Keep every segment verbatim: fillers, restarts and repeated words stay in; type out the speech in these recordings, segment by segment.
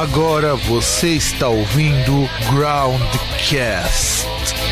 Agora você está ouvindo Groundcast.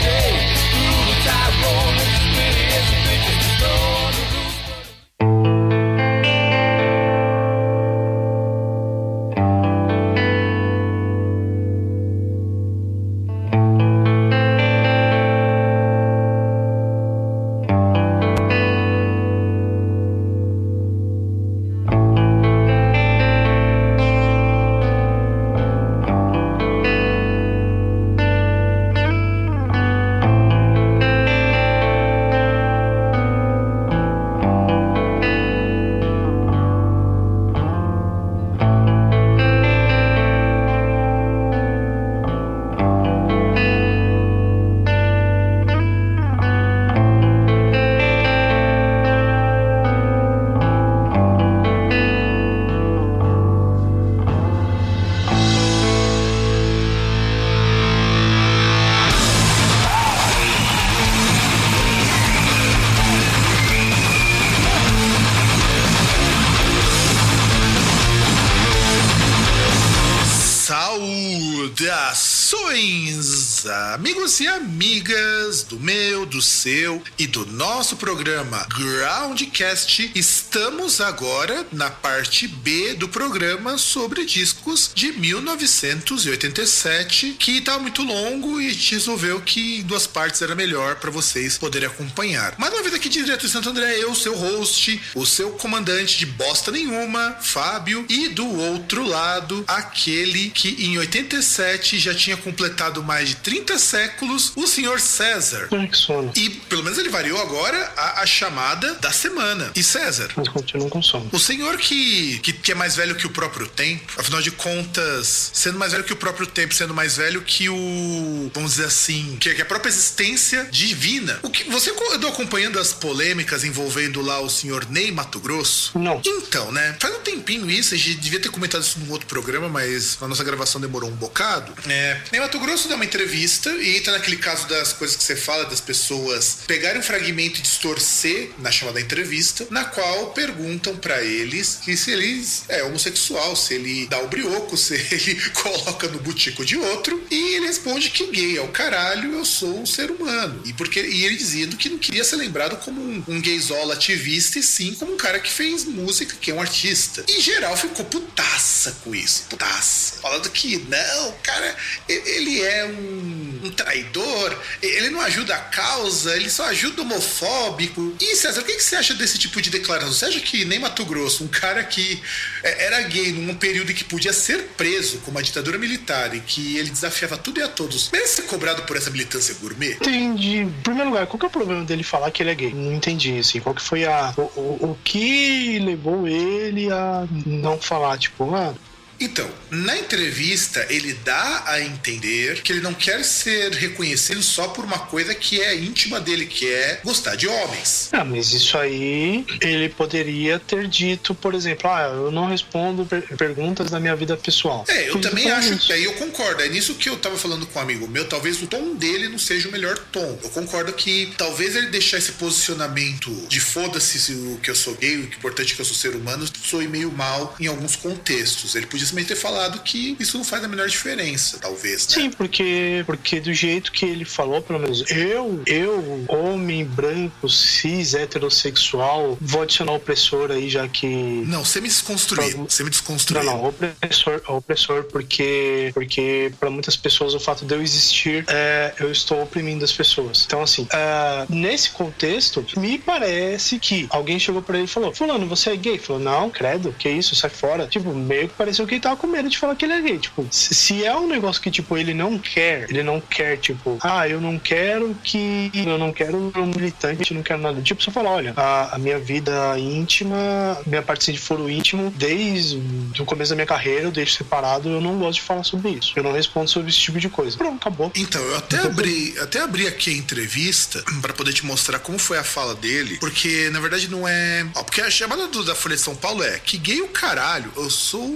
Saudações, amigos e amigas do meu, do seu e do nosso programa Groundcast. Estamos agora na parte B do programa sobre discos de mil novecentos e oitenta e sete, que estava muito longo e a gente resolveu que em duas partes era melhor para vocês poderem acompanhar. Mais uma vez aqui direto de Santo André, eu, seu host, o seu comandante de bosta nenhuma, Fábio, e do outro lado, aquele que em oitenta e sete já tinha completado mais de trinta séculos, o senhor César. Ai, que sono. E pelo menos ele variou agora a, a chamada da semana. E César? Mas continua com sono. O senhor que, que, que é mais velho que o próprio tempo, afinal de contas, sendo mais velho que o próprio tempo, sendo mais velho que o, vamos dizer assim, que, que a própria existência divina. O que, você andou acompanhando as polêmicas envolvendo lá o senhor Ney Matogrosso? Não. Então, né? Faz um tempinho isso, a gente devia ter comentado isso num outro programa, mas a nossa gravação demorou um bocado. É, Ney Matogrosso dá uma entrevista e entra naquele caso das coisas que você fala, das pessoas pegarem um fragmento e distorcer na chamada entrevista, na qual perguntam pra eles que se ele é homossexual, se ele dá o brioco, se ele coloca no butico de outro, e ele responde que gay é o caralho, eu sou um ser humano. E, porque, e ele dizendo que não queria ser lembrado como um, um gayzola ativista, e sim como um cara que fez música, que é um artista. E geral ficou putaça com isso, putaça. Falando que não, o cara, ele é um, um traidor, ele não ajuda a causa, ele só ajuda o homofóbico. E César, o que, que você acha desse tipo de declaração? Você acha que Ney Matogrosso, um cara que era gay num período em que podia ser preso com uma ditadura militar e que ele desafiava tudo e a todos, merece ser cobrado por essa militância gourmet? Entendi. Em primeiro lugar, qual que é o problema dele falar que ele é gay? Não entendi, assim. Qual que foi a... O, o, o que levou ele a não falar, tipo, ah... Então, na entrevista, ele dá a entender que ele não quer ser reconhecido só por uma coisa que é íntima dele, que é gostar de homens. Ah, mas isso aí ele poderia ter dito, por exemplo, ah, eu não respondo per- perguntas da minha vida pessoal. É, eu Por também acho, isso. que aí eu concordo. É nisso que eu tava falando com um amigo meu, talvez o tom dele não seja o melhor tom. Eu concordo que talvez ele deixar esse posicionamento de foda-se o que eu sou gay, o que é importante é que eu sou ser humano, soe meio mal em alguns contextos. Ele podia simplesmente ter falado que isso não faz a menor diferença, talvez, né? Sim, porque, porque do jeito que ele falou, pelo menos eu, eu, homem branco, cis, heterossexual, vou adicionar opressor aí, já que... Não, você me desconstruiu, Pra... você me desconstruiu. Não, não, opressor, opressor porque, porque para muitas pessoas o fato de eu existir, é, eu estou oprimindo as pessoas. Então, assim, é, nesse contexto, me parece que alguém chegou pra ele e falou, fulano, você é gay? Ele falou, não, credo, que isso, sai fora. Tipo, meio que pareceu que ele tava com medo de falar que ele é gay. Tipo, se é um negócio que, tipo, ele não quer, ele não quer, tipo, ah, eu não quero que, eu não quero um militante, eu não quero nada. Tipo, você fala, olha, a, a minha vida íntima, minha parte de foro íntimo, desde o começo da minha carreira, eu deixo separado, eu não gosto de falar sobre isso. Eu não respondo sobre esse tipo de coisa. Pronto, acabou. Então, eu até abri, até abri aqui a entrevista pra poder te mostrar como foi a fala dele, porque, na verdade, não é... Ó, porque a chamada do, da Folha de São Paulo é que gay o caralho, eu sou um ser humano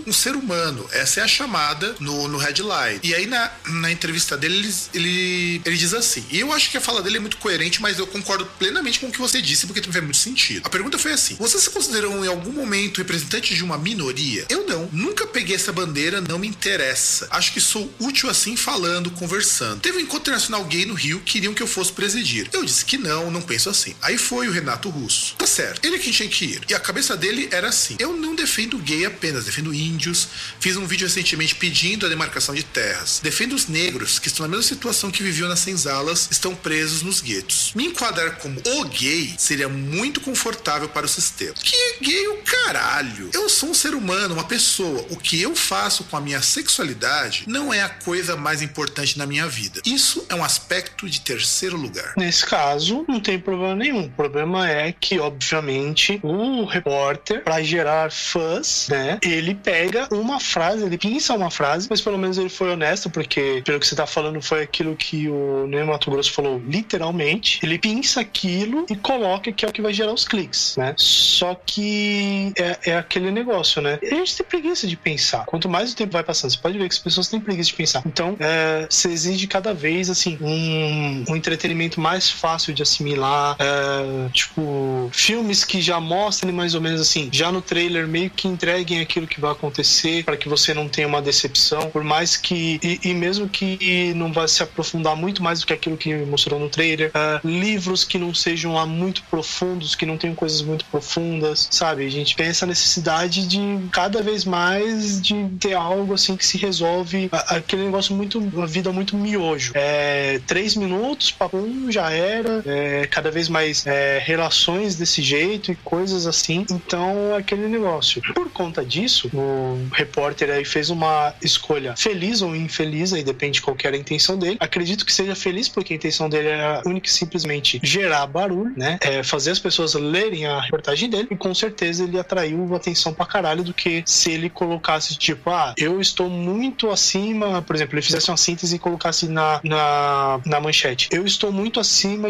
humano. Essa é a chamada no, no headline. E aí na, na entrevista dele, ele, ele, ele diz assim, e eu acho que a fala dele é muito coerente, mas eu concordo plenamente com o que você disse, porque faz muito sentido. A pergunta foi assim: você se considerou em algum momento representante de uma minoria? Eu não. Nunca peguei essa bandeira, não me interessa. Acho que sou útil assim, falando, conversando. Teve um encontro internacional gay no Rio, queriam que eu fosse presidir. Eu disse que não, não penso assim. Aí foi o Renato Russo. Tá certo, ele é quem tinha que ir. E a cabeça dele era assim: eu não defendo gay apenas, defendo índios. Fiz um vídeo recentemente pedindo a demarcação de terras. Defendo os negros, que estão na mesma situação que viviam nas senzalas, estão presos nos guetos. Me enquadrar como o gay seria muito confortável para o sistema. Que é gay o caralho? Eu sou um ser humano, uma pessoa. O que eu faço com a minha sexualidade não é a coisa mais importante na minha vida. Isso é um aspecto de terceiro lugar. Nesse caso, não tem problema nenhum. O problema é que, obviamente, o repórter, para gerar fãs, né, ele pega uma frase, ele pinça uma frase, mas pelo menos ele foi honesto, porque pelo que você tá falando foi aquilo que o Ney Matogrosso falou literalmente. Ele pinça aquilo e coloca que é o que vai gerar os cliques, né? Só que é, é aquele negócio, né? A gente tem preguiça de pensar. Quanto mais o tempo vai passando, você pode ver que as pessoas têm preguiça de pensar. Então, é, você exige cada vez, assim, um, um entretenimento mais fácil de assimilar. É, tipo, filmes que já mostrem mais ou menos assim, já no trailer meio que entreguem aquilo que vai acontecer para que você não tenha uma decepção, por mais que e, e mesmo que não vai se aprofundar muito mais do que aquilo que mostrou no trailer, uh, livros que não sejam lá muito profundos, que não tenham coisas muito profundas, sabe? A gente pensa a necessidade de cada vez mais de ter algo assim que se resolve, a, aquele negócio muito, uma vida muito miojo, é, três minutos, papum, já era, é, cada vez mais é, relações desse jeito e coisas assim. Então, aquele negócio. Por conta disso, o repórter aí fez uma escolha feliz ou infeliz, aí depende de qual que era a intenção dele. Acredito que seja feliz, porque a intenção dele era única e simplesmente gerar barulho, né? É, fazer as pessoas lerem a reportagem dele, e com certeza ele atraiu atenção pra caralho do que se ele colocasse, tipo, ah, eu estou muito acima, por exemplo, ele fizesse uma síntese e colocasse na, na, na manchete: eu estou muito acima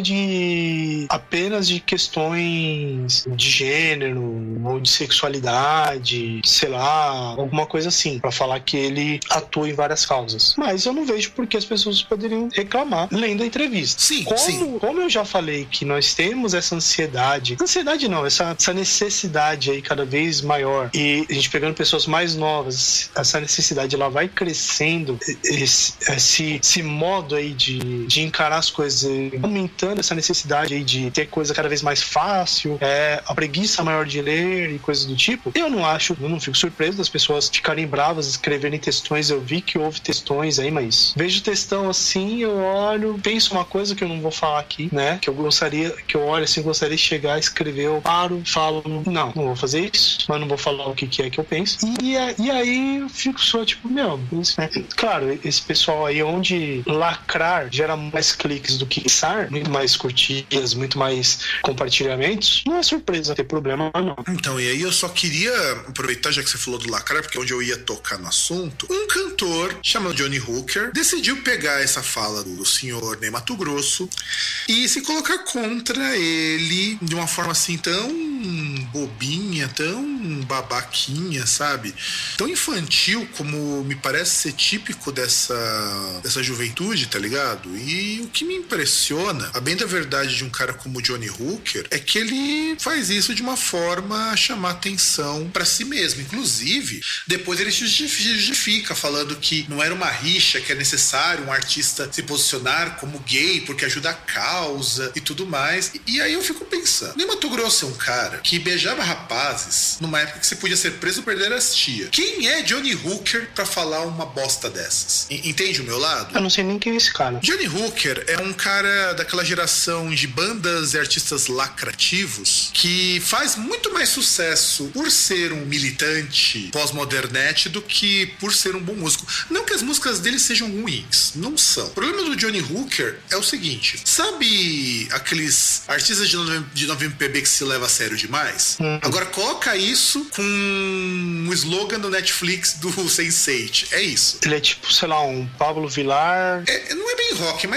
de apenas de questões de gênero ou de sexualidade, sei lá, alguma coisa assim, pra falar que ele atua em várias causas. Mas eu não vejo por que as pessoas poderiam reclamar lendo a entrevista. Sim, como, sim. Como eu já falei que nós temos essa ansiedade, ansiedade não, essa, essa necessidade aí cada vez maior, e a gente pegando pessoas mais novas, essa necessidade ela vai crescendo, esse, esse, esse modo aí de, de encarar as coisas, aumentando essa necessidade aí de ter coisa cada vez mais fácil, é, a preguiça maior de ler e coisas do tipo. Eu não acho, eu não fico surpreso das pessoas ficarem bravas, escreverem textões. Eu vi que houve textões aí, mas vejo textão assim, eu olho, penso uma coisa que eu não vou falar aqui, né, que eu gostaria, que eu olho assim, gostaria de chegar, escrever, eu paro, falo, não, não vou fazer isso, mas não vou falar o que, que é que eu penso, e, e aí eu fico só tipo, meu, isso, né? Claro, esse pessoal aí onde lacrar gera mais cliques do que pensar, muito mais curtidas, muito mais compartilhamentos, não é surpresa, não tem problema não. Então, e aí eu só queria aproveitar, já que você falou do lacrar, porque é onde eu ia tocar no assunto, um cantor chamado Johnny Hooker decidiu pegar essa fala do senhor Ney Matogrosso e se colocar contra ele de uma forma assim tão bobinha, tão babaquinha, sabe? Tão infantil, como me parece ser típico dessa, dessa juventude, tá ligado? E o que me impressiona, a bem da verdade de um cara como Johnny Hooker, é que ele faz isso de uma forma a chamar atenção pra si mesmo. Inclusive, depois ele se justifica falando que não era uma rixa, que é necessário um artista se posicionar como gay porque ajuda a causa e tudo mais. E, e aí eu fico pensando, Ney Matogrosso é um cara que beijava rapazes numa época que você podia ser preso ou perder as tias. Quem é Johnny Hooker pra falar uma bosta dessas? E, entende o meu lado? Eu não sei nem quem é esse cara. Johnny Hooker é um cara daquela geração de bandas e artistas lacrativos que faz muito mais sucesso por ser um militante pós-modernete do que por ser um bom músico. Não que as músicas dele sejam ruins, não são. O problema do Johnny Hooker é o seguinte: sabe aqueles artistas de nove M P B que se leva a sério demais? Hum. Agora coloca isso com um slogan do Netflix do sense eight. É isso. Ele é tipo, sei lá, um Pablo Vittar. É, não é bem rock, mas um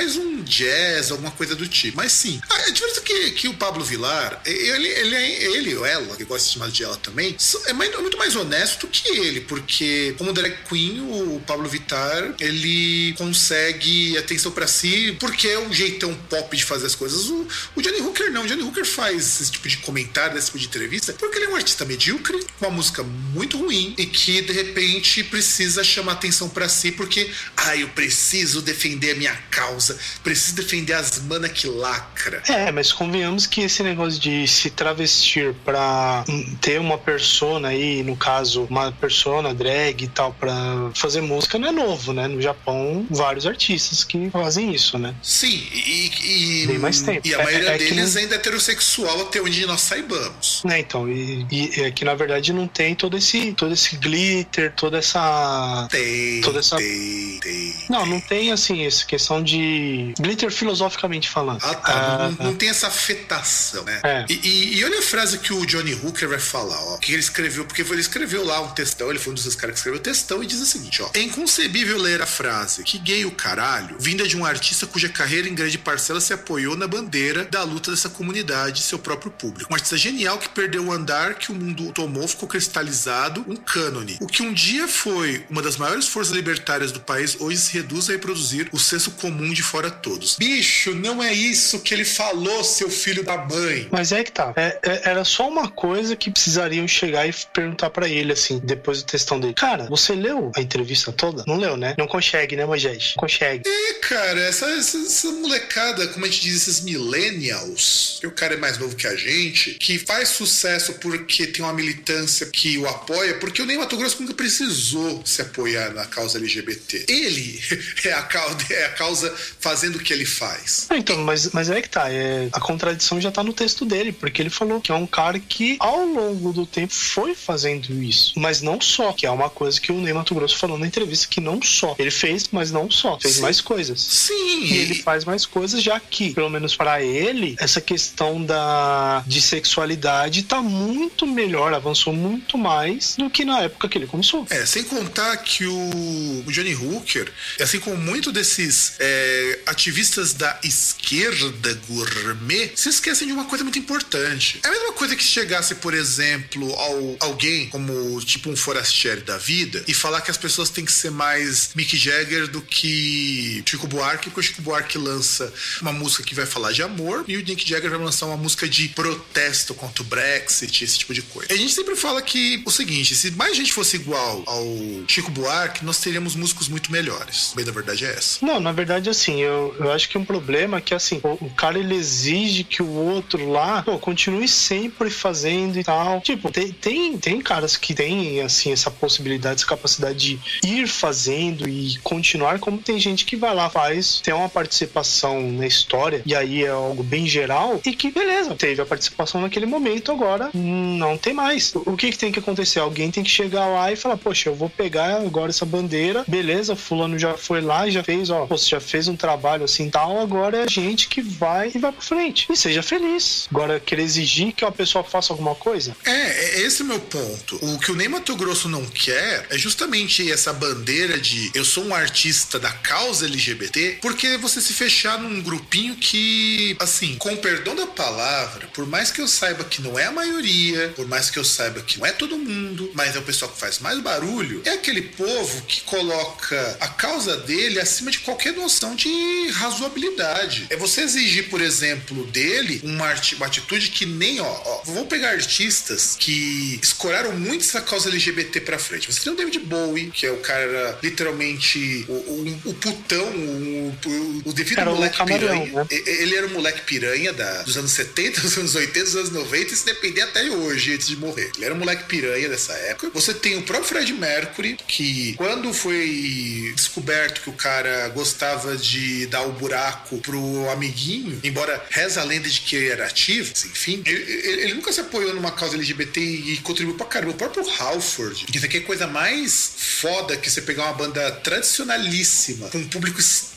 jazz, alguma coisa do tipo. Mas sim, a diferença é que, que o Pablo Vittar, ele, ele, ele ou ela, que gosta de chamar de ela também, é, mais, é muito mais honesto do que ele, porque como drag queen, o Pablo Vittar, ele consegue atenção pra si, porque é um jeitão pop de fazer as coisas. O, o Johnny Hooker não, o Johnny Hooker faz esse tipo de comentário, esse tipo de entrevista, porque ele é um artista medíocre, com uma música muito ruim, e que de repente precisa chamar atenção pra si, porque, ah, eu preciso defender a minha causa, preciso defender as mana que lacra. É, mas convenhamos que esse negócio de se travestir pra ter uma persona aí, no caso, uma persona drag e tal, pra fazer música não é novo, né? No Japão, vários artistas que fazem isso, né? Sim, e, e, Tem mais tempo. e a é, maioria é deles não... ainda é heterossexual até onde nós saibamos. É, então, e, e é que na verdade não tem todo esse, todo esse glitter, toda essa... Tem, toda essa... tem, tem. Não, não tem, assim, essa questão de glitter filosoficamente falando. Ah, tá. Ah, não, não tem essa afetação, né? É. E, e, e olha a frase que o Johnny Hooker vai falar, ó. Que ele escreveu, porque ele escreveu lá um textão, ele foi um dos caras que escreveu o textão e diz o seguinte, ó. É inconcebível ler a frase que gay o caralho, vinda de um artista cuja carreira em grande parcela se apoiou na bandeira da luta dessa comunidade e seu próprio público. Um artista genial que perdeu o andar que o mundo tomou, ficou cristalizado, um cânone. O que um dia foi uma das maiores forças libertárias do país, hoje se reduz a reproduzir o senso comum de fora todos. Bicho, não é isso que ele falou, seu filho da mãe. Mas é que tá. É, é, era só uma coisa que precisariam chegar e perguntar pra ele, assim, depois do textão dele. Cara, você leu a entrevista toda? Não leu, né? Não consegue, né, Moisés? Consegue. É, cara, essa, essa, essa molecada, como a gente diz, esses millennials, que o cara é mais novo que a gente, que faz sucesso porque tem uma militância que o apoia, porque o Ney Matogrosso nunca precisou se apoiar na causa L G B T. Ele é a causa, é a causa fazendo o que ele faz. Ah, então, mas, mas é que tá. É, a contradição já tá no texto dele, porque ele falou que é um cara que, ao longo do tempo, foi fazendo isso. Mas não só, que é uma coisa que o Ney Matogrosso falou na entrevista, que não só. Ele fez, mas não só. Fez Sim. mais coisas. Sim. E ele faz mais coisas, já que, pelo menos pra ele, essa questão da, de sexualidade tá muito melhor, avançou muito mais do que na época que ele começou. É, sem contar que o, o Johnny Hooker, assim como muito desses é, ativistas da esquerda gourmet, se esquecem de uma coisa muito importante. É a mesma coisa que chegasse, por exemplo, ao, alguém como tipo um Forastieri da vida e falar que as pessoas têm que ser mais Mick Jagger do que Chico Buarque, porque o Chico Buarque lança uma música que vai falar de amor e o Mick Jagger vai lançar uma música de protesto contra o Brexit, esse tipo de coisa. A gente sempre fala que o seguinte, se mais gente fosse igual ao Chico Buarque, nós teríamos músicos muito melhores. Bem, da verdade é essa. Não, na verdade, assim, eu, eu acho que um problema é que, assim, o, o cara, ele exige que o outro lá, pô, continue sempre fazendo e tal. Tipo, tem, tem, tem caras que têm, assim, essa possibilidade, essa capacidade de ir fazendo e continuar, como tem gente que vai lá, faz, tem uma participação na história, e aí é algo bem geral, e que, beleza, teve a participação naquele momento, agora não tem mais. O que que tem que acontecer? Alguém tem que chegar lá e falar, poxa, eu vou pegar agora essa bandeira, beleza, fulano já foi lá e já fez, ó, você já fez um trabalho assim tal, agora é a gente que vai e vai pra frente. E seja feliz. Agora, querer exigir que uma pessoa faça alguma coisa? É, é esse é o meu ponto. O que o Ney Matogrosso não quer é justamente essa bandeira de eu sou um artista da causa L G B T, porque você se fechar num grupinho que, assim, com o perdão da palavra, por mais que eu saiba que não é a maioria, por mais que eu saiba que não é todo mundo, mas é o pessoal que faz mais barulho, é aquele povo que coloca a causa dele acima de qualquer noção de razoabilidade. É você exigir, por exemplo, dele uma, art- uma atitude que nem, ó, ó, vamos pegar artistas que escoraram muito essa causa L G B T pra frente. Você tem o David Bowie, que é o cara, literalmente, o, o, o putão, o, o, o devido Era moleque um camarão, piranha. né? Ele era um moleque piranha da, dos anos setenta, dos anos oitenta, dos anos noventa, e se depender até hoje, antes de morrer. Ele era um moleque piranha dessa época. Você tem o próprio Fred Mercury, que quando foi descoberto que o cara gostava de dar o buraco pro amiguinho, embora reza a lenda de que ele era ativo, enfim, ele, ele, ele nunca se apoiou numa causa L G B T e contribuiu pra caramba. O próprio Halford, que isso aqui é coisa mais foda que você pegar uma banda tradicionalíssima, com um público extremamente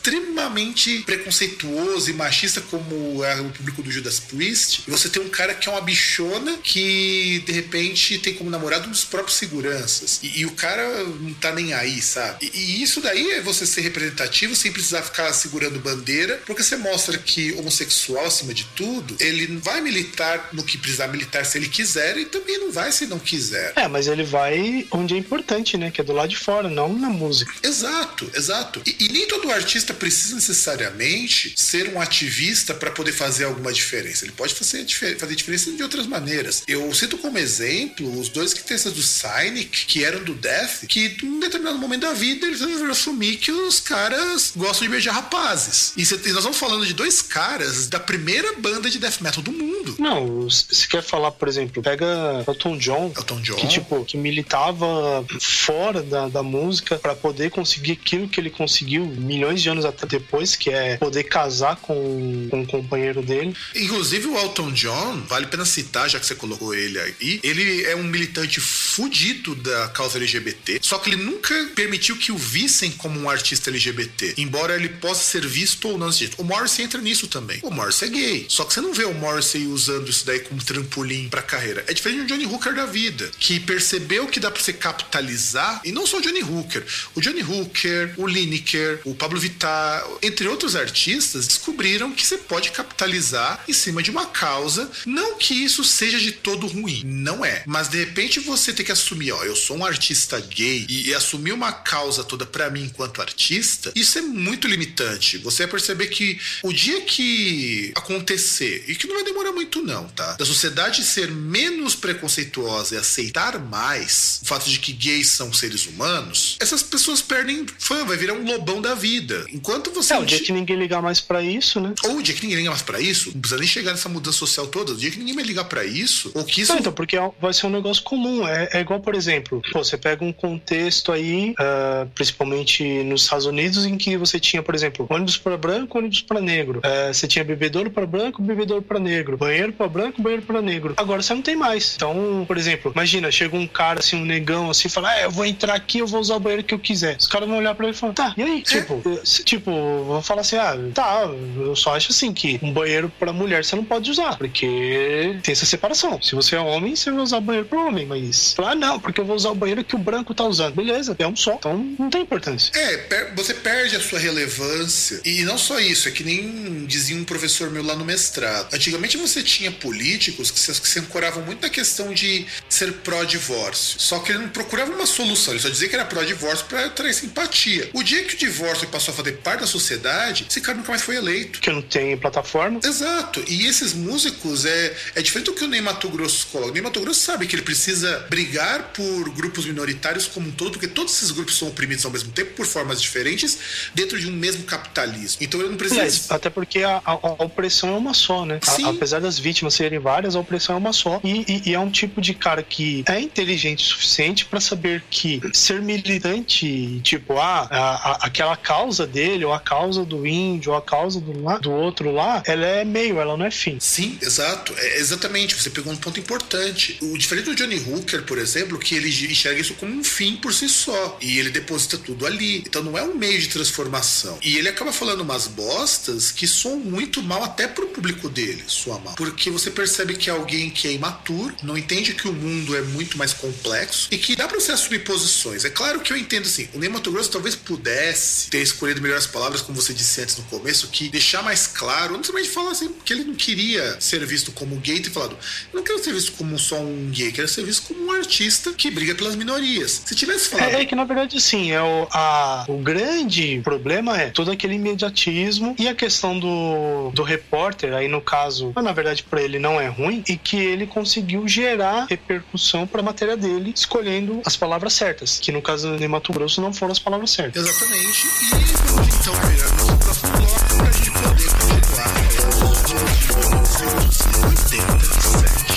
extremamente preconceituoso e machista como é o público do Judas Priest, e você tem um cara que é uma bichona que de repente tem como namorado um dos próprios seguranças, e, e o cara não tá nem aí, sabe? E, e isso daí é você ser representativo sem precisar ficar segurando bandeira, porque você mostra que homossexual, acima de tudo, ele não vai militar no que precisar militar se ele quiser, e também não vai se não quiser. É, mas ele vai onde é importante, né? Que é do lado de fora, não na música. Exato, exato. E, e nem todo artista precisa necessariamente ser um ativista para poder fazer alguma diferença. Ele pode fazer, fazer diferença de outras maneiras. Eu cito como exemplo os dois guitarristas do Cynic, que eram do Death, que em um determinado momento da vida eles resolveram assumir que os caras gostam de beijar rapazes. E, cê, e nós estamos falando de dois caras da primeira banda de death metal do mundo. Não, você quer falar, por exemplo, pega Elton John, Elton John. que tipo, que militava fora da, da música para poder conseguir aquilo que ele conseguiu milhões de anos até depois, que é poder casar com, com o companheiro dele. Inclusive o Elton John, vale a pena citar, já que você colocou ele aí, ele é um militante fudido da causa L G B T, só que ele nunca permitiu que o vissem como um artista L G B T, embora ele possa ser visto ou não. O Morrissey entra nisso também. O Morrissey é gay, só que você não vê o Morrissey usando isso daí como trampolim pra carreira. É diferente do Johnny Hooker da vida, que percebeu que dá pra você capitalizar, e não só o Johnny Hooker, o Johnny Hooker, o Lineker, o Pablo Vittar, entre outros artistas, descobriram que você pode capitalizar em cima de uma causa. Não que isso seja de todo ruim, não é, mas de repente você tem que assumir, ó, eu sou um artista gay, e, e assumir uma causa toda pra mim enquanto artista, isso é muito limitante. Você vai perceber que o dia que acontecer, e que não vai demorar muito não, tá? Da sociedade ser menos preconceituosa e aceitar mais o fato de que gays são seres humanos, essas pessoas perdem fã, vai virar um lobão da vida. Enquanto você... É, o dia que ninguém ligar mais pra isso, né? Ou o dia que ninguém liga mais pra isso, não precisa nem chegar nessa mudança social toda, o dia que ninguém vai ligar pra isso, ou que isso... Não, então, porque vai ser um negócio comum, é, é igual, por exemplo, pô, você pega um contexto aí, uh, principalmente nos Estados Unidos, em que você tinha, por exemplo, ônibus para branco, ônibus para negro, uh, você tinha bebedouro para branco, bebedouro para negro, banheiro para branco, banheiro para negro. Agora você não tem mais. Então, por exemplo, imagina, chega um cara assim, um negão assim, fala, ah, eu vou entrar aqui, eu vou usar o banheiro que eu quiser. Os caras vão olhar pra ele e falar, tá, e aí? É. Tipo, tipo, vão falar assim, ah, tá, eu só acho assim que um banheiro pra mulher você não pode usar, porque tem essa separação. Se você é homem, você vai usar o banheiro pro homem, mas, ah, não, porque eu vou usar o banheiro que o branco tá usando. Beleza, é um só, então não tem importância. É, você perde a sua relevância. E não só isso, é que nem dizia um professor meu lá no mestrado. Antigamente você tinha políticos que se, que se ancoravam muito na questão de ser pró-divórcio. Só que ele não procurava uma solução, ele só dizia que era pró-divórcio pra atrair simpatia. O dia que o divórcio passou a fazer parte da sociedade, esse cara nunca mais foi eleito. Porque não tem plataforma. Exato. E esses músicos, é, é diferente do que o Ney Matogrosso coloca. O Ney Matogrosso sabe que ele precisa brigar por grupos minoritários como um todo, porque todos esses grupos são oprimidos ao mesmo tempo por formas diferentes dentro de um mesmo capitalismo. Então ele não precisa... É, até porque a, a, a opressão é uma só, né? A, apesar das vítimas serem várias, a opressão é uma só. E, e, e é um tipo de cara que é inteligente o suficiente pra saber que ser militante, tipo, ah, a, a, aquela causa dele, ou a causa do índio, ou a causa do, lá, do outro lá, ela é meio, ela não é fim. Sim, exato. É, exatamente. Você pegou um ponto importante. O diferente do Johnny Hooker, por exemplo, que ele enxerga isso como um fim por si só. E ele deposita tudo ali. Então não é um meio de transformação. E ele acaba falando umas bostas que soam muito mal até pro público dele, soa mal. Porque você percebe que é alguém que é imaturo, não entende que o mundo é muito mais complexo e que dá pra você assumir posições. É claro que eu entendo assim, o Ney Matogrosso talvez pudesse ter escolhido melhor as palavras, como você disse antes no começo, que deixar mais claro, não somente falar assim, que ele não queria ser visto como gay, ter falado, eu não quero ser visto como só um gay, quero ser visto como um artista que briga pelas minorias. Se tivesse falado... É, é que na verdade sim, é o, a, o grande problema é todo aquele imediatismo e a questão do, do repórter, aí no caso, na verdade pra ele não é ruim, e que ele conseguiu gerar repercussão pra matéria dele, escolhendo as palavras certas, que no caso do Ney Matogrosso não foram as palavras certas. Exatamente. E vamos então virar nosso próximo bloco pra gente poder continuar falando de mil novecentos e oitenta e sete.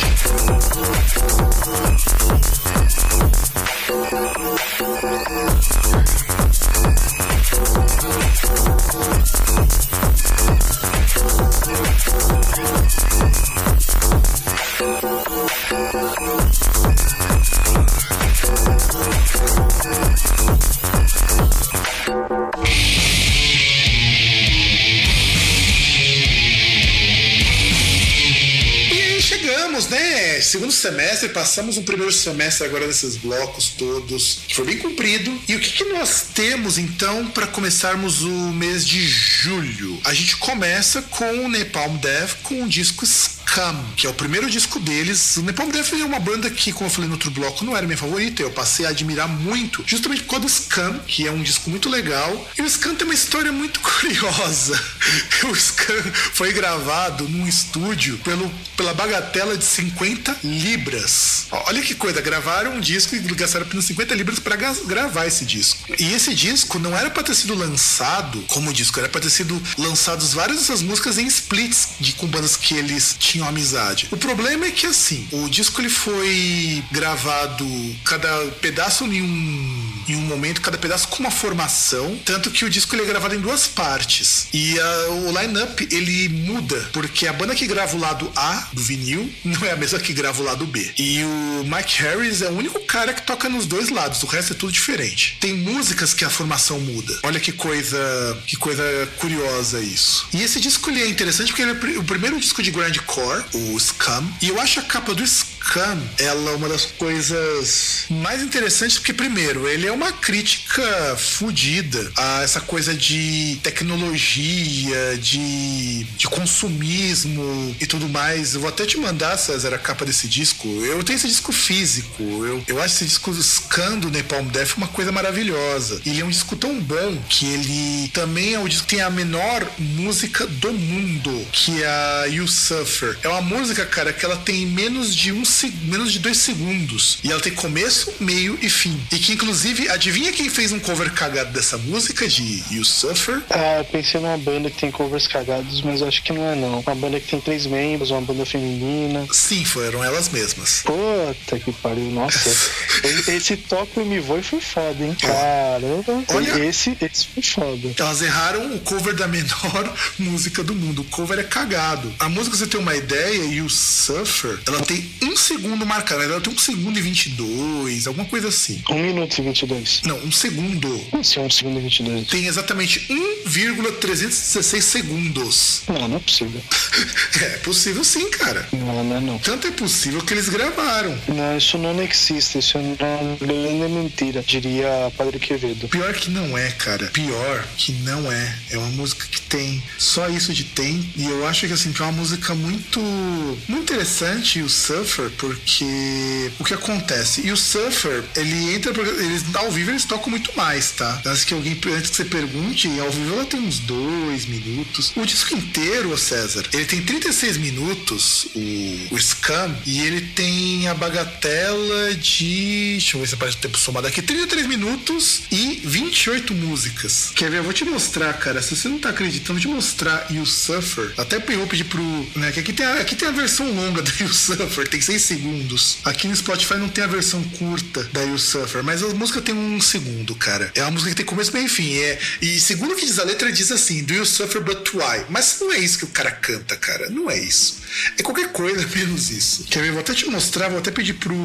Estamos, né, segundo semestre, passamos um primeiro semestre agora nesses blocos todos, que foi bem comprido. E o que, que nós temos, então, para começarmos o mês de julho? A gente começa com o Napalm Death com o disco Scum, que é o primeiro disco deles. O Napalm Death é uma banda que, como eu falei no outro bloco, não era minha favorita. Eu passei a admirar muito, justamente por causa do Scum, que é um disco muito legal. E o Scum tem uma história muito curiosa. O Scum foi gravado num estúdio pelo, pela bagatela de cinquenta libras. Olha que coisa, gravaram um disco e gastaram apenas cinquenta libras para gravar esse disco. E esse disco não era para ter sido lançado como disco, era para ter sido lançados várias dessas músicas em splits de, com bandas que eles tinham amizade. O problema é que, assim, o disco ele foi gravado cada pedaço em um, em um momento, cada pedaço com uma formação, tanto que o disco ele é gravado em duas partes. E a, o line-up ele muda, porque a banda que grava o lado A do vinil não é a mesma que grava o lado B. E o Mike Harris é o único cara que toca nos dois lados, o resto é tudo diferente. Tem músicas que a formação muda. Olha que coisa, que coisa curiosa isso. E esse disco ele é interessante porque ele é o primeiro disco de grindcore, o Scum, e eu acho a capa do Scum ela é uma das coisas mais interessantes, porque primeiro, ele é uma crítica fodida a essa coisa de tecnologia, de, de consumismo e tudo mais. Eu vou até te mandar, César, a capa desse disco. Eu tenho esse disco físico. Eu, eu acho esse disco Scum do Napalm Death uma coisa maravilhosa. Ele é um disco tão bom que ele também é o disco que tem a menor música do mundo, que é a You Suffer. É uma música, cara, que ela tem menos de um menos de dois segundos. E ela tem começo, meio e fim. E que, inclusive, adivinha quem fez um cover cagado dessa música de You Suffer? Ah, eu pensei numa banda que tem covers cagados, mas eu acho que não é, não. Uma banda que tem três membros, uma banda feminina. Sim, foram elas mesmas. Puta que pariu, nossa. Esse Toque Me Voe foi foda, hein? Caramba. Olha, esse, esse foi foda. Elas erraram o cover da menor música do mundo. O cover é cagado. A música, você tem uma ideia, You Suffer, ela tem um segundo marcado. Ela tem um segundo e vinte e dois, alguma coisa assim. Um minuto e vinte e dois. Não, um segundo. Como assim, um segundo e vinte e dois? Tem exatamente um vírgula trezentos e dezesseis segundos. Não, não é possível. É possível sim, cara. Não, não é não. Tanto é possível que eles gravaram. Não, isso não existe. Isso não é mentira, diria Padre Quevedo. Pior que não é, cara. Pior que não é. É uma música que tem só isso de tem. E eu acho que, assim, que é uma música muito, muito interessante, o Suffer, porque o que acontece? E o Suffer, ele entra, eles, ao vivo eles tocam muito mais, tá? Antes que alguém, antes que você pergunte, ao vivo ela tem uns dois minutos. O disco inteiro, ô César, ele tem trinta e seis minutos, o, o Scum, e ele tem a bagatela de, deixa eu ver se aparece o tempo somado aqui, trinta e três minutos e vinte e oito músicas. Quer ver? Eu vou te mostrar, cara, se você não tá acreditando, eu vou te mostrar You Suffer. Até eu vou pedir pro, né, que aqui tem, a, aqui tem a versão longa do You Suffer, tem seis segundos. Aqui no Spotify não tem a versão curta da You Suffer, mas a música tem um segundo, cara. É uma música que tem começo, meio e fim. É, e segundo o que diz a letra, diz assim, Do You Suffer But Why? Mas não é isso que o cara canta, cara. Não é isso. É qualquer coisa menos isso. Quer ver? Vou até te mostrar, vou até pedir pro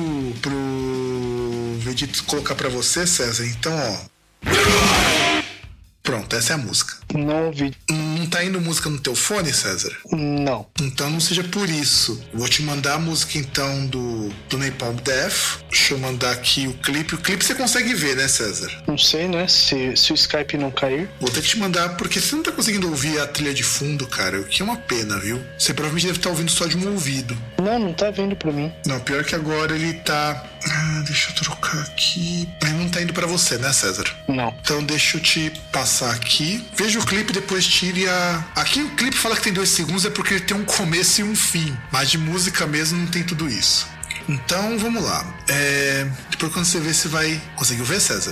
pro Vegeta colocar pra você, César. Então, ó. Pronto, essa é a música. Não ouvi. Não tá indo música no teu fone, César? Não. Então não seja por isso. Vou te mandar a música então do, do Napalm Death. Deixa eu mandar aqui o clipe. O clipe você consegue ver, né, César? Não sei, né? Se, se o Skype não cair. Vou ter que te mandar, porque você não tá conseguindo ouvir a trilha de fundo, cara. O que é uma pena, viu? Você provavelmente deve estar ouvindo só de um ouvido. Não, não tá vindo pra mim. Não, pior que agora ele tá... Ah, deixa eu trocar aqui. Ele não tá indo pra você, né, César? Não. Então deixa eu te passar aqui. Veja o clipe, depois tire a... Aqui o clipe fala que tem dois segundos, é porque ele tem um começo e um fim. Mas de música mesmo não tem tudo isso. Então, vamos lá. É... Depois quando você ver, você vai... Conseguiu ver, César?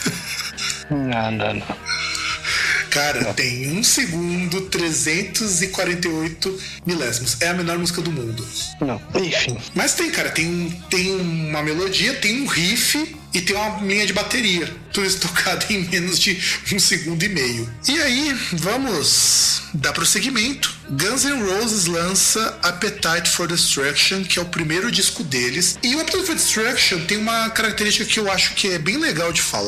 Não, não, não. Cara, não. Tem um segundo, trezentos e quarenta e oito milésimos. É a menor música do mundo. Não, enfim. Mas tem, cara, tem, um, tem uma melodia, tem um riff e tem uma linha de bateria. Tudo isso tocado em menos de um segundo e meio. E aí, vamos dar prosseguimento. Guns N' Roses lança Appetite for Destruction, que é o primeiro disco deles. E o Appetite for Destruction tem uma característica que eu acho que é bem legal de falar,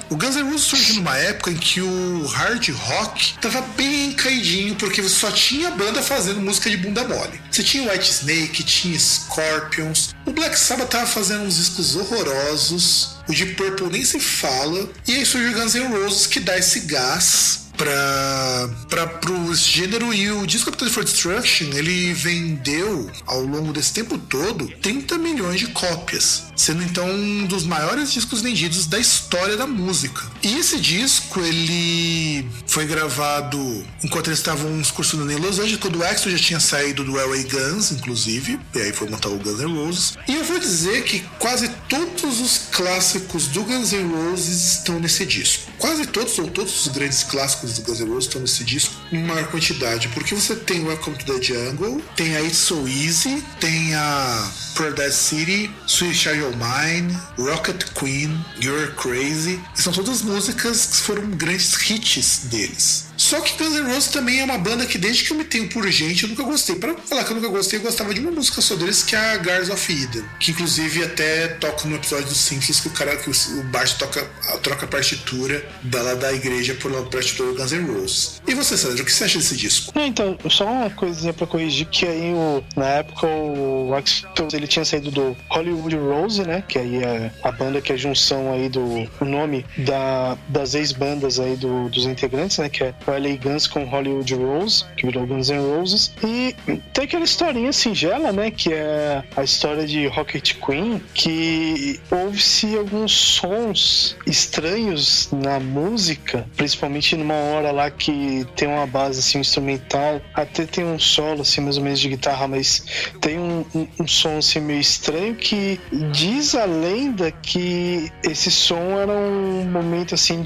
O Guns N' Roses surgiu numa época em que o hard rock tava bem caidinho, porque você só tinha banda fazendo música de bunda mole. Você tinha o White Snake, tinha Scorpions, o Black Sabbath tava fazendo uns discos horrorosos, o Deep Purple nem se fala, e aí surgiu o Guns N' Roses que dá esse gás para para pro gênero. E o disco Appetite for Destruction, ele vendeu ao longo desse tempo todo trinta milhões de cópias, sendo então um dos maiores discos vendidos da história da música. E esse disco, ele foi gravado enquanto eles estavam excursando em Los Angeles, quando o Axl já tinha saído do L A Guns, inclusive, e aí foi montar o Guns N' Roses. E eu vou dizer que quase todos os clássicos do Guns N' Roses estão nesse disco. Quase todos, ou todos os grandes clássicos do Guns N' Roses estão nesse disco em maior quantidade, porque você tem Welcome to the Jungle, tem a It's So Easy, tem a Paradise City, Sweet Child O' Mine, Rocket Queen, You're Crazy, e são todas músicas que foram grandes hits deles. Só que Guns N' Roses também é uma banda que desde que eu me tenho por gente eu nunca gostei. Pra falar que eu nunca gostei, eu gostava de uma música só deles, que é a Guardians of Eden, que inclusive até toca no episódio dos Simpsons, que o cara, que o Bart toca, troca a partitura da, lá da igreja por uma partitura do Guns N' Roses. E você, Sandro, o que você acha desse disco? Não, então, só uma coisinha pra corrigir, que aí o, na época o Axl ele tinha saído do Hollywood Rose, né, que aí é a banda que é a junção aí do o nome da, das ex-bandas aí do, dos integrantes, né, que é o L A Guns com Hollywood Rose, que virou Guns N' Roses. E tem aquela historinha singela, né, que é a história de Rocket Queen, que ouve-se alguns sons estranhos na música, principalmente numa hora lá que tem uma base assim, um instrumental, até tem um solo assim, mais ou menos de guitarra, mas tem um, um, um som assim meio estranho, que diz a lenda que esse som era um momento assim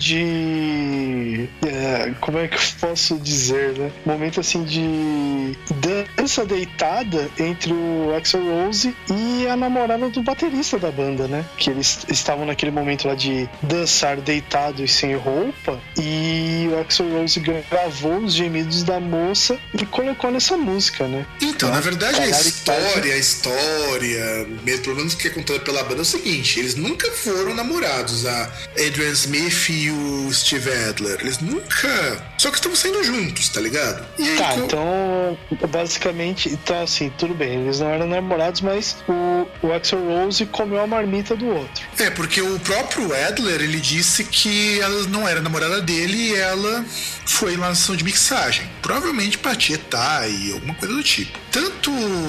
de é, como é que eu posso dizer, né? Um momento assim de dança deitada entre o Axl Rose e a namorada do baterista da banda, né? Que eles estavam naquele momento lá de dançar deitado e sem roupa, e o Axl Rose gravou os gemidos da moça e colocou nessa música, né? Então, na verdade, a história, a história, mesmo pelo menos que é contada pela banda, é o seguinte: eles nunca foram namorados, a Adrian Smith e o Steve Adler. Eles nunca. Só que estão saindo juntos, tá ligado? E aí, tá, então, basicamente, então assim, tudo bem, eles não eram namorados, mas o, o Axl Rose comeu a marmita do outro. É, porque o próprio Adler, ele disse que ela não era namorada dele e ela foi lá na sessão de mixagem, provavelmente pra tietar e alguma coisa do tipo. Tanto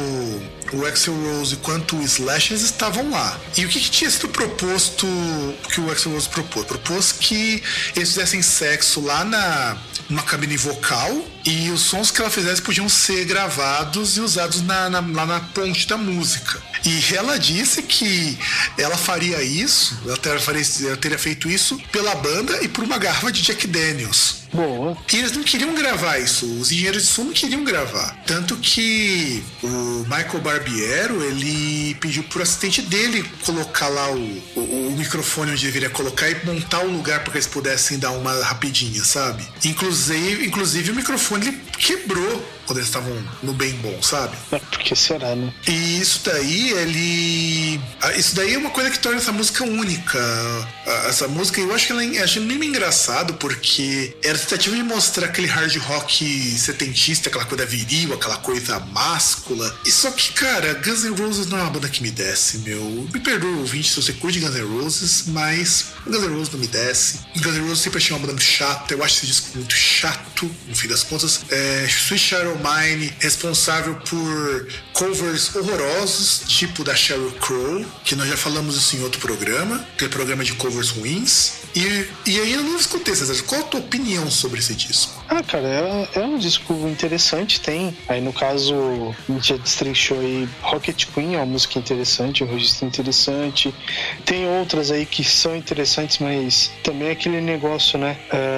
o Axl Rose quanto o Slash, eles estavam lá. E o que, que tinha sido proposto, que o Axl Rose propôs? Propôs que eles fizessem sexo lá na numa cabine vocal, e os sons que ela fizesse podiam ser gravados e usados na, na, lá na ponte da música. E ela disse que ela faria isso, ela teria, faria, ela teria feito isso pela banda e por uma garrafa de Jack Daniels. Boa. E eles não queriam gravar isso, os engenheiros de som não queriam gravar. Tanto que o Michael Barbiero, ele pediu pro assistente dele colocar lá o, o, o microfone onde deveria colocar e montar o lugar para que eles pudessem dar uma rapidinha, sabe? Inclusive, inclusive o microfone ele quebrou quando eles estavam no bem bom, sabe? Por que será, né? E isso daí, ele... Isso daí é uma coisa que torna essa música única. Essa música, eu acho que ela é meio engraçado, porque era a tentativa de mostrar aquele hard rock setentista, aquela coisa viril, aquela coisa máscula. E só que, cara, Guns N' Roses não é uma banda que me desce, meu. Me perdoa, ouvinte, se você curte Guns N' Roses, mas Guns N' Roses não me desce. Guns N' Roses sempre achei uma banda muito chata. Eu acho esse disco muito chato, no fim das contas. É, Sweet Child O' Mine, responsável por covers horrorosos, tipo da Sheryl Crow, que nós já falamos isso em outro programa, aquele programa de covers ruins. E, e aí eu não escutei, César. Qual a tua opinião sobre esse disco? Ah, cara, é, é um disco interessante. Tem, aí no caso, a gente já destrinchou aí Rocket Queen, é uma música interessante, um registro interessante. Tem outras aí que são interessantes, mas também é aquele negócio, né?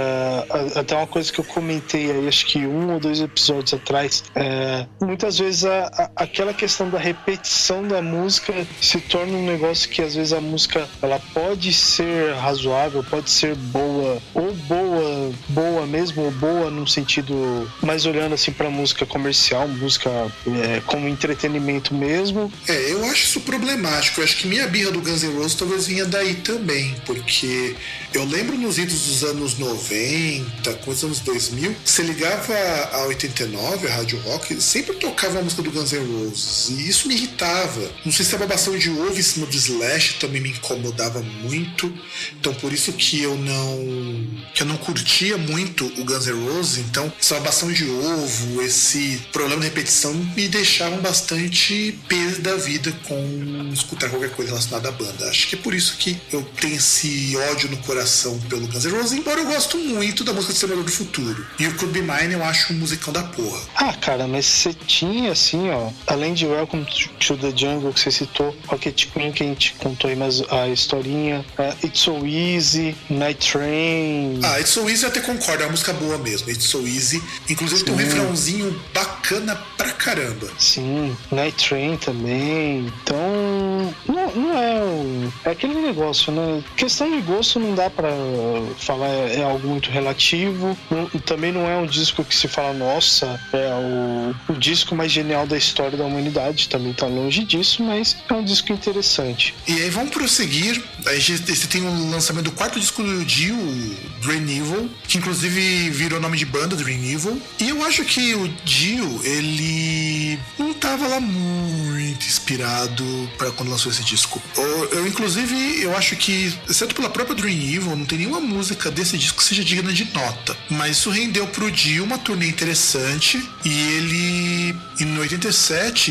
É, até uma coisa que eu comentei aí, acho que um ou dois episódios atrás, é, muitas vezes a, a, aquela questão da repetição da música se torna um negócio que às vezes a música ela pode ser razoável, pode ser boa ou boa boa mesmo, ou boa num sentido mais olhando assim pra música comercial, música é, como entretenimento mesmo. É, eu acho isso problemático. Eu acho que minha birra do Guns N' Roses talvez vinha daí também, porque eu lembro nos idos dos anos noventa, com os anos dois mil, você ligava a oitenta e nove, a Rádio Rock, sempre tocava a música do Guns N' Roses, e isso me irritava. Não sei se a babação de ovo em cima do Slash também me incomodava muito, então por isso que eu não que eu não curtia muito o Guns N' Roses. Então essa babação de ovo, esse problema de repetição me deixavam bastante pés da vida com escutar qualquer coisa relacionada à banda. Acho que é por isso que eu tenho esse ódio no coração pelo Guns N' Roses, embora eu gosto muito da música do Exterminador do Futuro. E o Could Be Mine eu acho um musicão da porra. Ah, cara, mas você tinha assim, ó, além de Welcome to the Jungle que você citou, Rocket Queen que a gente contou aí, mas a historinha, uh, It's So Easy, Night Train. Ah, It's So Easy eu até concordo, é uma música boa mesmo. It's So Easy, inclusive Sim. tem um refrãozinho bacana pra caramba. Sim, Night Train também. Então, não, não é um, é aquele negócio, né? Questão de gosto não dá pra falar, é, é algo muito relativo. Não, também não é um disco que se fala, nossa, é o, o disco mais genial da história da humanidade. Também tá longe disso, mas é um disco interessante. E aí vamos prosseguir. A gente tem o lançamento do quarto disco do Dio, Dream Evil, que inclusive virou nome de banda, Dream Evil. E eu acho que o Dio, ele não tava lá muito inspirado para quando lançou esse disco. Eu, eu, inclusive, eu acho que, exceto pela própria Dream Evil, não tem nenhuma música desse disco que seja digna de nota. Mas isso rendeu pro Dio uma turnê interessante. E ele, em oitenta e sete,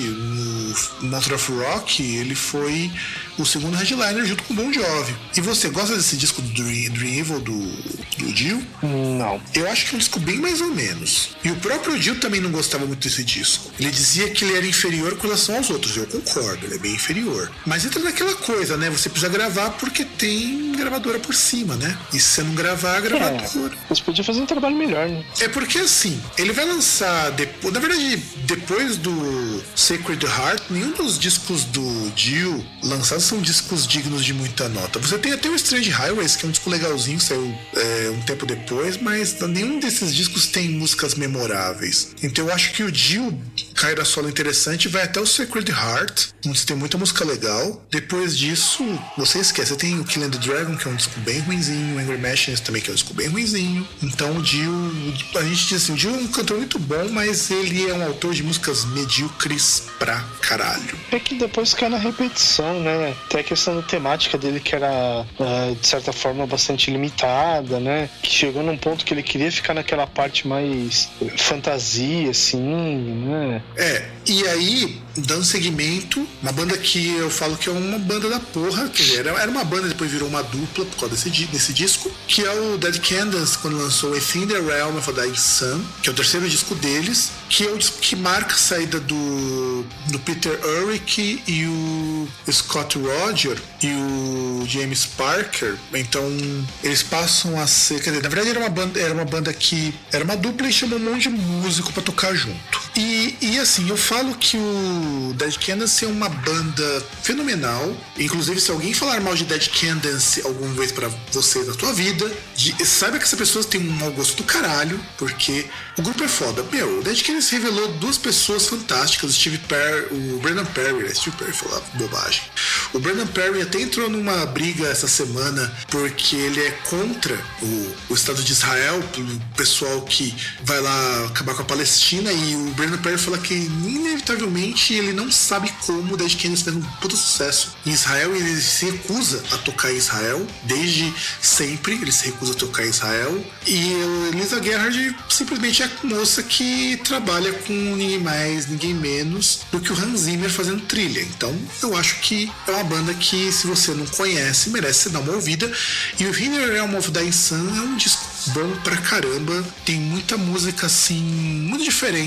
no Monster of Rock, ele foi o segundo headliner junto com o Bon Jovi. E você gosta desse disco do Dream, Dream Evil do, do Dio? Não. Eu acho que é um disco bem mais ou menos. E o próprio Dio também não gostava muito desse disco. Ele dizia que ele era inferior com relação aos outros. Eu concordo, ele é bem inferior. Mas entra naquela coisa, né? Você precisa gravar porque tem gravadora por cima, né? E se você não gravar, a gravadora. É, você podia fazer um trabalho melhor, né? É porque assim, ele vai lançar depois. Na verdade, depois do Sacred Heart, nenhum dos discos do Dio lançados são discos dignos de muita nota. Você tem até o Strange Highways, que é um disco legalzinho, saiu é, um tempo depois, mas nenhum desses discos tem músicas memoráveis. Então eu acho que o Dio, carreira solo interessante, vai até o Sacred Heart, onde você tem muita música legal. Depois disso, você esquece, você tem o Killing the Dragon, que é um disco bem ruinzinho, o Angry Machines também, que é um disco bem ruinzinho. Então o Dio, a gente diz assim, o Dio é um cantor muito bom, mas ele é um autor de músicas medíocres pra caralho. É que depois cai na repetição, né? Até a questão da temática dele, que era, uh, de certa forma, bastante limitada, né? Que chegou num ponto que ele queria ficar naquela parte mais fantasia, assim, né? É, e aí, dando segmento, uma banda que eu falo que é uma banda da porra, quer dizer, era uma banda, depois virou uma dupla por causa desse, desse disco, que é o Dead Candles, quando lançou Within the Realm of a Dying Sun, que é o terceiro disco deles, que é o disco que marca a saída do, do Peter Ulrich e o Scott Roger e o James Parker. Então eles passam a ser, quer dizer, na verdade era uma banda, era uma banda que era uma dupla e chamou um monte de músico pra tocar junto. E, e assim, eu falo que o Dead Candles é uma banda fenomenal. Inclusive, se alguém falar mal de Dead Candles alguma vez pra você na tua vida, de, saiba que essa pessoa tem um mau gosto do caralho, porque o grupo é foda. Meu, o Dead Candles revelou duas pessoas fantásticas, o Steve Perry, o Brandon Perry, né? Steve Perry falava bobagem. O Brandon Perry até entrou numa briga essa semana porque ele é contra o, o Estado de Israel, o pessoal que vai lá acabar com a Palestina, e o Brandon Perry fala que inevitavelmente ele não sabe como o Dead Kennedys fez um puto sucesso em Israel, e ele se recusa a tocar em Israel desde sempre. Ele se recusa a tocar em Israel, e a Lisa Gerhard simplesmente é a moça que trabalha com ninguém mais, ninguém menos do que o Hans Zimmer fazendo trilha. Então eu acho que é uma banda que, se você não conhece, merece você dar uma ouvida. E o Hinner Realm of Dying Sun é um disco bom pra caramba, tem muita música assim, muito diferente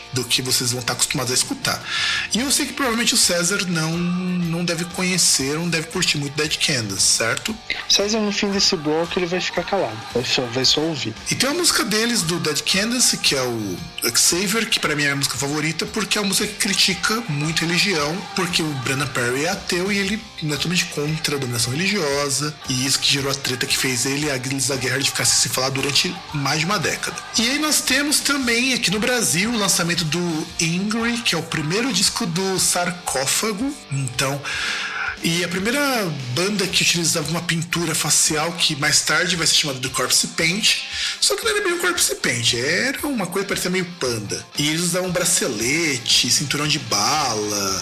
do que vocês vão estar acostumados a escutar. E eu sei que provavelmente o César não, não deve conhecer, não deve curtir muito Dead Candace, certo? César, no fim desse bloco, ele vai ficar calado, vai só, vai só ouvir. E tem uma música deles, do Dead Candace, que é o Xavier, que pra mim é a música favorita, porque é uma música que critica muito religião, porque o Brennan Perry é ateu e ele é totalmente contra a dominação religiosa, e isso que gerou a treta que fez ele e a Gilles da Guerra de ficar sem se falar durante mais de uma década. E aí nós temos também aqui no Brasil o lançamento do Ingrid, que é o primeiro disco do Sarcófago. Então, e a primeira banda que utilizava uma pintura facial que mais tarde vai ser chamada de Corpse Paint, só que não era bem um Corpse Paint, era uma coisa que parecia meio panda. E eles usavam bracelete, cinturão de bala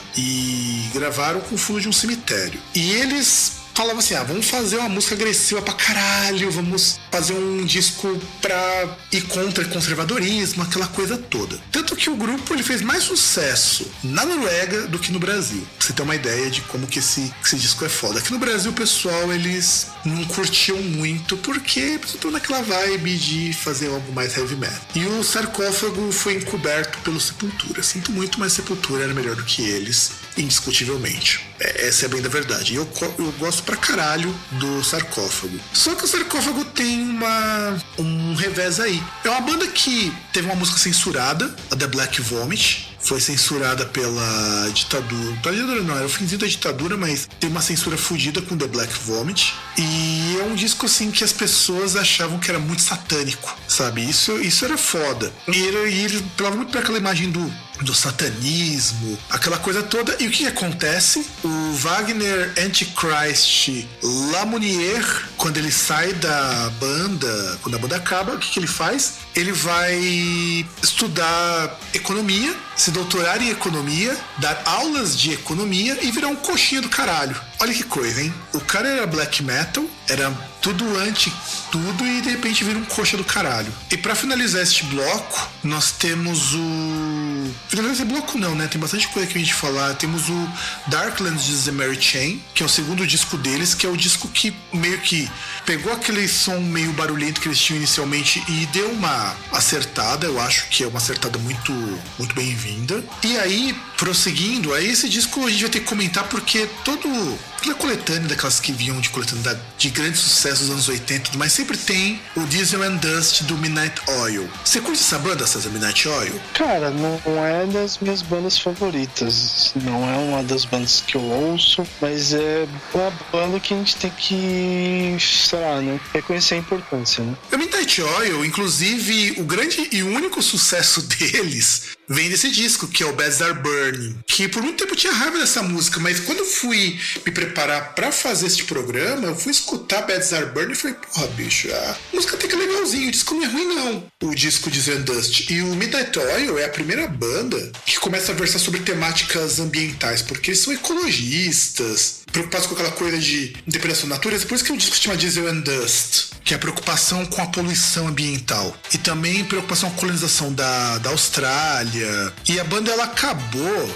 e gravaram com o fundo de um cemitério. E eles falavam assim, ah, vamos fazer uma música agressiva pra caralho, vamos fazer um disco pra ir contra o conservadorismo, aquela coisa toda. Tanto que o grupo ele fez mais sucesso na Noruega do que no Brasil. Pra você ter uma ideia de como que esse, esse disco é foda. Aqui no Brasil o pessoal, eles não curtiam muito, porque estão naquela vibe de fazer algo mais heavy metal. E o Sarcófago foi encoberto pelo Sepultura. Sinto muito, mas Sepultura era melhor do que eles, indiscutivelmente. Essa é bem da verdade. E eu, eu gosto pra caralho do Sarcófago. Só que o Sarcófago tem uma, um revés aí. É uma banda que teve uma música censurada, a The Black Vomit. Foi censurada pela ditadura. Pela ditadura não, era o finzinho da ditadura, mas tem uma censura fodida com The Black Vomit. E é um disco assim que as pessoas achavam que era muito satânico, sabe? Isso, isso era foda. E ele, ele falava muito pra aquela imagem do, do satanismo, aquela coisa toda. E o que, que acontece? O Wagner Antichrist Lamounier, quando ele sai da banda, quando a banda acaba, o que, que ele faz? Ele vai estudar economia, se doutorar em economia, dar aulas de economia e virar um coxinha do caralho. Olha que coisa, hein? O cara era black metal, era tudo anti tudo e de repente vira um coxa do caralho. E pra finalizar este bloco, nós temos o... Finalizar esse bloco não, né? Tem bastante coisa que a gente falar. Temos o Darklands de The Mary Chain, que é o segundo disco deles, que é o disco que meio que pegou aquele som meio barulhento que eles tinham inicialmente e deu uma acertada. Eu acho que é uma acertada muito, muito bem-vinda. E aí, prosseguindo, aí esse disco a gente vai ter que comentar porque todo... Toda coletânea daquelas que vinham de coletânea de grandes sucessos dos anos oitenta, mas sempre tem o Diesel and Dust do Midnight Oil. Você curte essa banda, César, Midnight Oil? Cara, não é das minhas bandas favoritas. Não é uma das bandas que eu ouço, mas é uma banda que a gente tem que, sei lá, né, reconhecer a importância, né? O Midnight Oil, inclusive, o grande e único sucesso deles vem desse disco, que é o Beds Are Burning, que por muito tempo eu tinha raiva dessa música, mas quando eu fui me preparar pra fazer este programa, eu fui escutar Beds Are Burning e falei, porra, bicho, a música até que é legalzinho, o disco não é ruim não, o disco de Zendust. E o Midnight Oil é a primeira banda que começa a versar sobre temáticas ambientais, porque eles são ecologistas, preocupados com aquela coisa de depredação da natureza, por isso que o disco se chama Diesel and Dust, que é a preocupação com a poluição ambiental e também preocupação com a colonização da, da Austrália. E a banda ela acabou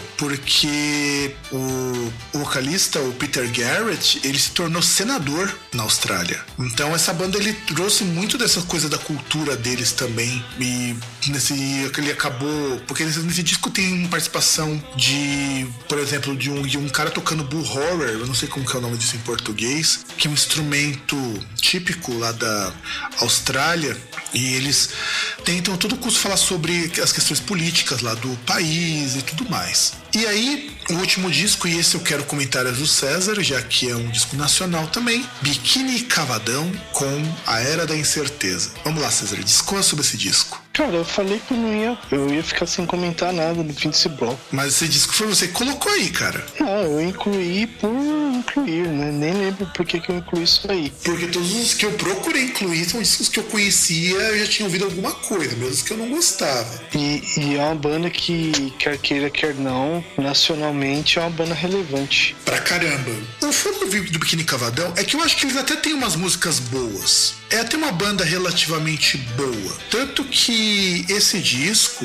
porque o, o vocalista, o Peter Garrett, ele se tornou senador na Austrália. Então essa banda ele trouxe muito dessa coisa da cultura deles também. E nesse ele acabou porque nesse, nesse disco tem participação de, por exemplo, de um, de um cara tocando bull horror, eu não sei como que é o nome disso em português, que é um instrumento típico lá da Austrália. E eles tentam a todo custo falar sobre as questões políticas lá do país e tudo mais. E aí, o último disco, e esse eu quero comentar é do César, já que é um disco nacional também, Biquíni Cavadão com A Era da Incerteza. Vamos lá, César, discorra sobre esse disco. Cara, eu falei que eu não ia, eu ia ficar sem comentar nada no fim desse bloco. Mas esse disco foi você que colocou aí, cara. Não, eu incluí por incluir, né? Nem lembro por que, que eu incluí isso aí. Porque todos os que eu procurei incluir são discos que eu conhecia, eu já tinha ouvido alguma coisa, mesmo os que eu não gostava. E, e é uma banda que, quer queira, quer não, nacionalmente é uma banda relevante. Pra caramba. O fogo do Biquíni Cavadão é que eu acho que eles até têm umas músicas boas. É até uma banda relativamente boa. Tanto que esse disco,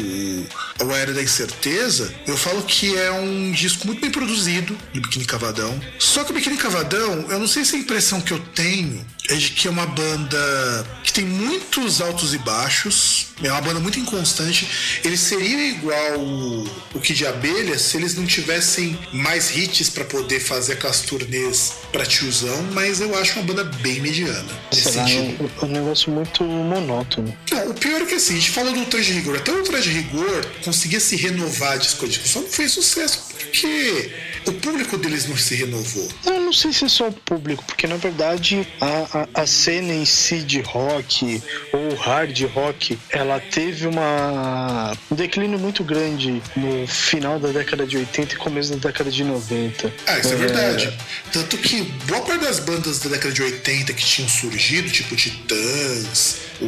o A Era da Incerteza, eu falo que é um disco muito bem produzido, do Biquíni Cavadão. Só que o Biquíni Cavadão, eu não sei se a impressão que eu tenho é de que é uma banda que tem muitos altos e baixos, é uma banda muito inconstante. Eles seriam igual o, o Kid de Abelha se eles não tivessem mais hits pra poder fazer aquelas turnês pra tiozão, mas eu acho uma banda bem mediana nesse Será sentido. um, um negócio muito monótono. Não, o pior é que assim, a gente fala do Ultraje Rigor, até o Ultraje Rigor conseguia se renovar disco a disco, só não fez sucesso porque o público deles não se renovou. Eu não sei se é só o público, porque na verdade a, a, a cena em si de rock ou hard rock, ela teve uma, um declínio muito grande no final da década de oitenta e começo da década de noventa. Ah, isso é, é verdade. Tanto que boa parte das bandas da década de oitenta que tinham surgido, tipo Titãs, o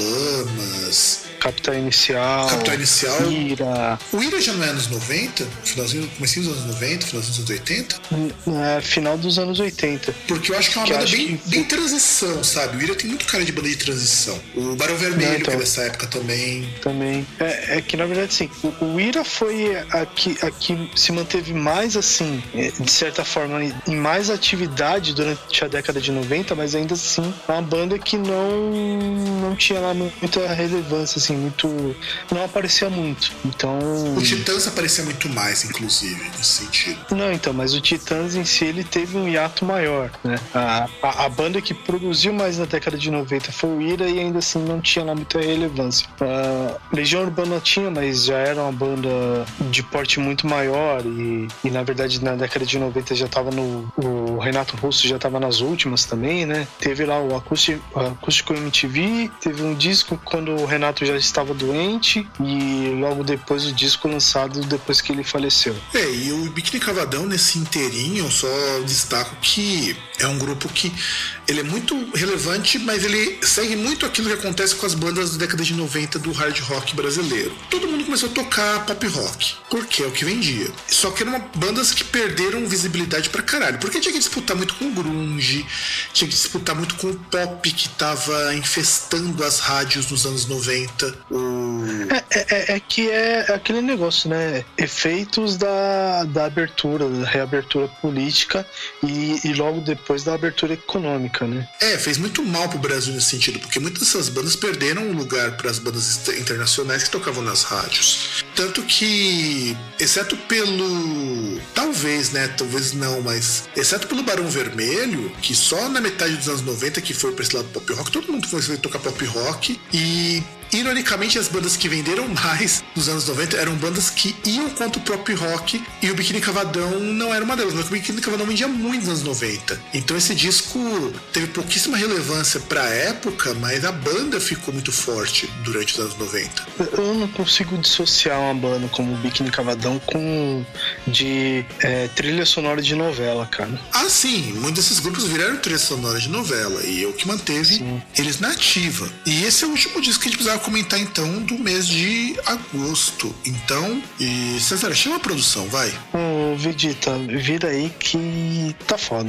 Paralamas, Capital Inicial, Capital Inicial, Ira. O Ira já não é anos noventa? Finalzinho, comecinho dos anos noventa, finalzinho dos anos oitenta? É, final dos anos oitenta. Porque eu acho que é uma que banda bem, que... bem transição, sabe? O Ira tem muito cara de banda de transição. O Barão Vermelho, não, então, que é dessa época também. Também. É, é que, na verdade, sim, o, o Ira foi a que, a que se manteve mais, assim, de certa forma, em mais atividade durante a década de noventa, mas ainda assim, é uma banda que não, não tinha lá muita relevância, assim, muito... não aparecia muito. Então... O Titãs aparecia muito mais, inclusive, nesse sentido. Não, então, mas o Titãs em si, ele teve um hiato maior, né? A, a, a banda que produziu mais na década de noventa foi o Ira e ainda assim não tinha lá muita relevância. A Legião Urbana tinha, mas já era uma banda de porte muito maior e, e na verdade na década de noventa já tava no... o Renato Russo já tava nas últimas também, né? Teve lá o Acústico, Acústico M T V, teve um disco quando o Renato já estava doente e logo depois o disco lançado depois que ele faleceu. É, e o Biquíni Cavadão nesse inteirinho, eu só destaco que é um grupo que ele é muito relevante, mas ele segue muito aquilo que acontece com as bandas da década de noventa do hard rock brasileiro. Todo mundo começou a tocar pop rock, porque é o que vendia. Só que eram bandas que perderam visibilidade pra caralho, porque tinha que disputar muito com o grunge, tinha que disputar muito com o pop que tava infestando as rádios nos anos noventa. O... É, é, é que é aquele negócio, né? Efeitos da, da abertura, da reabertura política e, e logo depois da abertura econômica, né? É, fez muito mal pro Brasil nesse sentido, porque muitas dessas bandas perderam o lugar para as bandas internacionais que tocavam nas rádios. Tanto que, exceto pelo... Talvez, né? Talvez não, mas... Exceto pelo Barão Vermelho, que só na metade dos anos noventa que foi pra esse lado pop rock, todo mundo começou a tocar pop rock e... Ironicamente, as bandas que venderam mais nos anos noventa eram bandas que iam contra o próprio rock e o Biquíni Cavadão não era uma delas, mas o Biquíni Cavadão vendia muito nos anos noventa. Então esse disco teve pouquíssima relevância pra época, mas a banda ficou muito forte durante os anos noventa. Eu não consigo dissociar uma banda como o Biquíni Cavadão com de é, trilha sonora de novela, cara. Ah, sim, muitos desses grupos viraram trilha sonora de novela e é o que manteve sim. eles na ativa. E esse é o último disco que a gente precisava comentar então do mês de agosto. Então, e César, chama a produção, vai. Ô, Vegeta, vira aí que tá foda.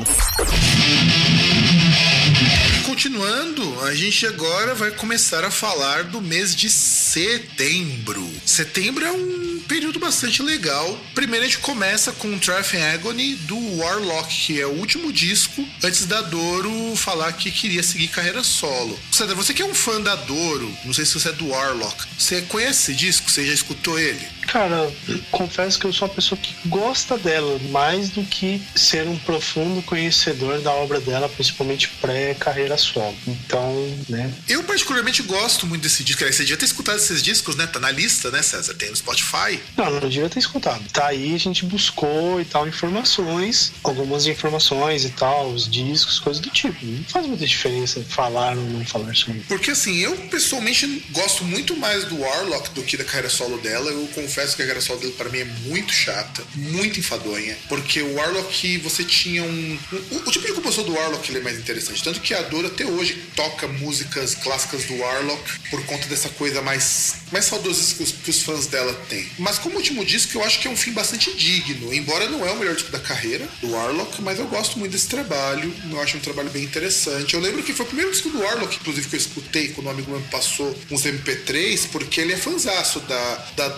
Continuando, a gente agora vai começar a falar do mês de setembro. Setembro é um período bastante legal. Primeiro a gente começa com o Triumph and Agony do Warlock, que é o último disco antes da Doro falar que queria seguir carreira solo. César, você que é um fã da Doro, não sei se você é do Warlock, você conhece esse disco? Você já escutou ele? Cara, confesso que eu sou uma pessoa que gosta dela mais do que ser um profundo conhecedor da obra dela, principalmente pré-carreira solo. Então, né? Eu particularmente gosto muito desse disco. Você devia ter escutado esses discos, né? Tá na lista, né, César? Tem no Spotify. Não, não devia ter escutado. Tá aí, a gente buscou e tal informações, algumas informações e tal, os discos, coisas do tipo. Não faz muita diferença falar ou não falar sobre isso. Porque assim, eu pessoalmente gosto muito mais do Warlock do que da carreira solo dela. Eu confesso que a carreira solo dele para mim é muito chata, muito enfadonha, porque o Warlock você tinha um... O, o tipo de composição do Warlock ele é mais interessante, tanto que a Doro até hoje toca músicas clássicas do Warlock por conta dessa coisa mais, mais saudosista que os, que os fãs dela têm. Mas como último disco eu acho que é um fim bastante digno, embora não é o melhor disco da carreira do Warlock, mas eu gosto muito desse trabalho, eu acho um trabalho bem interessante. Eu lembro que foi o primeiro disco do Warlock, inclusive, que eu escutei quando um amigo meu me passou uns M P três, porque ele é fanzaço da, da Doro e do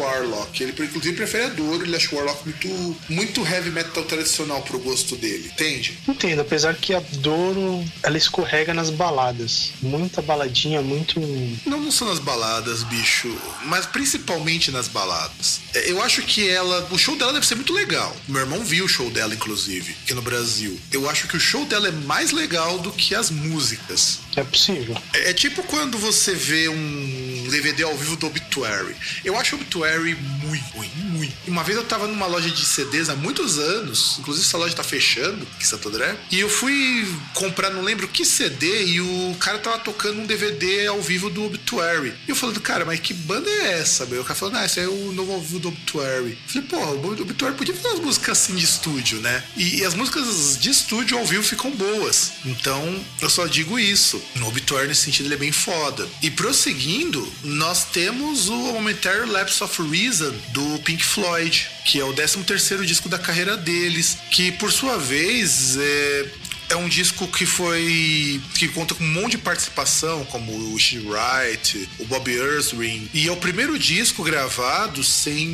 Warlock. Ele, inclusive, prefere a Doro. Ele acha o Warlock muito, muito heavy metal tradicional pro gosto dele. Entende? Entendo, apesar que a Doro, ela escorrega nas baladas. Muita baladinha, muito... Não, não são nas baladas, bicho. Mas principalmente nas baladas. Eu acho que ela... O show dela deve ser muito legal. Meu irmão viu o show dela, inclusive, aqui no Brasil. Eu acho que o show dela é mais legal do que as músicas. É possível. É, é tipo quando você vê um D V D ao vivo do Obituary. Eu acho o Obituary muito ruim, muito. Uma vez eu tava numa loja de C Ds há muitos anos, inclusive essa loja tá fechando, aqui em Santo André, e eu fui comprar, não lembro que C D, e o cara tava tocando um D V D ao vivo do Obituary. E eu falando, cara, mas que banda é essa, meu? O cara falando, ah, esse é o novo ao vivo do Obituary. Eu falei, porra, o Obituary podia fazer umas músicas assim de estúdio, né? E, e as músicas de estúdio ao vivo ficam boas. Então, eu só digo isso. No Obituary, nesse sentido, ele é bem foda. E prosseguindo, nós temos o Momentary Lapse of Reason do Pink Floyd, que é o décimo terceiro disco da carreira deles, que por sua vez é... É um disco que foi... que conta com um monte de participação, como o Steve Wright, o Bobby Ezrin. E é o primeiro disco gravado sem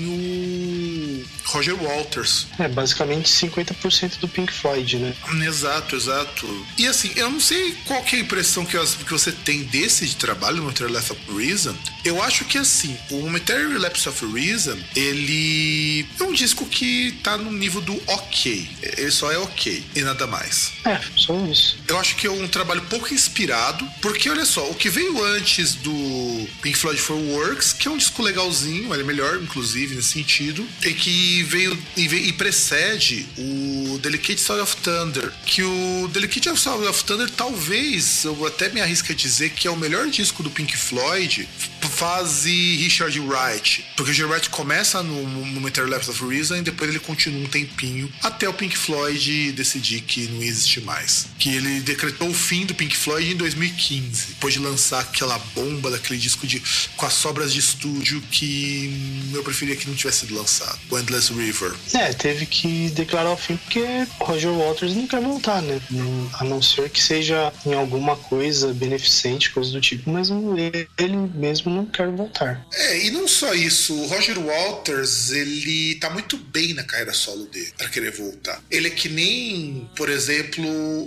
o Roger Waters. É, basicamente cinquenta por cento do Pink Floyd, né? Exato, exato. E assim, eu não sei qual que é a impressão que, que você tem desse trabalho, o Momentary Lapse of Reason. Eu acho que assim, o Momentary Lapse of Reason, ele é um disco que tá no nível do ok. Ele só é ok e nada mais. É, só isso. Eu acho que é um trabalho pouco inspirado, porque olha só, o que veio antes do Pink Floyd foi o Works, que é um disco legalzinho, ele é melhor, inclusive, nesse sentido, e que veio e, veio, e precede o Delicate Sound of Thunder, que o Delicate Sound of Thunder, talvez, eu até me arrisco a dizer que é o melhor disco do Pink Floyd, fase Richard Wright, porque o Richard Wright começa no Momentary Lapse of Reason e depois ele continua um tempinho até o Pink Floyd decidir que não existe mais, que ele decretou o fim do Pink Floyd em dois mil e quinze, depois de lançar aquela bomba daquele disco de, com as sobras de estúdio que eu preferia que não tivesse sido lançado, o Endless River. É, teve que declarar o fim porque Roger Waters não quer voltar, né? A não ser que seja em alguma coisa beneficente, coisa do tipo, mas ele mesmo não quer voltar. É, e não só isso, o Roger Waters, ele tá muito bem na carreira solo dele pra querer voltar. Ele é que nem, por exemplo,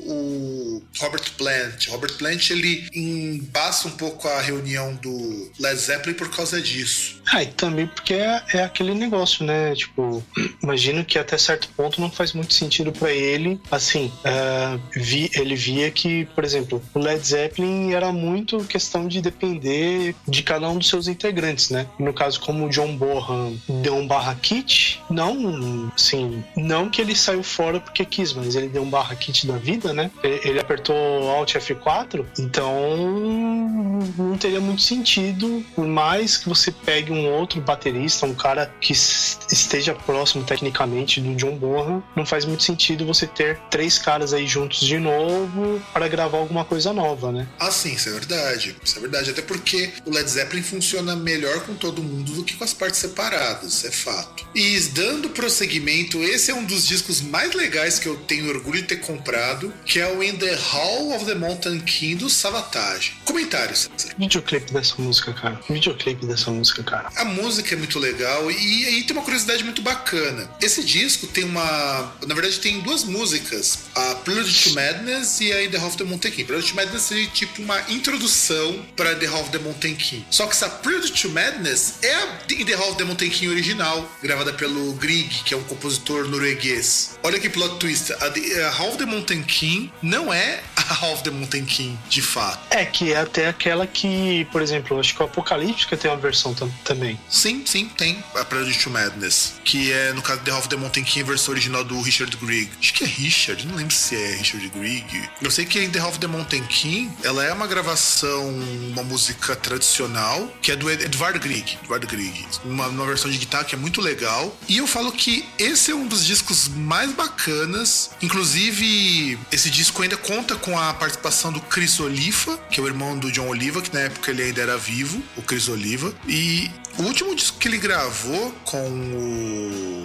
o Robert Plant. Robert Plant, ele embaça um pouco a reunião do Led Zeppelin por causa disso. Ah, e também porque é, é aquele negócio, né? Tipo, imagino que até certo ponto não faz muito sentido pra ele. Assim, uh, vi, ele via que, por exemplo, o Led Zeppelin era muito questão de depender de cada um dos seus integrantes, né? No caso, como o John Bonham deu um barra kit, não, assim, não que ele saiu fora porque quis, mas ele deu um barra kit da vida, né? Ele, ele apertou Alt F quatro, então não teria muito sentido, por mais que você pegue um outro baterista, um cara que esteja próximo tecnicamente do John Bonham, não faz muito sentido você ter três caras aí juntos de novo para gravar alguma coisa nova, né? Ah, sim, isso é verdade. Isso é verdade, até porque o Led Zeppelin funciona melhor com todo mundo do que com as partes separadas, isso é fato. E dando prosseguimento, esse é um dos discos mais legais que eu tenho orgulho de ter comprado, que é o In the Hall of the Mountain King do Savatage. Comentários. Videoclipe dessa música, cara. Videoclipe dessa música, cara. A música é muito legal e aí tem uma curiosidade muito bacana. Esse disco tem uma... Na verdade, tem duas músicas, a Prelude to Madness e a In the Hall of the Mountain King. Prelude to Madness seria tipo uma introdução para The Hall of the Mountain King. Só que essa Prelude to Madness é a In the Hall of the Mountain King original, gravada pelo Grieg, que é um compositor norueguês. Olha que plot twist. A, the, a Hall of the Mountain King não é a Hall of the Mountain King, de fato. É, que é até aquela que, por exemplo, acho que o Apocalíptica tem uma versão tam- também. Sim, sim, tem a Prelude to Madness, que é, no caso, The Hall of the Mountain King, a versão original do Richard Grieg. Acho que é Richard, não lembro se é Richard Grieg. Eu sei que em The Hall of the Mountain King, ela é uma gravação, uma música tradicional, que é do Edvard Grieg, Edvard Grieg, uma, uma versão de guitarra que é muito legal. E eu falo que esse é um dos discos mais bacanas. Inclusive, esse disco ainda conta com a participação do Chris Oliva, que é o irmão do John Oliva, que na época ele ainda era vivo, o Chris Oliva. E o último disco que ele gravou com o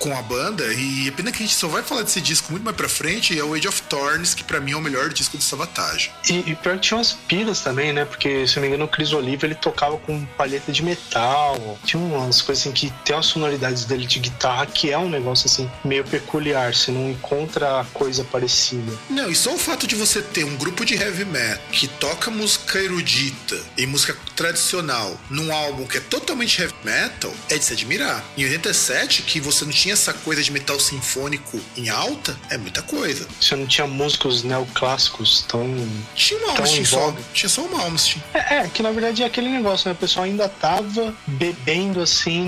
com a banda, e a pena que a gente só vai falar desse disco muito mais pra frente, é o Age of Thorns, que pra mim é o melhor disco do Savatage. E, e pior que tinha umas piras também, né? Porque, se eu não me engano, o Chris Oliva, ele tocava com palheta de metal. Tinha umas coisas assim que tem as sonoridades dele de guitarra, que é um negócio assim, meio peculiar. Você não encontra coisa parecida. Não, e só o fato de você ter um grupo de heavy metal que toca música erudita e música tradicional num álbum que é totalmente heavy metal é de se admirar. Em oitenta e sete, que você não tinha essa coisa de metal sinfônico em alta, é muita coisa. Você não tinha músicos neoclássicos tão... Tinha uma Malmsteen só. Tinha só uma Malmsteen. É, é, que na verdade é aquele negócio, né? O pessoal ainda tava bebendo assim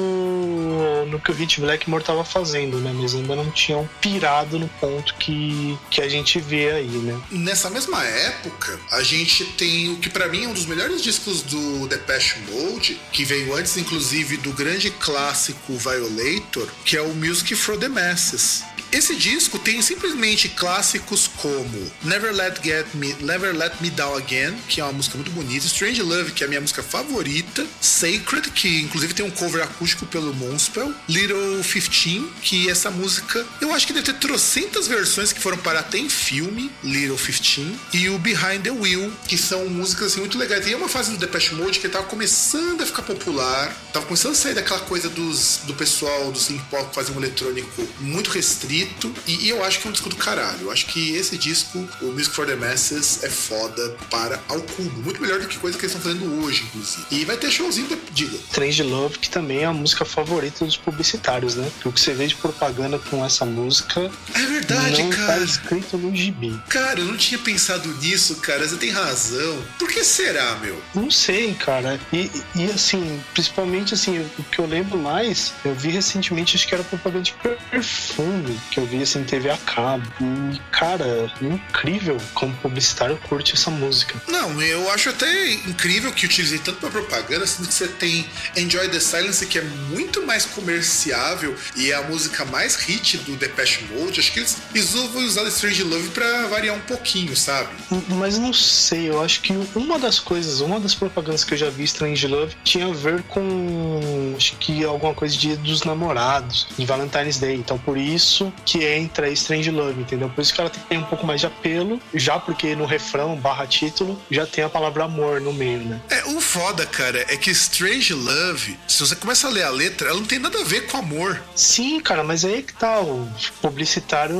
no, no que o Hit Blackmore tava fazendo, né? Mas ainda não tinham pirado no ponto que, que a gente vê aí, né? Nessa mesma época, a gente tem o que pra mim é um dos melhores discos do Depeche Mode, que veio antes, inclusive, do grande clássico Violator, que é o Music for the Masses. Esse disco tem simplesmente clássicos como Never Let, Get Me, Never Let Me Down Again, que é uma música muito bonita, Strange Love, que é a minha música favorita, Sacred, que inclusive tem um cover acústico pelo Moonspell, Little fifteen, que essa música eu acho que deve ter trocentas versões que foram parar até em filme, Little fifteen, e o Behind the Wheel, que são músicas assim, muito legais. Tem uma fase do Depeche Mode que tava começando a ficar popular, tava começando a sair daquela coisa dos, do pessoal do synth pop que fazia um eletrônico muito restrito. E, e eu acho que é um disco do caralho. Eu acho que esse disco, o Music for the Masses, é foda para ao cubo. Muito melhor do que coisa que eles estão fazendo hoje, inclusive. E vai ter showzinho da... Diga. Strange Love, que também é a música favorita dos publicitários, né? O que você vê de propaganda com essa música... É verdade, não cara. Não tá escrito no gibi. Cara, eu não tinha pensado nisso, cara. Você tem razão. Por que será, meu? Não sei, cara. E, e assim, principalmente assim, o que eu lembro mais, eu vi recentemente, acho que era propaganda de perfume, que eu vi assim em T V a cabo. E, cara, incrível como publicitário curte essa música. Não, eu acho até incrível que utilizei tanto pra propaganda, sendo que você tem Enjoy the Silence, que é muito mais comerciável e é a música mais hit do Depeche Mode. Acho que eles resolvem usar Strange Love pra variar um pouquinho, sabe? Mas não sei, eu acho que uma das coisas, uma das propagandas que eu já vi Strange Love tinha a ver com, acho que alguma coisa de Dia dos Namorados, de Valentine's Day. Então por isso que entra Strange Love, entendeu? Por isso que ela tem um pouco mais de apelo, já porque no refrão, barra título, já tem a palavra amor no meio, né? É, o foda, cara, é que Strange Love, se você começa a ler a letra, ela não tem nada a ver com amor. Sim, cara, mas aí é que tá, o publicitário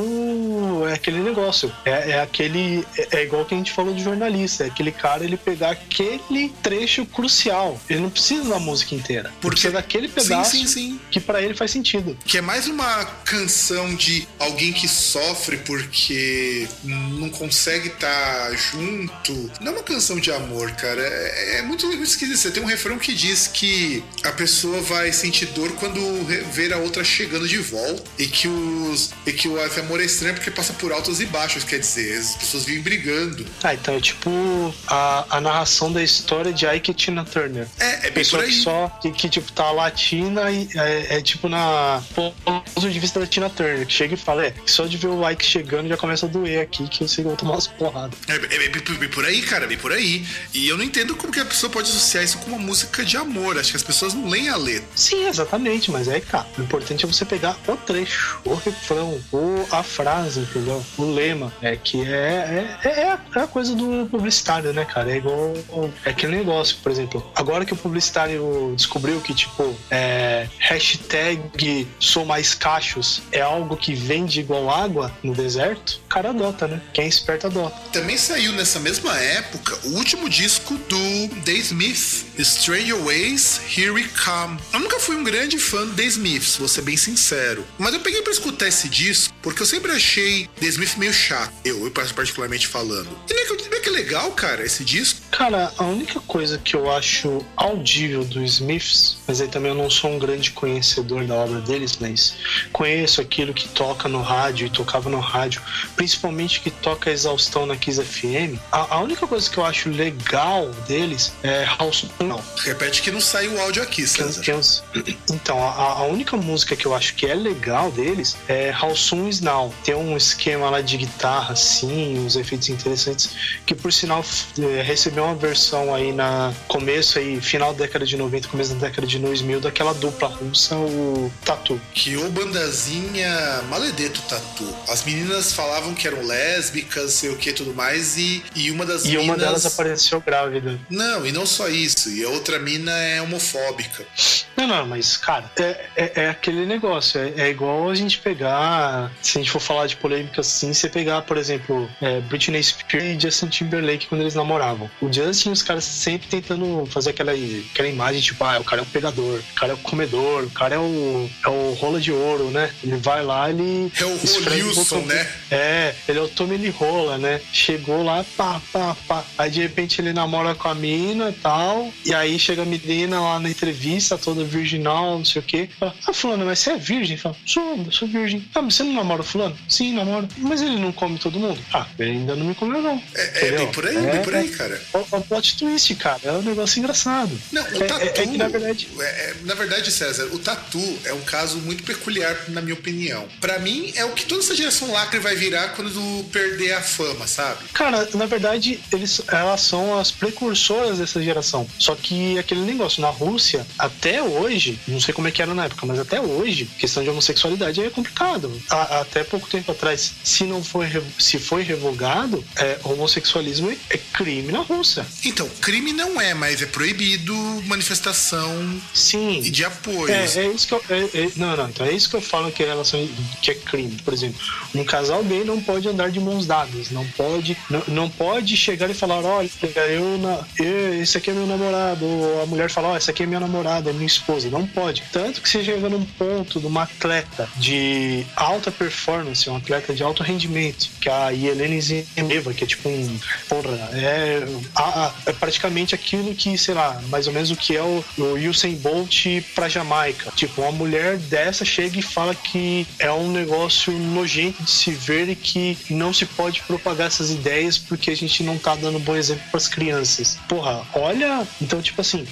é aquele negócio, é, é aquele, é, é igual que a gente falou de jornalista, é aquele cara, ele pegar aquele trecho crucial, ele não precisa da música inteira, porque precisa daquele pedaço sim, sim, sim. que pra ele faz sentido. Que é mais uma canção de alguém que sofre porque não consegue estar junto. Não é uma canção de amor, cara. É, é muito, muito esquisito. Você tem um refrão que diz que a pessoa vai sentir dor quando ver a outra chegando de volta e que, os, e que o amor é estranho porque passa por altos e baixos. Quer dizer, as pessoas vivem brigando. Ah, então é tipo a, a narração da história de Ike e Tina Turner. É, é bem pessoa por aí. Que só, que, que tipo, tá latina e é, é tipo na ponto de vista da Tina Turner, que chega e fala, é, só de ver o Ike chegando já começa a doer aqui, que eu sei que eu vou tomar umas porradas. É, é, é bem, bem por aí, cara, bem por aí. E eu não entendo como que a pessoa pode associar isso com uma música de amor. Acho que as pessoas não leem a letra. Sim, exatamente, mas aí, cara, o importante é você pegar o trecho, o refrão, ou a frase, entendeu? O lema, é que é, é, é, é a coisa do publicitário, né, cara? É igual, é aquele negócio, por exemplo, agora que o publicitário descobriu que, tipo, é, hashtag sou mais cachos é algo que vende igual água no deserto, o cara adota, né? Quem é esperto adota. Também saiu nessa mesma época o último disco do The Smiths, Stranger Ways, Here We Come. Eu nunca fui um grande fã do The Smiths, vou ser bem sincero, mas eu peguei pra escutar esse disco porque eu sempre achei The Smiths meio chato, eu, eu particularmente falando. E não é que, não é que é legal, cara, esse disco? Cara, a única coisa que eu acho audível do Smiths, mas aí também eu não sou um grande conhecedor da obra deles, mas conheço aquilo que toca no rádio e tocava no rádio, principalmente que toca Exaustão na Kiss F M, a, a única coisa que eu acho legal deles é House Não. Repete que não sai o áudio aqui, César. Que, que, então, a, a única música que eu acho que é legal deles é How Soon Is Now. Tem um esquema lá de guitarra, assim, uns efeitos interessantes, que por sinal é, recebeu uma versão aí na começo aí, final da década de noventa, começo da década de dois mil, daquela dupla russa, o Tatu. Que ô bandazinha maledeto Tatu. As meninas falavam que eram lésbicas, sei o que, tudo mais, e, e uma das e minas... E uma delas apareceu grávida. Não, e não só isso, e a outra mina é homofóbica. Não, não, mas, cara, é, é, é aquele negócio, é, é igual a gente pegar, se a gente for falar de polêmica assim, você pegar, por exemplo, é, Britney Spears e Justin Timberlake quando eles namoravam. O Justin, os caras sempre tentando fazer aquela, aquela imagem, tipo, ah, o cara é o pegador, o cara é o comedor, o cara é o, é o rola de ouro, né? Ele vai lá, ele... É o Rolilson, né? É, ele é o Tommy Lee Rola, né? Chegou lá, pá, pá, pá. Aí, de repente, ele namora com a mina e tal, e aí chega a menina lá na entrevista, toda virginal, não sei o quê. Fala, ah, fulano, mas você é virgem? Fala, sou, eu sou virgem. Ah, mas você não namora o fulano? Sim, namoro. Mas ele não come todo mundo? Ah, ele ainda não me comeu, não. É, é bem por aí, é, bem por aí, cara. É o plot twist, cara. É um negócio engraçado. Não, o é, Tatu... É, é que, na verdade... É, é, na verdade, César, o Tatu é um caso muito peculiar, na minha opinião. Pra mim, é o que toda essa geração lacre vai virar quando perder a fama, sabe? Cara, na verdade, eles, elas são as precursoras dessa geração. Só que aquele negócio, na Rússia, até hoje, não sei como é que era na época, mas até hoje, questão de homossexualidade é complicado. A, até pouco tempo atrás, se não foi, se foi revogado, é, homossexualismo é, é crime na Rússia. Então, crime não é, mas é proibido manifestação. Sim. E de apoio. É, é isso que eu, é, é, não, não, então é isso que eu falo que é relação que é crime. Por exemplo, um casal gay não pode andar de mãos dadas, não pode, não, não pode chegar e falar, olha, eu, na, eu esse aqui é meu namorado, ou a mulher fala, ó, oh, essa aqui é minha namorada, é minha esposa. Não pode. Tanto que você chega num ponto de uma atleta de alta performance, um atleta de alto rendimento, que é a Yelena Zemeva, que é tipo um, porra, é, a, a, é praticamente aquilo que, sei lá, mais ou menos o que é o, o Usain Bolt pra Jamaica. Tipo, uma mulher dessa chega e fala que é um negócio nojento de se ver e que não se pode propagar essas ideias porque a gente não tá dando bom exemplo pras crianças. Porra, olha, então tipo assim,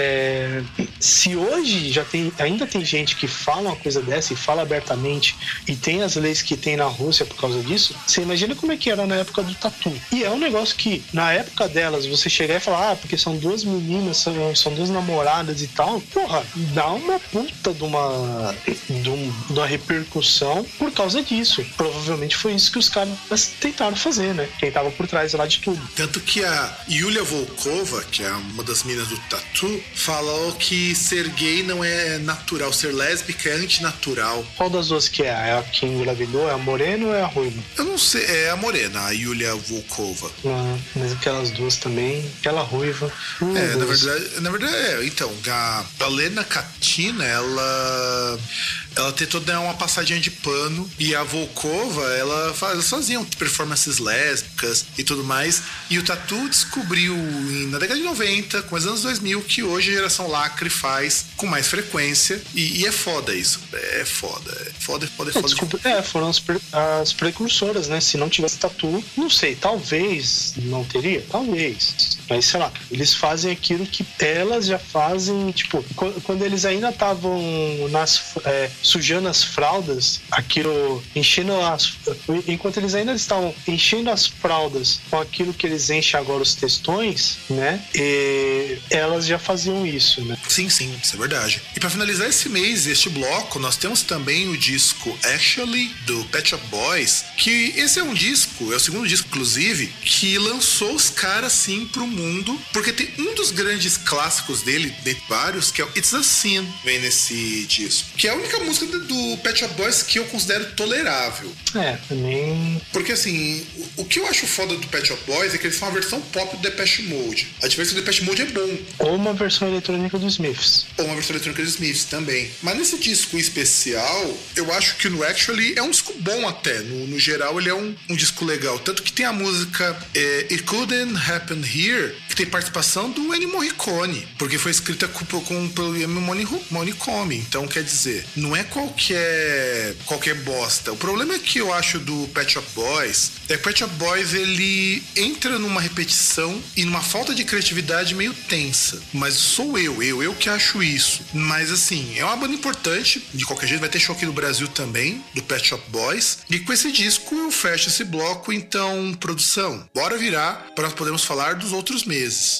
é, se hoje já tem, ainda tem gente que fala uma coisa dessa e fala abertamente e tem as leis que tem na Rússia por causa disso, você imagina como é que era na época do Tatu. E é um negócio que, na época delas, você chegar e falar, ah, porque são duas meninas, são, são duas namoradas e tal, porra, dá uma puta de uma, de, um, de uma repercussão por causa disso. Provavelmente foi isso que os caras tentaram fazer, né? Quem tava por trás lá de tudo. Tanto que a Yulia Volkova, que é uma das minas do Tatu, falou que ser gay não é natural, ser lésbica é antinatural. Qual das duas que é? É a que engravidou? É a morena ou é a ruiva? Eu não sei, é a morena, a Yulia Volkova. Ah, mas aquelas duas também, aquela ruiva. Hum, é, na verdade, na verdade é, então, a, a Lena Katina, ela... ela tem toda uma passadinha de pano, e a Volkova, ela faz, elas faziam performances lésbicas e tudo mais, e o Tatu descobriu na década de noventa, com os anos dois mil, que hoje a geração lacre faz com mais frequência, e, e é foda isso, é foda, é foda, é foda, é foda. É, desculpa, é, foram as, pre, as precursoras, né, se não tivesse Tatu, não sei, talvez não teria, talvez, mas sei lá, eles fazem aquilo que elas já fazem, tipo, quando eles ainda estavam nas... É, sujando as fraldas, aquilo, enchendo as... Enquanto eles ainda estavam enchendo as fraldas com aquilo que eles enchem agora os textões, né? E elas já faziam isso, né? Sim, sim, isso é verdade. E pra finalizar esse mês, este bloco, nós temos também o disco Actually, do Pet Shop Boys, que esse é um disco, é o segundo disco, inclusive, que lançou os caras, sim, pro mundo, porque tem um dos grandes clássicos dele, dentre vários, que é o It's a Sin, vem nesse disco, que é a única música do Pet Shop Boys que eu considero tolerável. É, também... Porque, assim, o, o que eu acho foda do Pet Shop Boys é que eles são a versão pop do Depeche Mode. A diferença do Depeche Mode é bom. Ou uma versão eletrônica dos Smiths. Ou uma versão eletrônica dos Smiths também. Mas nesse disco especial, eu acho que no Actually é um disco bom até. No, no geral, ele é um, um disco legal. Tanto que tem a música é, It Couldn't Happen Here, que tem participação do Ennio Morricone, porque foi escrita com, com, pelo Ennio Morricone. Então, quer dizer, não é qualquer, qualquer bosta. O problema é que eu acho do Pet Shop Boys, é que o Pet Shop Boys, ele entra numa repetição e numa falta de criatividade meio tensa. Mas sou eu, eu, eu que acho isso. Mas assim, é uma banda importante, de qualquer jeito, vai ter show aqui no Brasil também, do Pet Shop Boys. E com esse disco eu fecho esse bloco, então, produção, bora virar para nós podermos falar dos outros meses.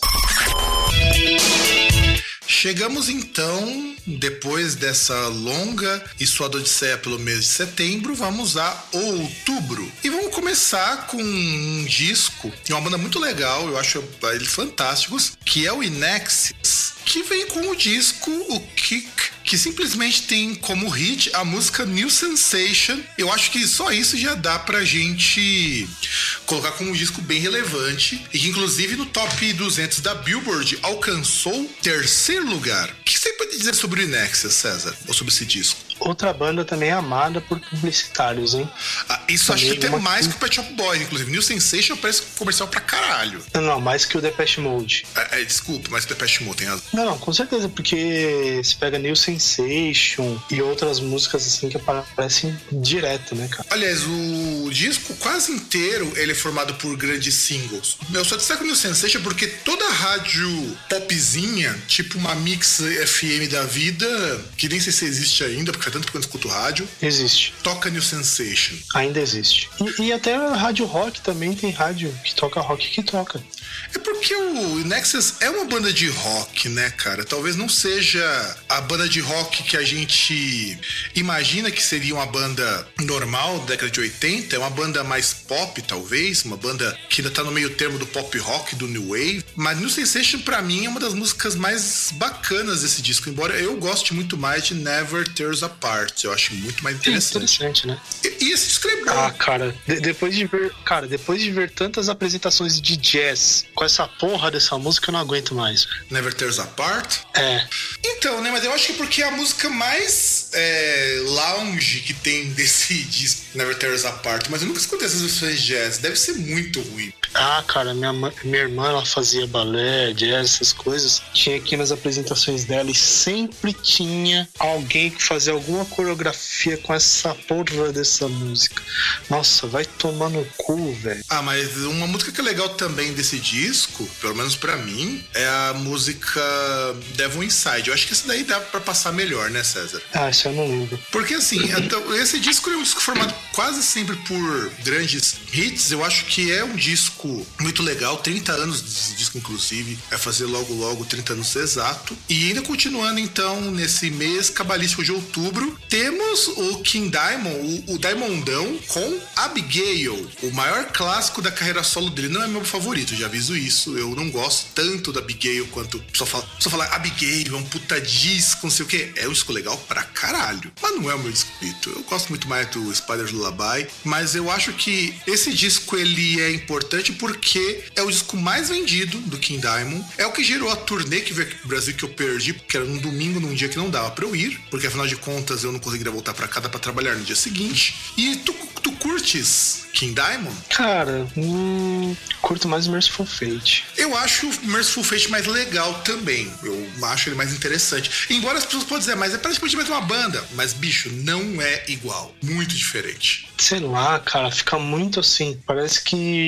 Chegamos então, depois dessa longa e suada odisseia pelo mês de setembro, vamos a outubro. E vamos começar com um disco de uma banda muito legal, eu acho eles fantásticos, que é o Inexus, que vem com o disco, o Kick, que simplesmente tem como hit a música New Sensation. Eu acho que só isso já dá pra gente colocar como um disco bem relevante e que inclusive no top duzentos da Billboard alcançou terceiro lugar. O que você pode dizer sobre o Inexus, César? Ou sobre esse disco? Outra banda também amada por publicitários, hein? Ah, isso também acho que até mais que o Pet Shop Boys, inclusive. New Sensation parece comercial pra caralho. Não, não, mais que o Depeche Mode. É, é, desculpa, mais que o Depeche Mode, tem razão. Não, não, com certeza, porque se pega New Sensation e outras músicas assim que aparecem direto, né, cara? Aliás, o disco quase inteiro ele é formado por grandes singles. Eu só destaco o New Sensation porque toda rádio popzinha, tipo uma Mix F M da vida, que nem sei se existe ainda, porque faz tanto que eu escuto rádio. Existe. Toca New Sensation. Ainda existe. E, e até a rádio rock também tem rádio que toca rock que toca. É porque o Nexus é uma banda de rock, né, cara? Talvez não seja a banda de rock que a gente imagina que seria uma banda normal da década de oitenta. É uma banda mais pop, talvez. Uma banda que ainda tá no meio termo do pop rock, do new wave. Mas New Sensation, pra mim, é uma das músicas mais bacanas desse disco. Embora eu goste muito mais de Never Tears Apart. Eu acho muito mais interessante. É interessante, né? E, e esse disco é bom. Ah, cara, de, depois de ver... Cara, depois de ver tantas apresentações de jazz com essa porra dessa música, eu não aguento mais. Never Tears Apart? É. Então, né, mas eu acho que porque é a música mais é, lounge que tem desse disco, Never Tears Apart, mas eu nunca escutei essas versões de jazz, deve ser muito ruim. Ah, cara, minha, minha irmã, ela fazia balé, jazz, essas coisas, tinha aqui nas apresentações dela e sempre tinha alguém que fazia alguma coreografia com essa porra dessa música. Nossa, vai tomar no cu, velho. Ah, mas uma música que é legal também desse disco, pelo menos pra mim, é a música Devil Inside. Eu acho que essa daí dá pra passar melhor, né, César? Ah, isso eu não lembro. Porque assim, esse disco é um disco formado quase sempre por grandes hits. Eu acho que é um disco muito legal, trinta anos desse disco, inclusive, vai fazer logo logo trinta anos exato. E ainda continuando então nesse mês cabalístico de outubro, temos o King Diamond, o, o Diamondão com Abigail, o maior clássico da carreira solo dele. Não é meu favorito, já aviso isso. Eu não gosto tanto da Abigail quanto só falar só fala Abigail, é um puta disco, não sei o que. É um disco legal pra caralho, mas não é o meu disco favorito. Eu gosto muito mais do Spider's Lullaby, mas eu acho que esse disco ele é importante porque é o disco mais vendido do King Diamond, é o que gerou a turnê que veio aqui pro Brasil que eu perdi, porque era num domingo, num dia que não dava pra eu ir, porque afinal de contas eu não conseguiria voltar pra casa pra trabalhar no dia seguinte. E tu, tu curtes King Diamond? Cara, hum, curto mais Merciful Fate. Eu acho o Merciful Fate mais legal também. Eu acho ele mais interessante. Embora as pessoas possam dizer, mas é praticamente a mesma banda. Mas, bicho, não é igual. Muito diferente. Sei lá, cara, fica muito assim. Parece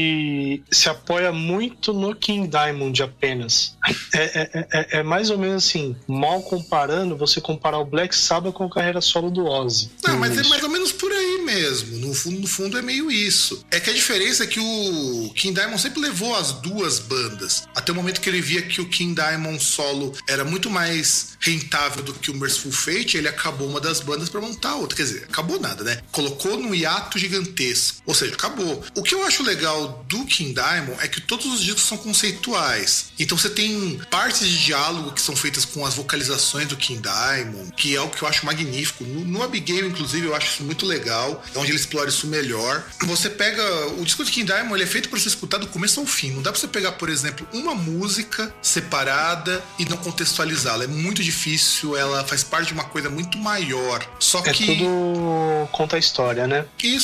que se apoia muito no King Diamond apenas. É, é, é, é mais ou menos assim, mal comparando, você comparar o Black Sabbath com a carreira solo do Ozzy. Não, mas é mais ou menos por aí mesmo. No fundo, no fundo é meio isso. É que a diferença é que o King Diamond sempre levou as duas bandas. Até o momento que ele via que o King Diamond solo era muito mais rentável do que o Merciful Fate, ele acabou uma das bandas pra montar outra. Quer dizer, acabou nada, né? Colocou num hiato gigantesco. Ou seja, acabou. O que eu acho legal do King Diamond é que todos os discos são conceituais. Então você tem partes de diálogo que são feitas com as vocalizações do King Diamond, que é algo que eu acho magnífico. No, no Abigail, inclusive, eu acho isso muito legal. É onde ele explora isso melhor. Você pega... O disco de King Diamond, ele é feito para ser escutado do começo ao fim. Não dá pra você pegar, por exemplo, uma música separada e não contextualizá-la. É muito difícil. Ela faz parte de uma coisa muito maior. Só é que... tudo conta a história, né? Isso.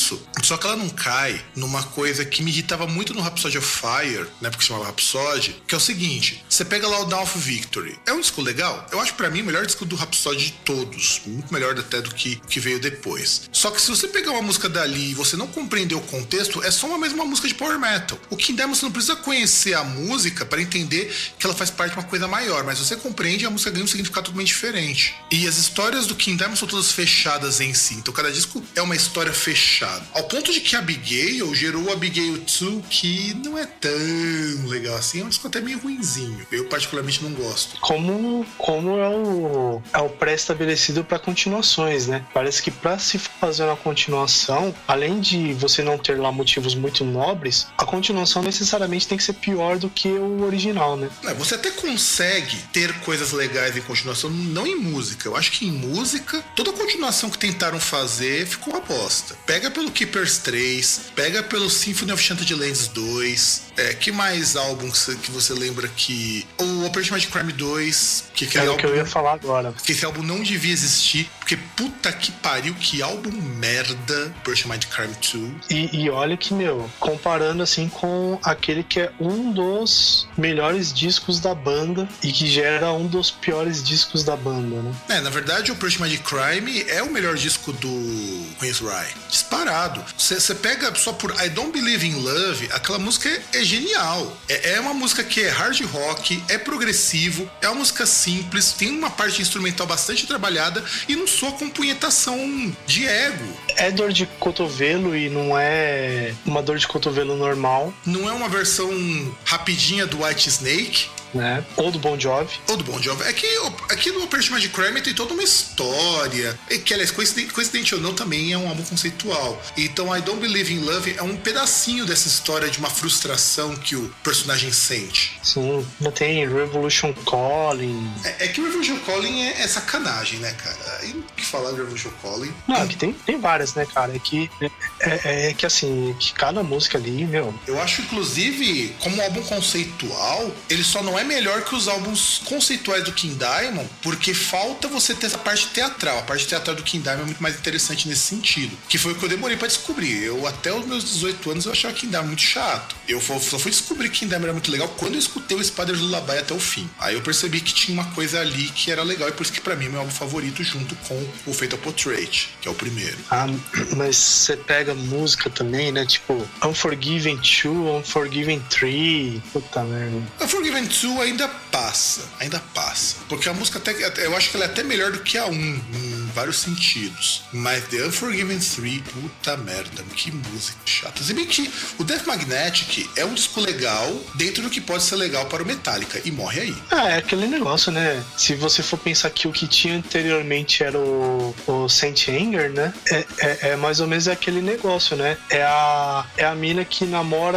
Só que ela não cai numa coisa que me irritava muito no Rhapsody of Fire, né, porque chamava Rhapsody, que é o seguinte, você pega lá o Dawn of Victory. É um disco legal? Eu acho pra mim o melhor disco do Rhapsody de todos. Muito melhor até do que o que veio depois. Só que se você pegar uma música dali e você não compreender o contexto, é só uma mesma música de power metal. O King Diamond você não precisa conhecer a música para entender que ela faz parte de uma coisa maior, mas você compreende, a música ganha um significado totalmente diferente. E as histórias do King Diamond são todas fechadas em si. Então cada disco é uma história fechada. Ao ponto de que Abigail gerou Abigail dois, que não é tão legal assim. É um disco até meio ruinzinho. Eu particularmente não gosto. Como, como é o, é o pré-estabelecido para continuações, né? Parece que para se fazer uma continuação, além de você não ter lá motivos muito nobres, a continuação necessariamente tem que ser pior do que o original, né? É, você até consegue ter coisas legais em continuação, não em música. Eu acho que em música, toda continuação que tentaram fazer ficou uma bosta. Pega pelo Keepers três, pega pelo Symphony of Chanted Lands dois, é, que mais álbuns que você lembra que... O Operation Magic Crime dois, que é o que eu ia falar agora. Que esse álbum não devia existir, porque puta que pariu, que álbum merda, Operation Magic Crime dois. E, e olha que, meu, comparando assim com aquele que é um dos melhores discos da banda e que gera um dos piores discos da banda, né? É, na verdade, o Operation Magic Crime é o melhor disco do Queen's Rye. Disparado. Você pega só por I Don't Believe in Love, aquela música é, é genial. É, é uma música que é hard rock, é progressivo, é uma música simples, tem uma parte instrumental bastante trabalhada e não soa com punhetação de ego. É dor de cotovelo e não é uma dor de cotovelo normal. Não é uma versão rapidinha do White Snake, né? Ou do Bon Jovi. Ou do Bon Jovi. Aqui, aqui no Operation Magic Crime tem toda uma história. Que, aliás, coincidente, coincidente ou não, também é um álbum conceitual. Então, I Don't Believe in Love é um pedacinho dessa história de uma frustração que o personagem sente. Sim, tem Revolution Calling. É, é que Revolution Calling é, é sacanagem, né, cara? E o que falar de Revolution Calling? Não, aqui tem, tem várias, né, cara? É que, é, é, é que assim, que cada música ali, meu... Eu acho, inclusive, como álbum conceitual, ele só não é melhor que os álbuns conceituais do King Diamond, porque falta você ter essa parte teatral. A parte teatral do King Diamond é muito mais interessante nesse sentido, que foi o que eu demorei pra descobrir. Eu, até os meus dezoito anos, eu achava King Diamond muito chato. Eu só fui descobrir que King Diamond era muito legal quando eu escutei o Spider's Lullaby até o fim. Aí eu percebi que tinha uma coisa ali que era legal, e por isso que pra mim é meu álbum favorito, junto com o Fatal Portrait, que é o primeiro. Ah, mas você pega música também, né? Tipo, Unforgiven dois, Unforgiven três. Puta merda. Unforgiven dois ainda passa, ainda passa. Porque a música até, eu acho que ela é até melhor do que a um, em vários sentidos. Mas The Unforgiven três, puta merda, que música chata. Se bem que o Death Magnetic é um disco legal dentro do que pode ser legal para o Metallica, e morre aí. Ah, é aquele negócio, né? Se você for pensar que o que tinha anteriormente era o, o Saint Anger, né? É, é, é mais ou menos aquele negócio, né? É a, é a mina que namora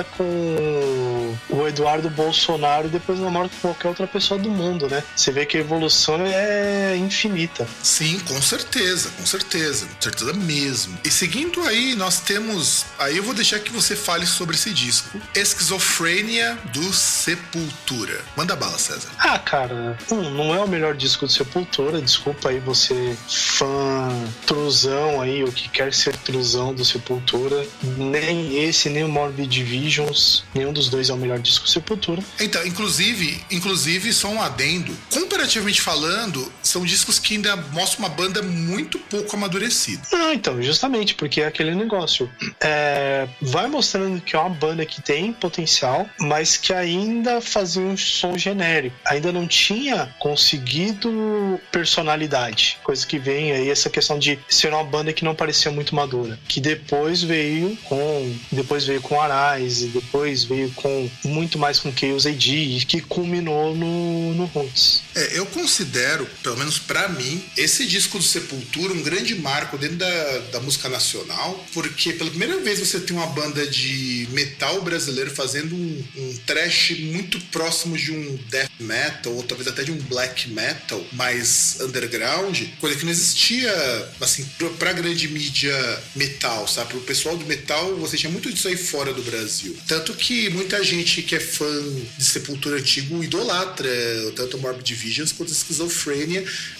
com o Eduardo Bolsonaro e depois namora com qualquer outra pessoa do mundo, né? Você vê que a evolução é infinita. Sim, com certeza, com certeza, com certeza mesmo. E seguindo aí, nós temos... Aí eu vou deixar que você fale sobre esse disco. Esquizofrênia do Sepultura. Manda bala, César. Ah, cara, um, não é o melhor disco do Sepultura, desculpa aí você, fã truzão aí, ou que quer ser truzão do Sepultura. Nem esse, nem o Morbid Visions, nenhum dos dois é o melhor disco do Sepultura. Então, inclusive, inclusive, só um adendo, comparativamente falando, são discos que ainda mostram uma banda muito pouco amadurecida. Ah, então, justamente, porque é aquele negócio. É, vai mostrando que é uma banda que tem potencial, mas que ainda fazia um som genérico. Ainda não tinha conseguido personalidade. Coisa que vem aí, essa questão de ser uma banda que não parecia muito madura. Que depois veio com... Depois veio com Arise, depois veio com muito mais com Chaos A D, que culminou no, no Roots. É, eu considero, pelo menos pra mim, esse disco do Sepultura um grande marco dentro da, da música nacional, porque pela primeira vez você tem uma banda de metal brasileiro fazendo um, um thrash muito próximo de um death metal, ou talvez até de um black metal mais underground, coisa que não existia, assim, pra, pra grande mídia metal, sabe? Pro pessoal do metal, você tinha muito disso aí fora do Brasil. Tanto que muita gente que é fã de Sepultura antigo idolatra tanto Morbid Visions quanto Esquizofrênia,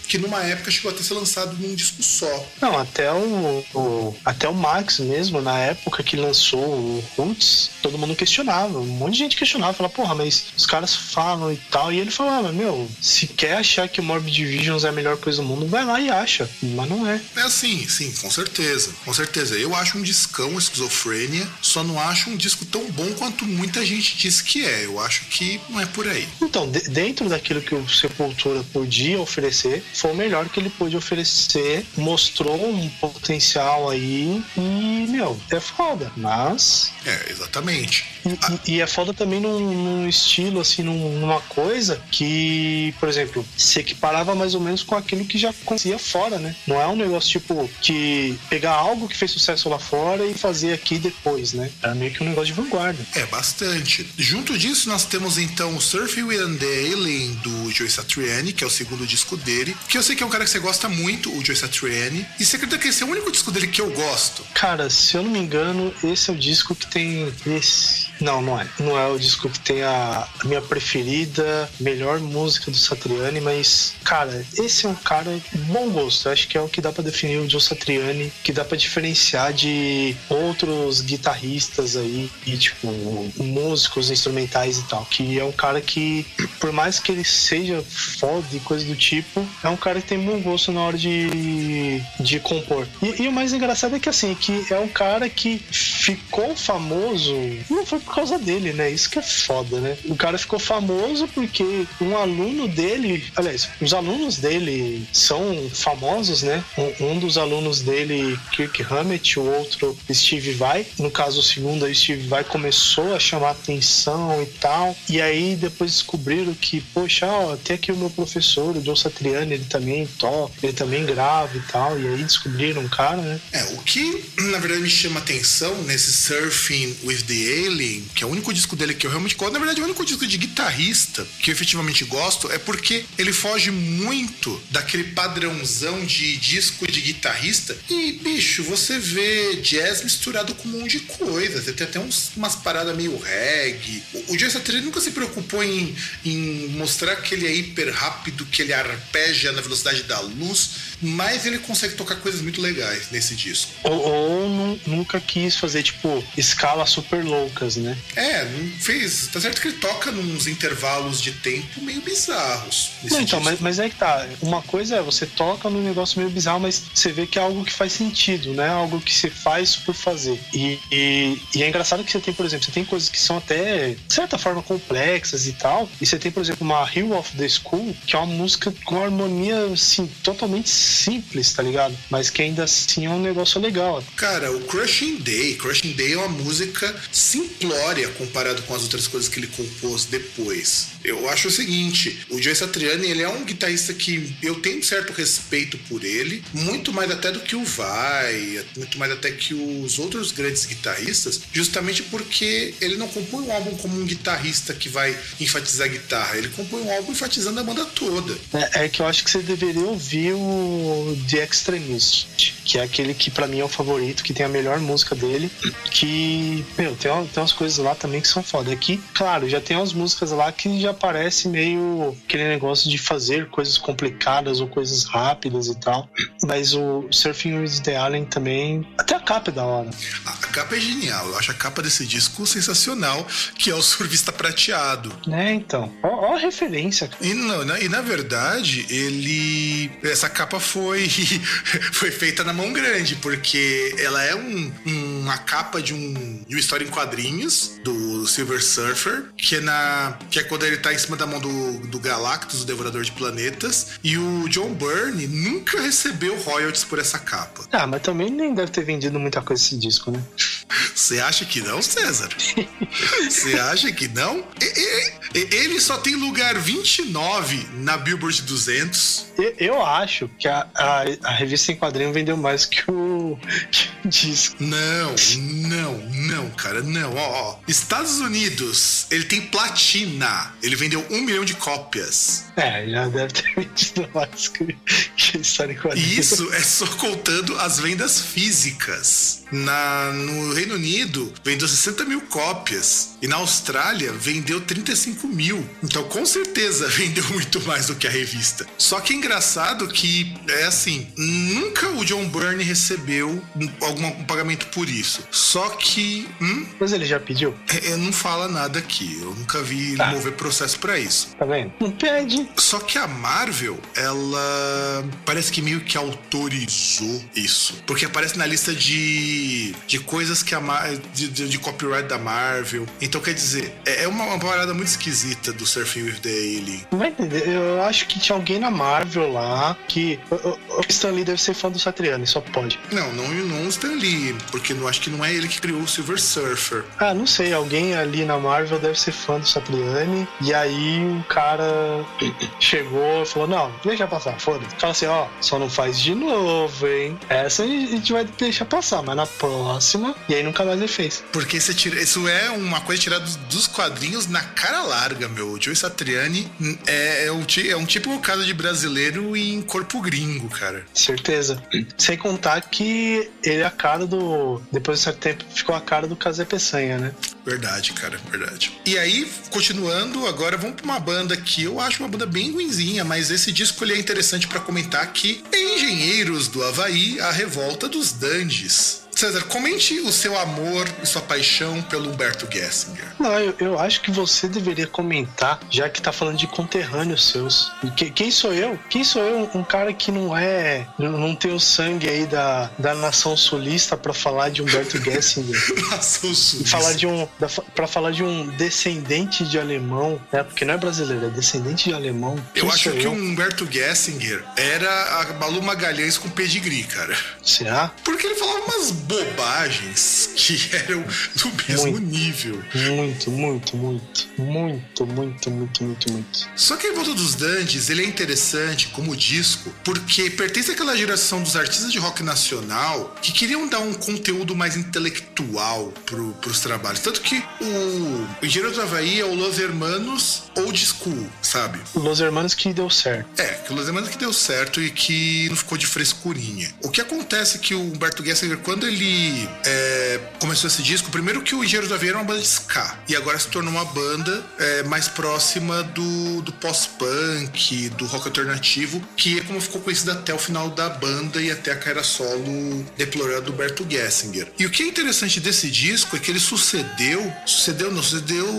que numa época chegou a ter ser lançado num disco só. Não, até o, o, até o Max mesmo, na época que lançou o Roots, todo mundo questionava, um monte de gente questionava, falava, porra, mas os caras falam e tal, e ele falava, meu, se quer achar que o Morbid Visions é a melhor coisa do mundo, vai lá e acha, mas não é. É assim, sim, com certeza, com certeza. Eu acho um discão, Esquizofrênia, só não acho um disco tão bom quanto muita gente diz que é. Eu acho que não é por aí. Então, de, dentro daquilo que o Sepultura podia oferecer, foi o melhor que ele pôde oferecer, mostrou um potencial aí e, meu, é foda, mas... É, exatamente. E, ah. e, e é foda também num, num estilo, assim, num, numa coisa que, por exemplo, se equiparava mais ou menos com aquilo que já acontecia fora, né? Não é um negócio, tipo, que pegar algo que fez sucesso lá fora e fazer aqui depois, né? Era meio que um negócio de vanguarda. É, bastante. Junto disso, nós temos, então, o Surfing with the Alien, do Joe Satriani, que é o segundo disco dele, que eu sei que é um cara que você gosta muito, o Joe Satriani, e você acredita que esse é o único disco dele que eu gosto? Cara, se eu não me engano, esse é o disco que tem esse... Não, não é. Não é o disco que tem a minha preferida, melhor música do Satriani, mas, cara, esse é um cara de bom gosto. Acho que é o que dá pra definir o Joe Satriani, que dá pra diferenciar de outros guitarristas aí, e, tipo, músicos instrumentais e tal. Que é um cara que, por mais que ele seja foda e coisa do tipo, é um cara que tem bom gosto na hora de, de compor. E, e o mais engraçado é que, assim, que é um cara que ficou famoso, não foi por causa dele, né? Isso que é foda, né? O cara ficou famoso porque um aluno dele, aliás, os alunos dele são famosos, né? Um, um dos alunos dele, Kirk Hammett, o outro, Steve Vai. No caso, o segundo, aí, Steve Vai começou a chamar atenção e tal. E aí depois descobriram que, poxa, ó, tem aqui o meu professor, o Joe Satriani, ele também toca, ele também grava e tal. E aí descobriram um cara, né? É, o que na verdade me chama atenção nesse Surfing with the Alien, que é o único disco dele que eu realmente gosto, na verdade é o único disco de guitarrista que eu efetivamente gosto, é porque ele foge muito daquele padrãozão de disco de guitarrista e, bicho, você vê jazz misturado com um monte de coisa, você tem até uns, umas paradas meio reggae. O, o Joe Satriani nunca se preocupou em, em mostrar que ele é hiper rápido, que ele arpeja na velocidade da luz, mas ele consegue tocar coisas muito legais nesse disco. Ou, ou nu, nunca quis fazer, tipo, escalas super loucas, né? É, não fez. Tá certo que ele toca nos intervalos de tempo meio bizarros. Não, então, mas, mas é que tá. Uma coisa é você toca num negócio meio bizarro, mas você vê que é algo que faz sentido, né? Algo que você faz por fazer. E, e, e é engraçado que você tem, por exemplo, você tem coisas que são até, de certa forma, complexas e tal. E você tem, por exemplo, uma Hill of the School, que é uma música com uma harmonia, assim, totalmente simples, tá ligado? Mas que ainda assim é um negócio legal. Cara, o Crushing Day, Crushing Day é uma música simplória comparado com as outras coisas que ele compôs depois. Eu acho o seguinte, o Joe Satriani, ele é um guitarrista que eu tenho um certo respeito por ele, muito mais até do que o Vai, muito mais até que os outros grandes guitarristas, justamente porque ele não compõe um álbum como um guitarrista que vai enfatizar a guitarra, ele compõe um álbum enfatizando a banda toda. É, é que eu acho que você deveria ouvir o The Extremist, que é aquele que pra mim é o favorito, que tem a melhor música dele, que, meu, tem, tem umas coisas lá também que são foda. Aqui, claro, já tem umas músicas lá que já parece meio aquele negócio de fazer coisas complicadas ou coisas rápidas e tal, mas o Surfing with the Alien também, até a capa é da hora. A capa é genial, eu acho a capa desse disco sensacional, que é o surfista prateado. É, então, ó, ó a referência. E, não, na, e na verdade, ele... essa capa foi foi feita na mão grande, porque ela é um, um, uma capa de, um, de uma história em quadrinhos do Silver Surfer, que é, na, que é quando ele tá em cima da mão do, do Galactus, o Devorador de Planetas, e o John Byrne nunca recebeu royalties por essa capa. Ah, mas também nem deve ter vendido muita coisa esse disco, né? Você acha que não, César? Você acha que não? Ele só tem lugar vinte e nove na Billboard duzentos. Eu acho que a, a, a revista em quadrinho vendeu mais que o, que o disco. Não, não, não, cara, não. Ó, ó, Estados Unidos, ele tem platina. Ele vendeu um milhão de cópias. É, já deve ter vendido mais que, que história em quadrinho. Isso é só contando as vendas físicas. Na, no Reino Unido vendeu sessenta mil cópias e na Austrália vendeu trinta e cinco mil. Então com certeza vendeu muito mais do que a revista. Só que é engraçado que é assim, nunca o John Byrne recebeu algum um pagamento por isso. Só que hum, mas ele já pediu? É, não fala nada aqui. Eu nunca vi ele tá. mover processo pra isso. Tá vendo? Não pede. Só que a Marvel, ela parece que meio que autorizou isso. Porque aparece na lista de, de coisas que a Mar... de, de, de copyright da Marvel. Então, quer dizer, é uma, uma parada muito esquisita do Surfing with the Alien. Não vai entender. Eu acho que tinha alguém na Marvel lá que... O Stan Lee deve ser fã do Satriani, só pode. Não, não, não o Stan Lee, porque não acho que não é ele que criou o Silver Surfer. Ah, não sei. Alguém ali na Marvel deve ser fã do Satriani. E aí o cara chegou e falou, não, deixa passar, foda-se. Fala assim, ó, só não faz de novo, hein? Essa a gente vai deixar passar, mas na próxima... E aí nunca mais ele fez. Porque você tira, isso é uma coisa tirada dos quadrinhos na cara larga, meu. O Joe Satriani é, é, um, é um tipo caso de brasileiro em corpo gringo, cara. Certeza. Sem contar que ele é a cara do... Depois de certo tempo ficou a cara do Casé Peçanha, né? Verdade, cara, verdade. E aí, continuando, agora vamos pra uma banda que eu acho uma banda bem ruinzinha, mas esse disco ele é interessante pra comentar que Engenheiros do Havaí, a revolta dos Dandies. César, comente o seu amor e sua paixão pelo Humberto Gessinger. Não, eu, eu acho que você deveria comentar, já que tá falando de conterrâneos seus. Que, quem sou eu? Quem sou eu? Um cara que não é... Não tem o sangue aí da, da nação sulista pra falar de Humberto Gessinger. Nação sulista. Falar de um, da, pra falar de um descendente de alemão, né? Porque não é brasileiro, é descendente de alemão. Quem eu acho que eu? o Humberto Gessinger era a Malu Magalhães com pedigree, cara. Será? Porque ele falava umas bobagens que eram do mesmo muito, nível. Muito, muito, muito. Muito, muito, muito, muito, muito. Só que a Revolta dos Dandies, ele é interessante como disco, porque pertence àquela geração dos artistas de rock nacional que queriam dar um conteúdo mais intelectual pro, pros trabalhos. Tanto que o Engenheiro do Havaí é o Los Hermanos old school, sabe? O Los Hermanos que deu certo. É, que o Los Hermanos que deu certo e que não ficou de frescurinha. O que acontece é que o Humberto Gessinger, quando ele ele é, começou esse disco, primeiro que o Engenheiro do Havaí era uma banda de ska, e agora se tornou uma banda é, mais próxima do, do pós-punk, do rock alternativo, que é como ficou conhecida até o final da banda e até a carreira solo deplorável do Humberto Gessinger. E o que é interessante desse disco é que ele sucedeu, sucedeu não, sucedeu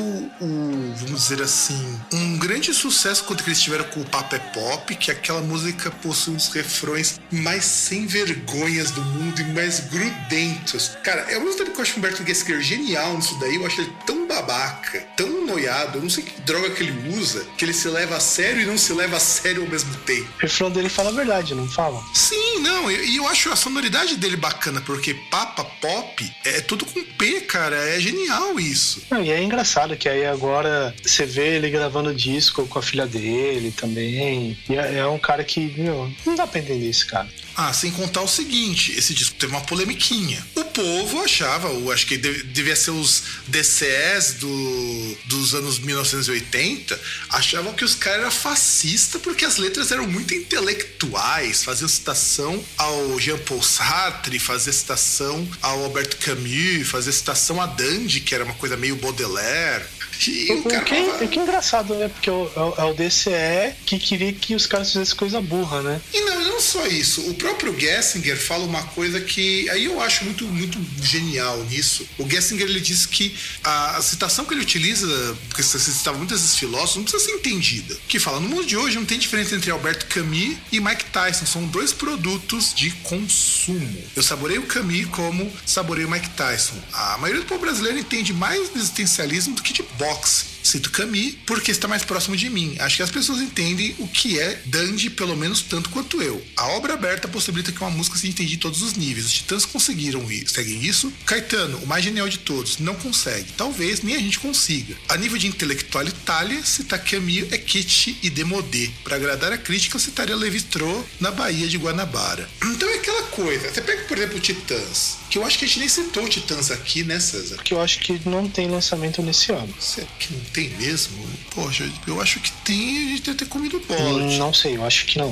o, vamos dizer assim, um grande sucesso quando eles tiveram com o Papo é Pop, que aquela música possui uns refrões mais sem vergonhas do mundo e mais grudentos. Cara, ao mesmo tempo que eu acho o Humberto Gessinger genial nisso daí, eu acho ele tão babaca, tão noiado, eu não sei que droga que ele usa, que ele se leva a sério e não se leva a sério ao mesmo tempo. O refrão dele fala a verdade, não fala? Sim, não, e eu, eu acho a sonoridade dele bacana, porque Papa Pop é tudo com P, cara, é genial isso. Não, e é engraçado que aí agora você vê ele gravando disco com a filha dele também, e é, é um cara que, meu, não dá pra entender esse cara. Ah, sem contar o seguinte, esse disco teve uma polemiquinha. O povo achava, eu acho que deve, devia ser os D C Es do, dos anos mil novecentos e oitenta, achavam que os caras eram fascistas porque as letras eram muito intelectuais, faziam citação ao Jean-Paul Sartre, fazia citação ao Albert Camus, fazia citação a Dandy, que era uma coisa meio Baudelaire. E o, o cara que, falava... é que engraçado, né? Porque é o, é o D C E que queria que os caras fizessem coisa burra, né? E não, não só isso. O próprio Gessinger fala uma coisa que aí eu acho muito, muito genial nisso. O Gessinger, ele diz que a, a citação que ele utiliza, porque você citava muitos desses filósofos, não precisa ser entendida. Que fala, no mundo de hoje não tem diferença entre Albert Camus e Mike Tyson. São dois produtos de consumo. Eu saboreio o Camus como saboreio o Mike Tyson. A maioria do povo brasileiro entende mais de existencialismo do que de boxe. Cito Camus porque está mais próximo de mim. Acho que as pessoas entendem o que é Dandy, pelo menos tanto quanto eu. A obra aberta possibilita que uma música se entenda em todos os níveis. Os Titãs conseguiram isso. Seguem isso? Caetano, o mais genial de todos, não consegue. Talvez nem a gente consiga. A nível de intelectualidade, citar Camus é kitsch e demodé. Para agradar a crítica, eu citaria Levi-Strauss na Baía de Guanabara. Então é aquela coisa. Você pega, por exemplo, o Titãs, que eu acho que a gente nem citou o Titãs aqui, né, César? Porque eu acho que não tem lançamento nesse ano. Será que não tem mesmo? Poxa, eu acho que tem, a gente deve ter comido bola. Não sei, eu acho que não.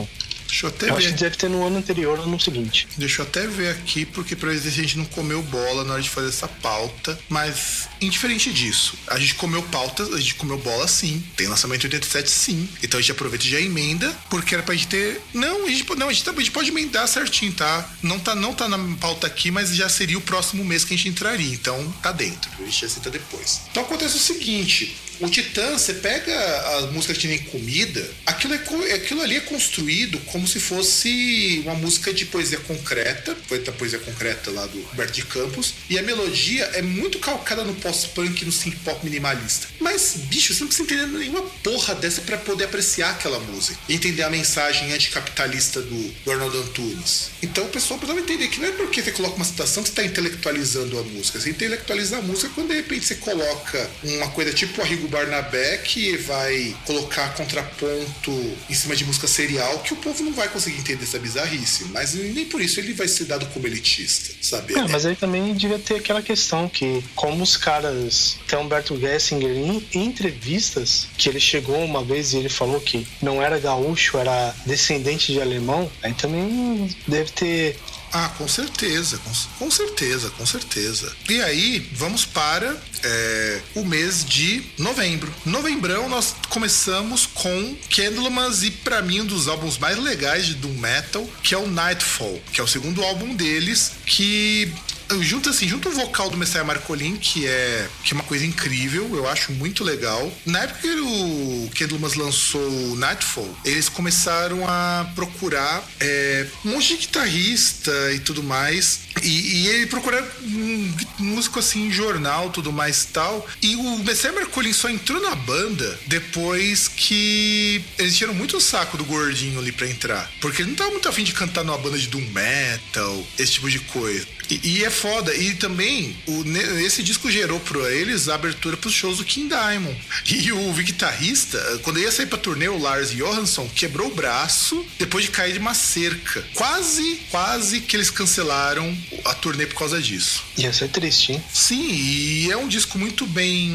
Deixa eu até eu ver. acho que deve ter no ano anterior ou no seguinte. Deixa eu até ver aqui, porque pra ver se a gente não comeu bola na hora de fazer essa pauta. Mas, indiferente disso, a gente comeu pauta, a gente comeu bola sim. Tem lançamento em oitenta e sete sim. Então a gente aproveita e já emenda, porque era pra gente ter. Não, a gente, não, a gente, a gente pode emendar certinho, tá? Não tá, não tá na pauta aqui, mas já seria o próximo mês que a gente entraria. Então tá dentro. A gente aceita depois. Então acontece o seguinte. O Titã, você pega a música que tem comida, aquilo, é, aquilo ali é construído como se fosse uma música de poesia concreta, foi da poesia concreta lá do Roberto de Campos, e a melodia é muito calcada no post-punk e no synth-pop minimalista. Mas, bicho, você não precisa entender nenhuma porra dessa pra poder apreciar aquela música e entender a mensagem anticapitalista do, do Arnaldo Antunes. Então o pessoal precisa entender que não é porque você coloca uma citação que você está intelectualizando a música. Você intelectualiza a música quando de repente você coloca uma coisa tipo o Arrigo Barnabé, que vai colocar contraponto em cima de música serial, que o povo não vai conseguir entender essa bizarrice, mas nem por isso ele vai ser dado como elitista, sabe? É, mas aí também devia ter aquela questão que, como os caras, até Humberto Gessinger, em, em entrevistas, que ele chegou uma vez e ele falou que não era gaúcho, era descendente de alemão, aí também deve ter... Ah, com certeza, com, com certeza, com certeza. E aí, vamos para é, o mês de novembro. Novembrão, nós começamos com Candlemas e, pra mim, um dos álbuns mais legais de Doom Metal, que é o Nightfall, que é o segundo álbum deles, que... Junto assim, junto o vocal do Messiah Marcolin, que é, que é uma coisa incrível, eu acho muito legal. Na época que o Candlemas lançou o Nightfall, eles começaram a procurar é, um monte de guitarrista e tudo mais. E, e ele procurou um músico assim em jornal, tudo mais e tal. E o Messiah Marcolin só entrou na banda depois que eles tiram muito o saco do gordinho ali pra entrar. Porque ele não tava muito afim de cantar numa banda de doom metal, esse tipo de coisa. E, e é foda. E também, o, esse disco gerou pra eles a abertura pros shows do King Diamond. E o guitarrista, quando ia sair pra turnê, o Lars Johansson quebrou o braço depois de cair de uma cerca. Quase, quase que eles cancelaram a turnê por causa disso. Ia ser triste, hein? Sim, e é um disco muito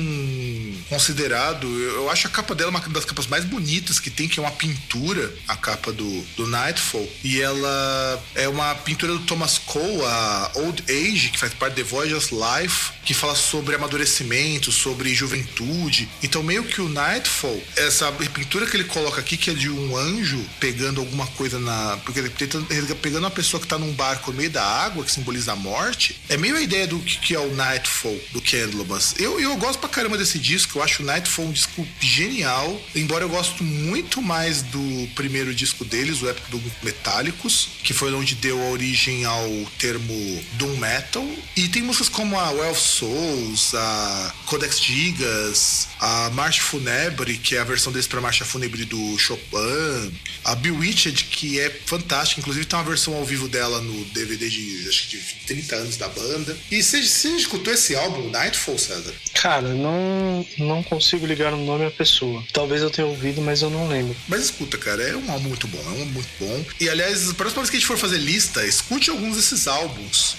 bem considerado. Eu acho a capa dela uma das capas mais bonitas que tem, que é uma pintura, a capa do, do Nightfall. E ela é uma pintura do Thomas Cole, a Old Age, que faz parte de The Voyager's Life, que fala sobre amadurecimento, sobre juventude. Então meio que o Nightfall, essa pintura que ele coloca aqui, que é de um anjo pegando alguma coisa na... porque ele tenta, pegando uma pessoa que tá num barco no meio da água, que simboliza a morte, é meio a ideia do que é o Nightfall do Candlemas. Eu, eu gosto pra caramba desse disco, eu acho o Nightfall um disco genial, embora eu gosto muito mais do primeiro disco deles, o Epic Doom Metallicus, que foi onde deu a origem ao termo Doom Metal. E tem músicas como a Well Souls, a Codex Gigas, a Marcha Fúnebre, que é a versão deles pra Marcha Fúnebre do Chopin, a Bewitched, que é fantástica, inclusive tem uma versão ao vivo dela no D V D de, acho que de trinta anos da banda. E você, você escutou esse álbum, Nightfall, César? Cara, não, não consigo ligar o nome à pessoa. Talvez eu tenha ouvido, mas eu não lembro. Mas escuta, cara, é um álbum muito bom, é um álbum muito bom. E aliás, a próxima vez que a gente for fazer lista, escute alguns desses álbuns.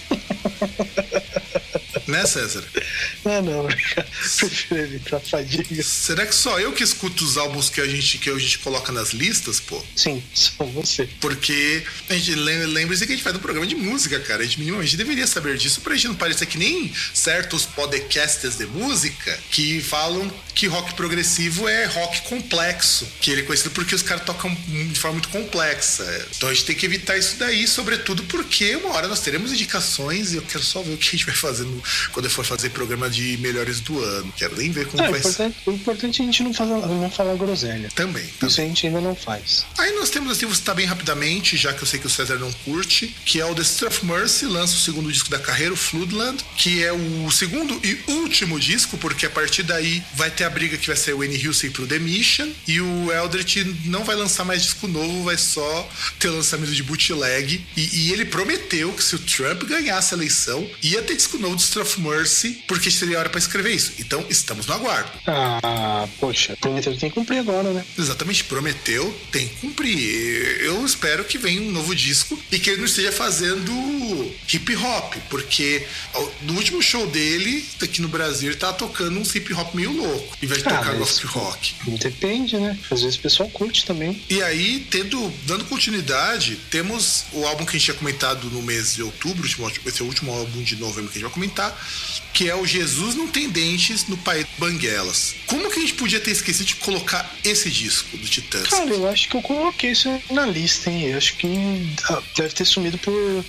Né, César? Não, não, prefiro evitar fadiga. Será que só eu que escuto os álbuns que a gente, que a gente coloca nas listas, pô? Sim, só você. Porque a gente lembre-se que a gente faz um programa de música, cara. A gente minimamente deveria saber disso pra gente não parecer que nem certos podcasts de música que falam que rock progressivo é rock complexo, que ele é conhecido porque os caras tocam de forma muito complexa. Então a gente tem que evitar isso daí, sobretudo porque uma hora nós teremos indicações e eu quero só ver o que a gente vai fazer no, quando eu for fazer programa de melhores do ano. Quero nem ver como não, vai ser. O importante é a gente não falar, não falar groselha. Também, também. Isso a gente ainda não faz. Aí nós temos, assim, vou citar bem rapidamente, já que eu sei que o César não curte, que é o The Street of Mercy, lança o segundo disco da carreira, o Floodland, que é o segundo e último disco, porque a partir daí vai ter a briga que vai ser o Annie Hilsey pro The Mission, e o Eldritch não vai lançar mais disco novo, vai só ter lançamento de bootleg, e, e ele prometeu que se o Trump ganhasse a eleição, ia ter disco novo do Street of Mercy, porque porque seria hora pra escrever isso. Então, estamos no aguardo. Ah, poxa, Prometeu tem que cumprir agora, né? Exatamente, prometeu, tem que cumprir. Eu espero que venha um novo disco e que ele não esteja fazendo hip hop, porque no último show dele, aqui no Brasil, ele tava tocando um hip hop meio louco, em vez de ah, tocar gospel rock. Depende, né? Às vezes o pessoal curte também. E aí, tendo, dando continuidade, temos o álbum que a gente tinha comentado no mês de outubro, esse é o último álbum de novembro que a gente vai comentar, que é o Jesus Não Tem Dentes no País Banguelas. Como que a gente podia ter esquecido de colocar esse disco do Titãs? Cara, eu acho que eu coloquei isso na lista, hein? Eu acho que deve ter sumido por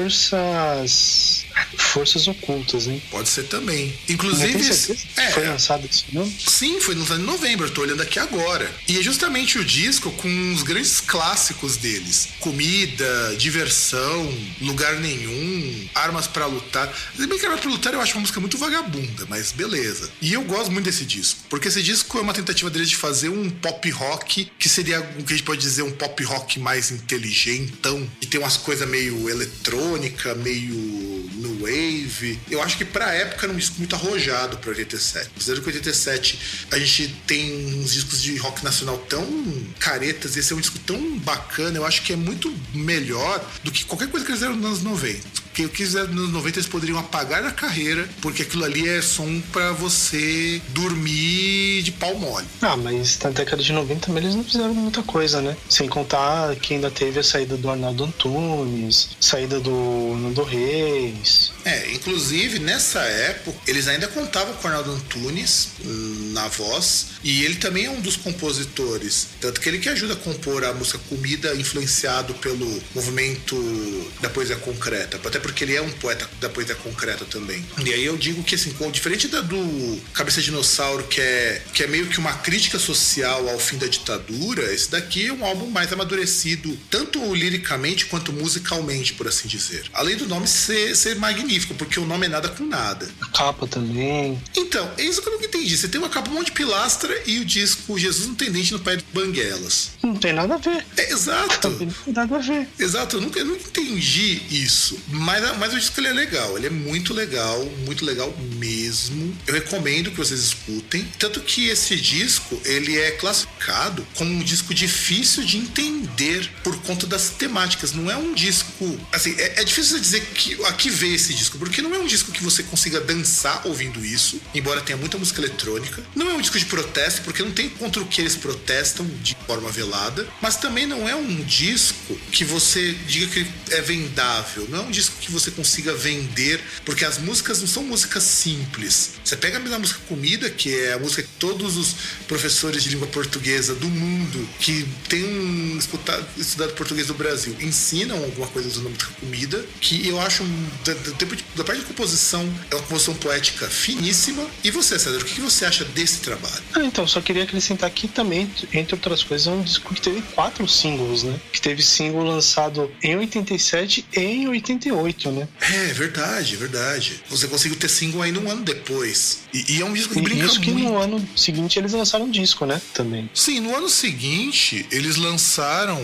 forças... forças ocultas, hein? Pode ser também. Inclusive... É, foi lançado isso, não? Sim, foi lançado em novembro, eu tô olhando aqui agora. E é justamente o disco com os grandes clássicos deles. Comida, diversão, lugar nenhum, armas pra lutar. Se bem que armas pra lutar eu acho uma música muito vagabunda, mas beleza. E eu gosto muito desse disco, porque esse disco é uma tentativa deles de fazer um pop rock, que seria o que a gente pode dizer um pop rock mais inteligentão, e tem umas coisas meio eletrônica, meio no wave. Eu acho que pra época era um disco muito arrojado pra oitenta e sete. Apesar que oitenta e sete a gente tem uns discos de rock nacional tão caretas, esse é um disco tão bacana, eu acho que é muito melhor do que qualquer coisa que eles fizeram nos anos noventa. Porque o que fizeram nos anos noventa eles poderiam apagar a carreira, porque aquilo ali é som pra você dormir de pau mole. Ah, mas na década de noventa também eles não fizeram muita coisa, né? Sem contar que ainda teve a saída do Arnaldo Antunes, saída do Nando Reis. É, inclusive nessa época eles ainda contavam com o Arnaldo Antunes hum, na voz, e ele também é um dos compositores, tanto que ele que ajuda a compor a música Comida, influenciado pelo movimento da poesia concreta, até porque ele é um poeta da poesia concreta também. E aí eu digo que assim, diferente da do Cabeça de Dinossauro, que é, que é meio que uma crítica social ao fim da ditadura, esse daqui é um álbum mais amadurecido, tanto liricamente quanto musicalmente, por assim dizer. Além do nome ser, ser magnífico, porque o nome é nada com nada. A capa também. Então, é isso que eu nunca entendi. Você tem uma capa, um monte de pilastra e o disco Jesus Não Tem Dente no Pé de Banguelas. Não tem nada a ver. É, exato. Não tem nada a ver. Exato, eu nunca, eu nunca entendi isso. Mas, mas o disco ele é legal. Ele é muito legal, muito legal mesmo. Eu recomendo que vocês escutem. Tanto que esse disco, ele é classificado como um disco difícil de entender por conta das temáticas. Não é um disco... Assim, é, é difícil dizer que aqui veio esse disco, porque não é um disco que você consiga dançar ouvindo isso, embora tenha muita música eletrônica. Não é um disco de protesto, porque não tem contra o que eles protestam de forma velada. Mas também não é um disco que você diga que é vendável. Não é um disco que você consiga vender, porque as músicas não são músicas simples. Você pega a mesma música Comida, que é a música que todos os professores de língua portuguesa do mundo que tenham estudado, estudado português do Brasil ensinam alguma coisa usando a música Comida, que eu acho da, da, da parte de composição é uma composição poética finíssima. E você, César, o que você acha desse trabalho? Ah, então, só queria acrescentar que também, entre outras coisas, é um disco que teve quatro singles, né? Que teve single lançado em oitenta e sete e em oitenta e oito, né? É, verdade, verdade. Você conseguiu ter single ainda um ano depois. E, e é um disco que brinca isso que muito. No ano seguinte eles lançaram um disco, né? Também. Sim, no ano seguinte eles lançaram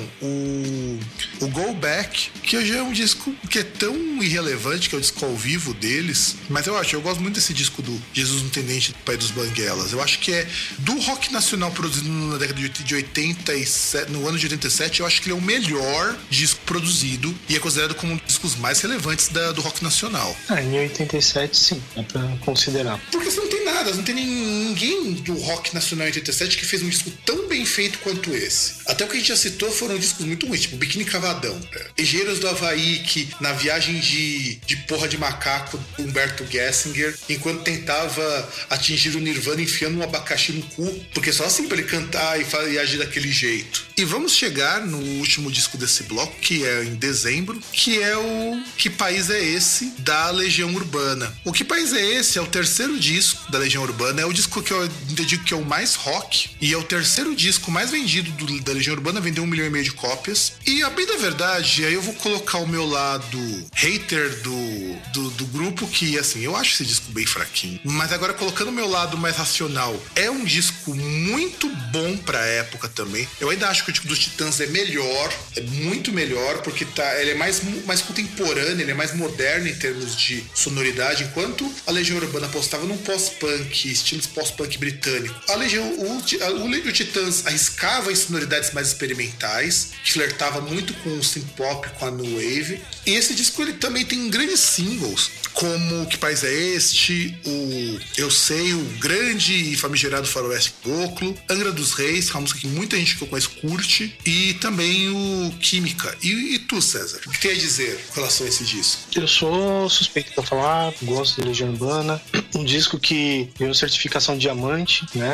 o, o Go Back, que já é um disco que é tão irrelevante, que é o disco ao vivo deles. Mas eu acho, eu gosto muito desse disco do Jesus Não Tem Dente do Pai dos Banguelas. Eu acho que é do rock nacional produzido na década de oitenta e sete, no ano de oitenta e sete, eu acho que ele é o melhor disco produzido e é considerado como um dos discos mais relevantes da, do rock nacional. Ah, em oitenta e sete sim, dá pra considerar. Porque você não tem nada, não tem ninguém do rock nacional em oitenta e sete que fez um disco tão bem feito quanto esse. Até o que a gente já citou foram discos muito ruins, tipo Biquíni Cavadão, Engenheiros do Havaí, que na viagem de, de porra de macaco do Humberto Gessinger, enquanto tentava atingir o Nirvana enfiando um abacaxi no cu, porque só assim pra ele cantar e, e agir daquele jeito. E vamos chegar no último disco desse bloco, que é em dezembro, que é o Que País é Esse? Da Legião Urbana. O Que País é Esse? É o terceiro disco da Legião Urbana. É o disco que eu digo que é o mais rock e é o terceiro disco mais vendido do, da Legião Urbana, vendeu um milhão e meio de cópias. E a bem da verdade, aí eu vou colocar o meu lado hater do, do, do grupo, que assim, eu acho esse disco bem fraquinho. Mas agora colocando o meu lado mais racional, é um disco muito bom pra época também. Eu ainda acho que o disco dos Titãs é melhor, é muito melhor, porque tá, ele é mais, mais contemporâneo, ele é mais moderno em termos de sonoridade, enquanto a Legião Urbana apostava num pós-punk, estilos pós-punk britânico. A Legião, o, o, o Titãs arriscava em sonoridades mais experimentais, que flertava muito com o synth-pop, com a new wave. E esse disco ele também tem grandes singles, como Que País é Este, o Eu Sei, o grande e famigerado Faroeste Caboclo, Angra dos Reis, que é uma música que muita gente que eu conheço curte, e também o Química. E, e tu, César, o que tem a dizer com relação a esse disco? Eu sou suspeito pra falar, gosto da Legião Urbana, um disco que ganhou certificação diamante, né?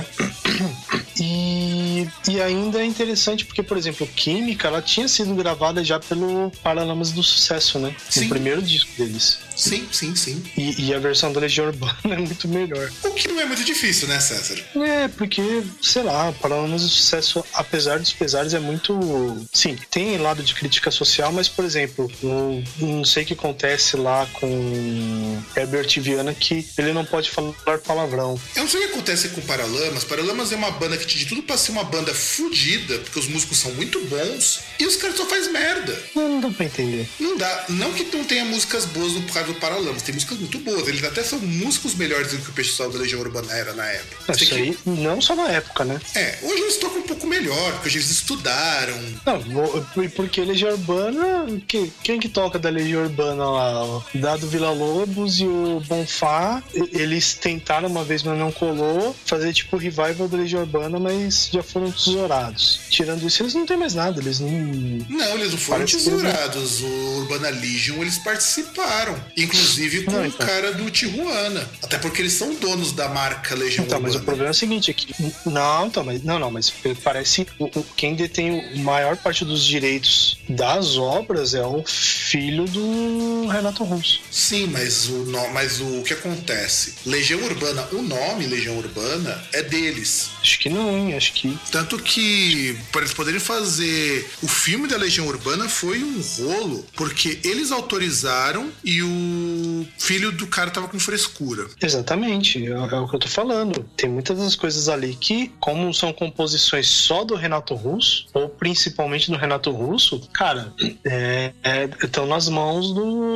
E, e ainda é interessante porque, por exemplo, Química, ela tinha sido gravada já pelo Paralamas do Sucesso, né? Sim. No primeiro disco deles. Sim, sim, sim. E, e a versão da Legião Urbana é muito melhor. O que não é muito difícil, né, César? É, porque, sei lá, Paralamas do Sucesso, apesar dos pesares, é muito... Sim, tem lado de crítica social, mas, por exemplo, eu não sei o que acontece lá com Herbert Viana, que ele não pode falar palavrão. Eu não sei o que acontece com Paralamas. Paralamas é uma banda que tinha de tudo pra ser uma banda fodida, porque os músicos são muito bons, e os caras só fazem merda. Não, não dá pra entender. Não dá. Não que não tenha músicas boas no caso do Paralamas, tem músicas muito boas. Eles até são músicos melhores do que o pessoal da Legião Urbana era na época. Isso aí, que... não só na época, né? É, hoje eles tocam um pouco melhor, porque hoje eles estudaram. Não, porque Legião Urbana, que, quem que toca da Legião Urbana lá? Ó? Dado Villa-Lobos e o Bonfá, eles tentaram uma vez, mas não colou, fazer tipo revival da Legião Urbana, mas já foram tesourados. Tirando isso, eles não tem mais nada, eles não... Não, eles não foram Parece tesourados. Que... O Urbana Legion, eles participaram. Inclusive com não, então. o cara do Tijuana. Até porque eles são donos da marca Legião então, Urbana. Mas o problema é o seguinte, aqui. Não, então, mas, não, não, mas parece o, o, quem detém a maior parte dos direitos das obras é o filho do Renato Russo. Sim, mas o, mas o que acontece? Legião Urbana, o nome Legião Urbana é deles. Acho que não, hein? Acho que... Tanto que, para eles poderem fazer o filme da Legião Urbana foi um rolo, porque eles autorizaram e o filho do cara tava com frescura. Exatamente, é, é o que eu tô falando. Tem muitas das coisas ali que, como são composições só do Renato Russo, ou principalmente do Renato Russo, cara, é, é, estão nas mãos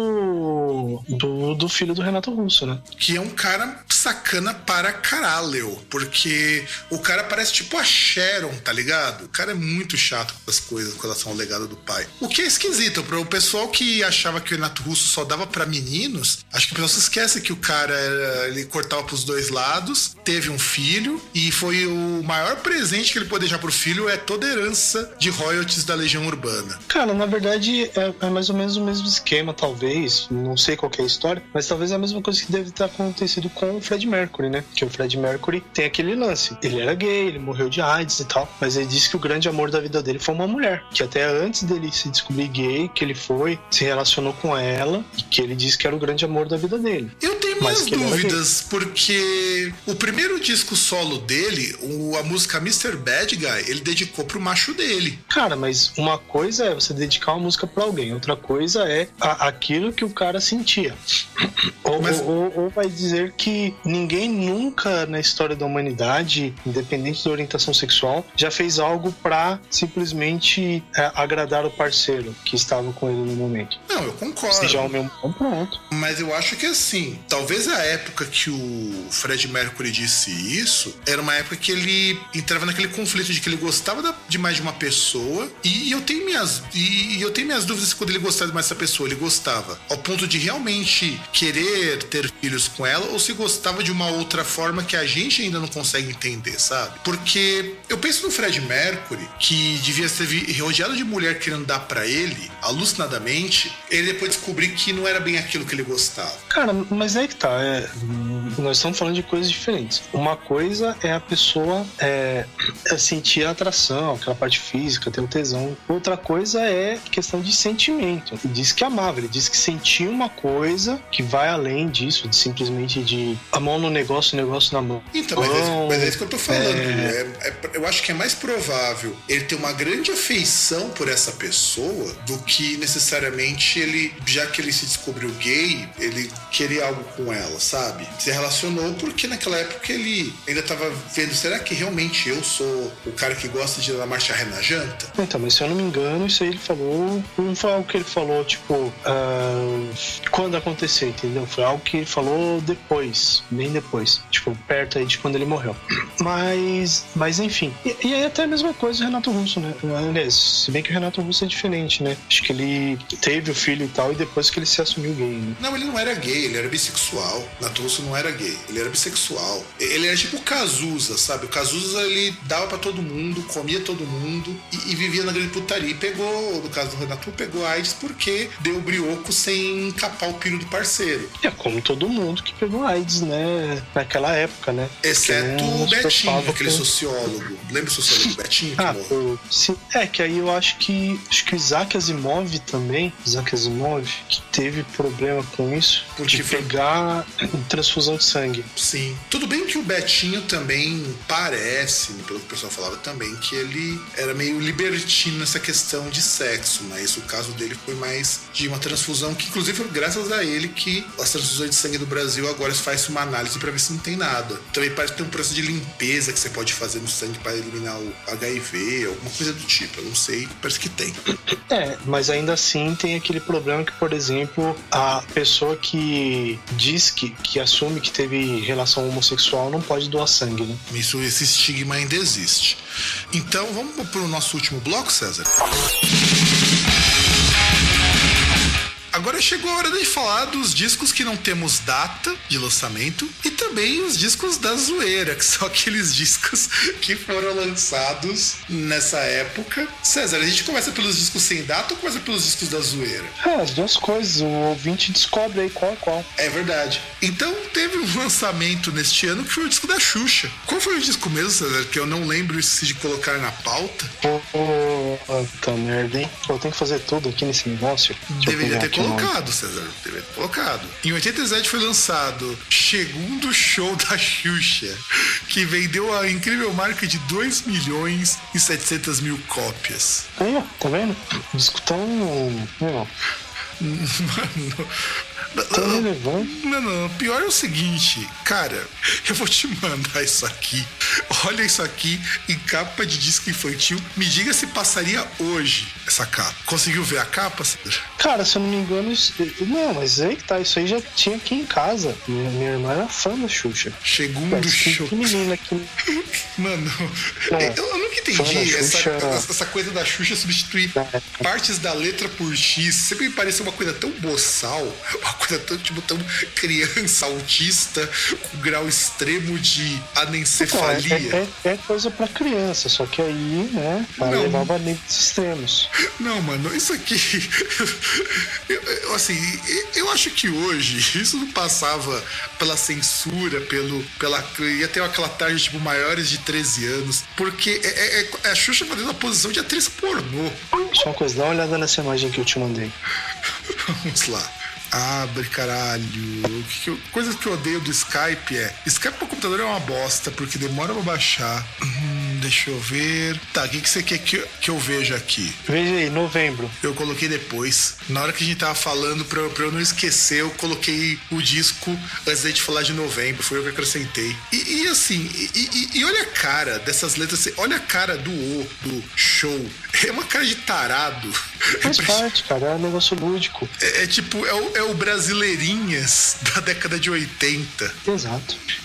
do, do, do filho do Renato Russo, né? Que é um cara sacana para caralho, porque o cara parece tipo a Sharon, tá ligado? O cara é muito chato com as coisas com relação ao legado do pai. O que é esquisito, pro pessoal que achava que o Renato Russo só dava pra meninos, acho que o pessoal se esquece que o cara, ele cortava pros dois lados, teve um filho, e foi o maior presente que ele pode deixar pro filho é toda a herança de royalties da Legião Urbana. Cara, na verdade, é, é mais ou menos o mesmo esquema, talvez, não sei qual que é a história, mas talvez é a mesma coisa que deve ter acontecido com o Fred Mercury, né? Que o Fred Mercury tem aquele lance. Ele era gay, ele morreu de AIDS e tal, mas ele disse que o grande amor da vida dele foi uma mulher, que até antes dele se descobrir gay, que ele foi, se relacionou com ela, e que ele disse que era o grande amor da vida dele. Eu tenho minhas dúvidas, porque o primeiro disco solo dele, o, a música mister Bad Guy, ele dedicou pro macho dele. Cara, mas uma coisa é você dedicar uma música pra alguém, outra coisa é a, aquilo que o cara sentia. Ou, mas... ou, ou vai dizer que ninguém nunca na história da humanidade, independente da orientação sexual, já fez algo pra simplesmente é, agradar o parceiro que estava com ele no momento. Não, eu concordo. Seja o meu pronto. Mas eu acho que assim, talvez a época que o Fred Mercury disse isso, era uma época que ele entrava naquele conflito de que ele gostava da, de mais de uma pessoa, e eu tenho minhas e, e eu tenho minhas dúvidas se quando ele gostava de mais dessa pessoa, ele gostava ao ponto de realmente querer ter filhos com ela, ou se gostava de uma outra forma que a gente ainda não consegue entender, sabe? Porque eu penso no Fred Mercury, que devia ser rodeado de mulher querendo dar pra ele, alucinadamente, ele depois descobrir que não era bem aquilo que ele gostava. Cara, mas é que tá, é, nós estamos falando de coisas diferentes. Uma coisa é a pessoa é, é sentir a atração, aquela parte física, ter o tesão. Outra coisa é questão de sentimento. Ele disse que amava, ele disse que sentia uma coisa que vai além disso, de simplesmente de a mão no negócio, o negócio na mão. Então, mas é, mas é isso que eu tô falando. É... É, é, eu acho que é mais provável ele ter uma grande afeição por essa pessoa do que necessariamente ele, já que ele se descobriu gay, ele querer algo com ela, sabe? Se relacionou porque naquela época ele ainda tava vendo, será que realmente eu sou o cara que gosta de ir na marcha ré na janta? Então, mas se eu não me engano, isso aí ele falou, não foi algo que ele falou, tipo, uh, quando aconteceu, entendeu? Foi algo que ele falou depois, bem depois, tipo, perto aí de quando ele morreu. Mas, mas enfim. E, e aí até a mesma coisa o Renato Russo, né? Aliás, se bem que o Renato Russo é diferente, né? Acho que ele teve o filho e tal, e depois que ele se assumiu gay, né? Não, ele não era gay, ele era bissexual. O Renato Russo não era gay, ele era bissexual. Ele era tipo o Cazuza, sabe? O Cazuza, ele dava pra todo mundo, comia todo mundo e, e vivia na grande putaria. E pegou, no caso do Renato, pegou AIDS porque deu brioco sem encapar o piro do parceiro. É como todo mundo que pegou AIDS, né? Naquela época, né? Exceto o Betinho, aquele com... sociólogo. Lembra o sociólogo Betinho que ah, morreu? Sim. É, que aí eu acho que acho que o Isaac Asimov também, Isaac Asimov, que teve problema com isso, porque de pegar foi... transfusão de sangue. Sim. Tudo bem que o Betinho também parece, pelo que o pessoal falava também, que ele era meio libertino nessa questão de sexo, mas o caso dele foi mais de uma transfusão que, inclusive, foi graças a ele que as transfusões de sangue do Brasil agora se faz uma análise pra ver se não tem nada. Também parece que tem um processo de limpeza que você pode fazer no sangue para eliminar o H I V, alguma coisa do tipo, eu não sei, parece que tem. É, mas ainda assim tem aquele problema que, por exemplo, a pessoa que diz que, que assume que teve relação homossexual não pode doar sangue, né? Isso, esse estigma ainda existe. Então, vamos pro nosso último bloco, César? Agora chegou a hora de falar dos discos que não temos data de lançamento e também os discos da zoeira, que são aqueles discos que foram lançados nessa época. César, a gente começa pelos discos sem data ou começa pelos discos da zoeira? É, as duas coisas. O ouvinte descobre aí qual é qual. É verdade. Então teve um lançamento neste ano que foi o disco da Xuxa. Qual foi o disco mesmo, César? Que eu não lembro se de colocar na pauta. Ô, oh, oh, tá merda, hein? Eu tenho que fazer tudo aqui nesse negócio. Deveria ter colocado, César. Deveria ter colocado. Em oitenta e sete foi lançado Segundo Show da Xuxa, que vendeu a incrível marca de dois milhões e setecentas mil cópias. Aí, tá vendo? O disco tão... Não. Mano... Não, não, não, pior é o seguinte, cara, eu vou te mandar isso aqui. Olha isso aqui em capa de disco infantil. Me diga se passaria hoje essa capa. Conseguiu ver a capa, César? Cara, se eu não me engano, isso... não, mas aí que tá, isso aí já tinha aqui em casa. Minha, minha irmã era fã da Xuxa. Segundo Show. Que menina aqui. Mano, é, eu, eu nunca entendi essa, Xuxa... essa coisa da Xuxa substituir é. partes da letra por X. Sempre me pareceu uma coisa tão boçal, uma coisa tão, tipo, tão criança, autista, com grau extremo de anencefalia. Então, é, é, é coisa pra criança, só que aí, né, levava níveis extremos. Não, mano, isso aqui... eu, eu, assim, eu acho que hoje isso não passava pela censura, pelo, pela... ia ter aquela tarde, tipo, maiores de treze anos, porque é, é, é a Xuxa fazendo a posição de atriz pornô. Só uma coisa, dá uma olhada nessa imagem que eu te mandei. Vamos lá. Abre, caralho. Que que eu, coisas que eu odeio do Skype é... Skype pro computador é uma bosta, porque demora pra baixar. Hum, deixa eu ver... Tá, o que, que você quer que eu, que eu veja aqui? Veja aí, novembro. Eu coloquei depois. Na hora que a gente tava falando, pra, pra eu não esquecer, eu coloquei o disco antes da gente falar de novembro. Foi eu que acrescentei. E, e assim, e, e, e olha a cara dessas letras. Olha a cara do O, do show. É uma cara de tarado. Faz parte, cara. É um negócio lúdico. É, é tipo... É o, é o Brasileirinhas da década de oitenta. Exato.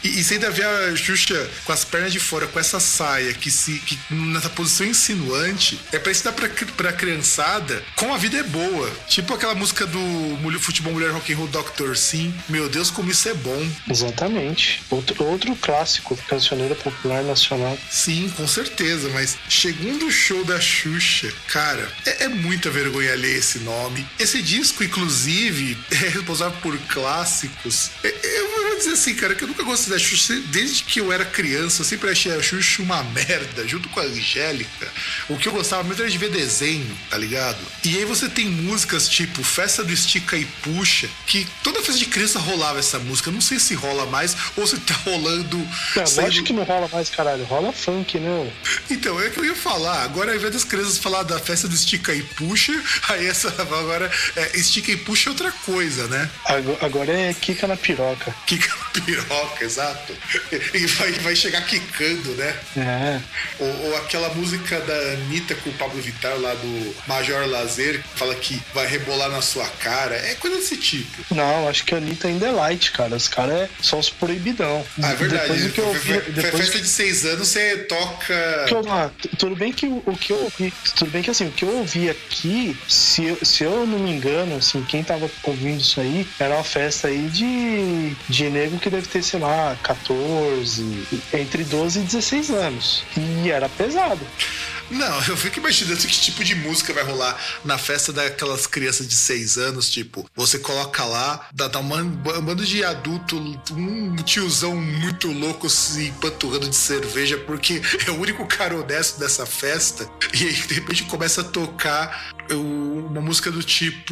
E, e você ainda vê a Xuxa com as pernas de fora, com essa saia, que se que nessa posição insinuante, é pra ensinar pra, pra criançada como a vida é boa. Tipo aquela música do Mulher, Futebol Mulher Rock and Roll doutor Sim. Meu Deus, como isso é bom. Exatamente. Outro, outro clássico, cancioneira popular nacional. Sim, com certeza, mas segundo show da Xuxa, cara, é, é muita vergonha alheia esse nome. Esse disco, inclusive, é responsável por clássicos. É, eu vou dizer assim, cara, que eu nunca gostei da Xuxa. Desde que eu era criança, eu sempre achei a Xuxa uma merda, junto com a Angélica. O que eu gostava muito era de ver desenho, tá ligado? E aí você tem músicas tipo Festa do Estica e Puxa, que toda festa de criança rolava essa música. Não sei se rola mais ou se tá rolando... Não, saindo... acho que não rola mais, caralho. Rola funk, né? Então, é que eu ia falar. Agora, ao invés das crianças falar da festa do Estica e Puxa, aí essa agora é, Estica e Puxa é outra coisa, né? Agora é Kika na piroca. Kika na piroca, exato. E vai, vai chegar quicando, né? É. Ou, ou aquela música da Anitta com o Pablo Vittar lá do Major Lazer, que fala que vai rebolar na sua cara. É coisa desse tipo. Não, acho que a Anitta ainda é light, cara. Os caras é só os proibidão. Ah, é verdade. Depois do que eu ouvi, depois... Festa de seis anos, você toca... Ah, tudo bem que o, o que eu ouvi... Tudo bem que assim, o que eu ouvi aqui, se eu, se eu não me engano, assim, quem tava ouvindo isso aí, era uma festa aí de, de nego que deve ter, sei lá, catorze, entre doze e dezesseis anos. E era pesado. Não, eu fico imaginando que tipo de música vai rolar na festa daquelas crianças de seis anos, tipo, você coloca lá, dá, dá um bando de adulto, um tiozão muito louco se empanturrando de cerveja, porque é o único cara honesto dessa festa, e aí de repente começa a tocar uma música do